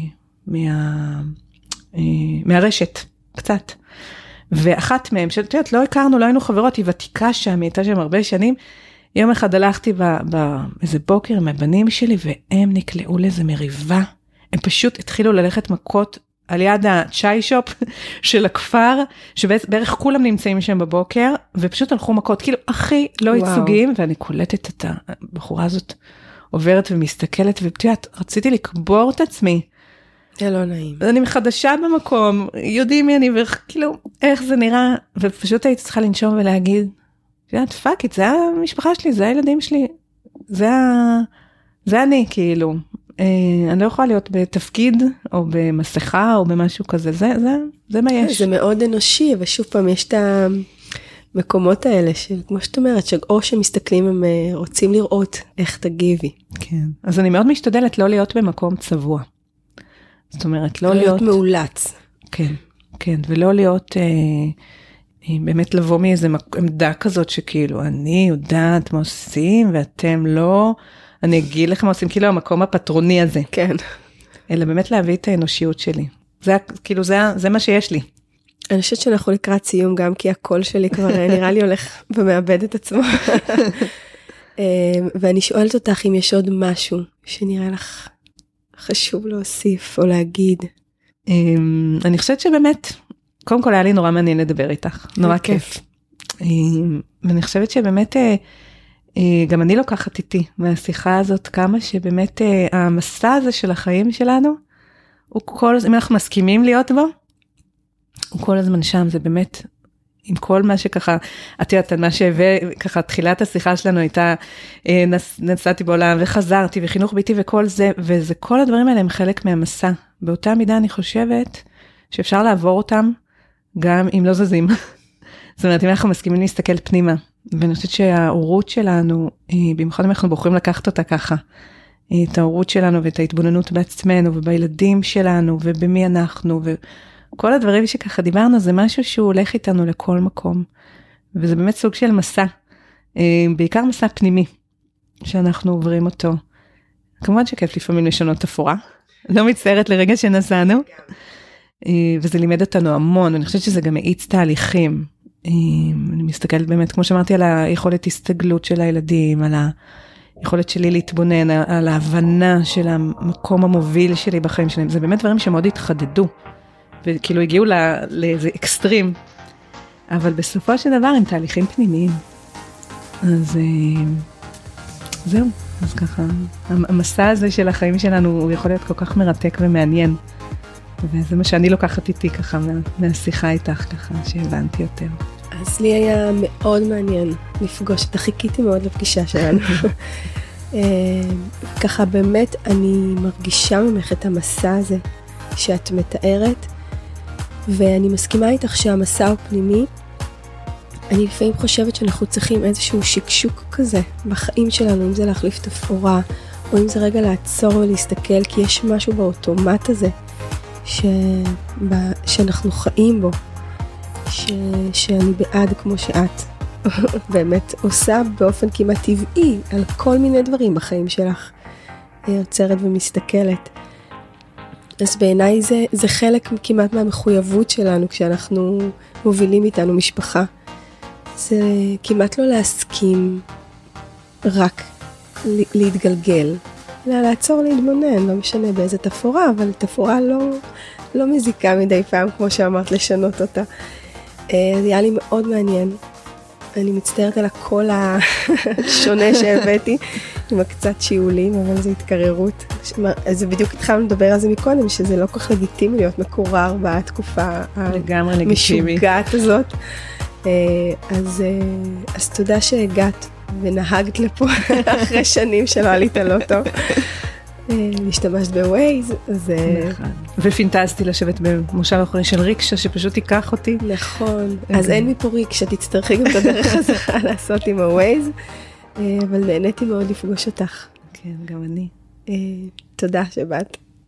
מהרשת. קצת. ואחת מהם, שאת יודעת, לא הכרנו, לא היינו חברות, היא ותיקה שם, היא הייתה שם הרבה שנים, יום אחד הלכתי באיזה בוקר עם הבנים שלי, והם נקלעו לאיזה מריבה, הם פשוט התחילו ללכת מכות, על יד הצ'אי שופ של הכפר, שבערך כולם נמצאים שם בבוקר, ופשוט הלכו מכות, כאילו הכי לא ייצוגים, ואני קולטת את הבחורה הזאת, עוברת ומסתכלת, ובתיאת, רציתי לקבור את עצמי. זה לא נעים. אני מחדשה במקום, יודעים מי אני, וכאילו, איך זה נראה, ופשוט הייתי צריכה לנשום ולהגיד, פאק איט, זה המשפחה שלי, זה הילדים שלי, זה אני, כאילו. אני לא יכולה להיות בתפקיד, או במסכה, או במשהו כזה, זה מה יש. זה מאוד אנושי, ושוב פעם יש את המקומות האלה, כמו שאת אומרת, או שמסתכלים, הם רוצים לראות איך תגיבי. כן, אז אני מאוד משתדלת לא להיות במקום צבוע. זאת אומרת, לא להיות מאולץ. כן, כן, ולא להיות, באמת לבוא מאיזה עמדה כזאת, שכאילו, אני יודעת מה עושים, ואתם לא, אני אגיד לכם מה עושים, כאילו המקום הפטרוני הזה. כן. אלא באמת להביא את האנושיות שלי. זה, כאילו, זה מה שיש לי. אני חושבת שאנחנו לקראת סיום, גם כי הקול שלי כבר נראה לי הולך ומאבד את עצמו. ואני שואלת אותך אם יש עוד משהו שנראה לך חשוב להוסיף או להגיד. אני חושבת שבאמת, קודם כל היה לי נורא מעניין לדבר איתך, נורא כיף. ואני חושבת שבאמת, גם אני לוקחת איתי מהשיחה הזאת, כמה שבאמת המסע הזה של החיים שלנו, הוא כל, אם אנחנו מסכימים להיות בו, הוא כל הזמן שם, זה באמת, עם כל מה שככה, את יודעת, מה שככה, תחילת השיחה שלנו הייתה, נסעתי בעולם וחזרתי, וחינוך ביתי וכל זה, וזה כל הדברים האלה הם חלק מהמסע. באותה מידה אני חושבת, שאפשר לעבור אותם, גם אם לא זזים. זאת אומרת, אם אנחנו מסכימים להסתכל פנימה, ואני חושבת שההורות שלנו, במיוחד אם אנחנו בוחרים לקחת אותה ככה, את ההורות שלנו ואת ההתבוננות בעצמנו, ובילדים שלנו, ובמי אנחנו, כל הדברים שככה דיברנו, זה משהו שהוא הולך איתנו לכל מקום. וזה באמת סוג של מסע. בעיקר מסע פנימי, שאנחנו עוברים אותו. כמובן שכיף לפעמים לשנות תפורה. לא מצטערת לרגע שנסענו. וזה לימד אותנו המון, ואני חושבת שזה גם מאיץ תהליכים. אני מסתכלת באמת, כמו שאמרתי, על היכולת הסתגלות של הילדים, על היכולת שלי להתבונן, על ההבנה של המקום המוביל שלי בחיים שלהם. זה באמת דברים שמאוד התחדדו. וכאילו הגיעו לאיזה אקסטרים, אבל בסופו של דבר הם תהליכים פנימיים. אז זהו, אז ככה, המסע הזה של החיים שלנו הוא יכול להיות כל כך מרתק ומעניין, וזה מה שאני לוקחת איתי ככה מהשיחה איתך ככה, שהבנתי יותר. אז לי היה מאוד מעניין לפגוש, חיכיתי מאוד לפגישה שלנו. ככה באמת אני מרגישה ממך את המסע הזה שאת מתארת, ואני מסכימה איתך שהמסע הוא פנימי. אני לפעמים חושבת שאנחנו צריכים איזשהו שקשוק כזה בחיים שלנו, אם זה להחליף תפאורה, או אם זה רגע לעצור ולהסתכל, כי יש משהו באוטומט הזה שאנחנו חיים בו, שאני בעד כמו שאת באמת עושה באופן כמעט טבעי על כל מיני דברים בחיים שלך, עוצרת ומסתכלת. אז בעיניי זה חלק כמעט מהמחויבות שלנו כשאנחנו מובילים איתנו משפחה. זה כמעט לא להסכים רק להתגלגל, אלא לעצור להתבונן, לא משנה באיזה תפאורה, אבל תפאורה לא מזיקה מדי פעם, כמו שאמרת, לשנות אותה. זה היה לי מאוד מעניין. אני מצטערת על הקול השונה שהבאתי, עם הקצת שיעולים, אבל זו התקררות. אז בדיוק התחלנו לדבר על זה מקודם, שזה לא כל כך לגיטימי להיות מקורר בתקופה המשוגעת הזאת. אז תודה שהגעת ונהגת לפה אחרי שנים שלא עלית לא טוב. השתמשת בווייז, אז... ופינטזתי לשבת במושב אחרי של ריקשה שפשוט ייקח אותי. נכון, אז אין מפה ריקשה, תצטרכי גם את הדרך הזכה לעשות עם הווייז, אבל נהניתי מאוד לפגוש אותך. כן, גם אני. תודה שבאת.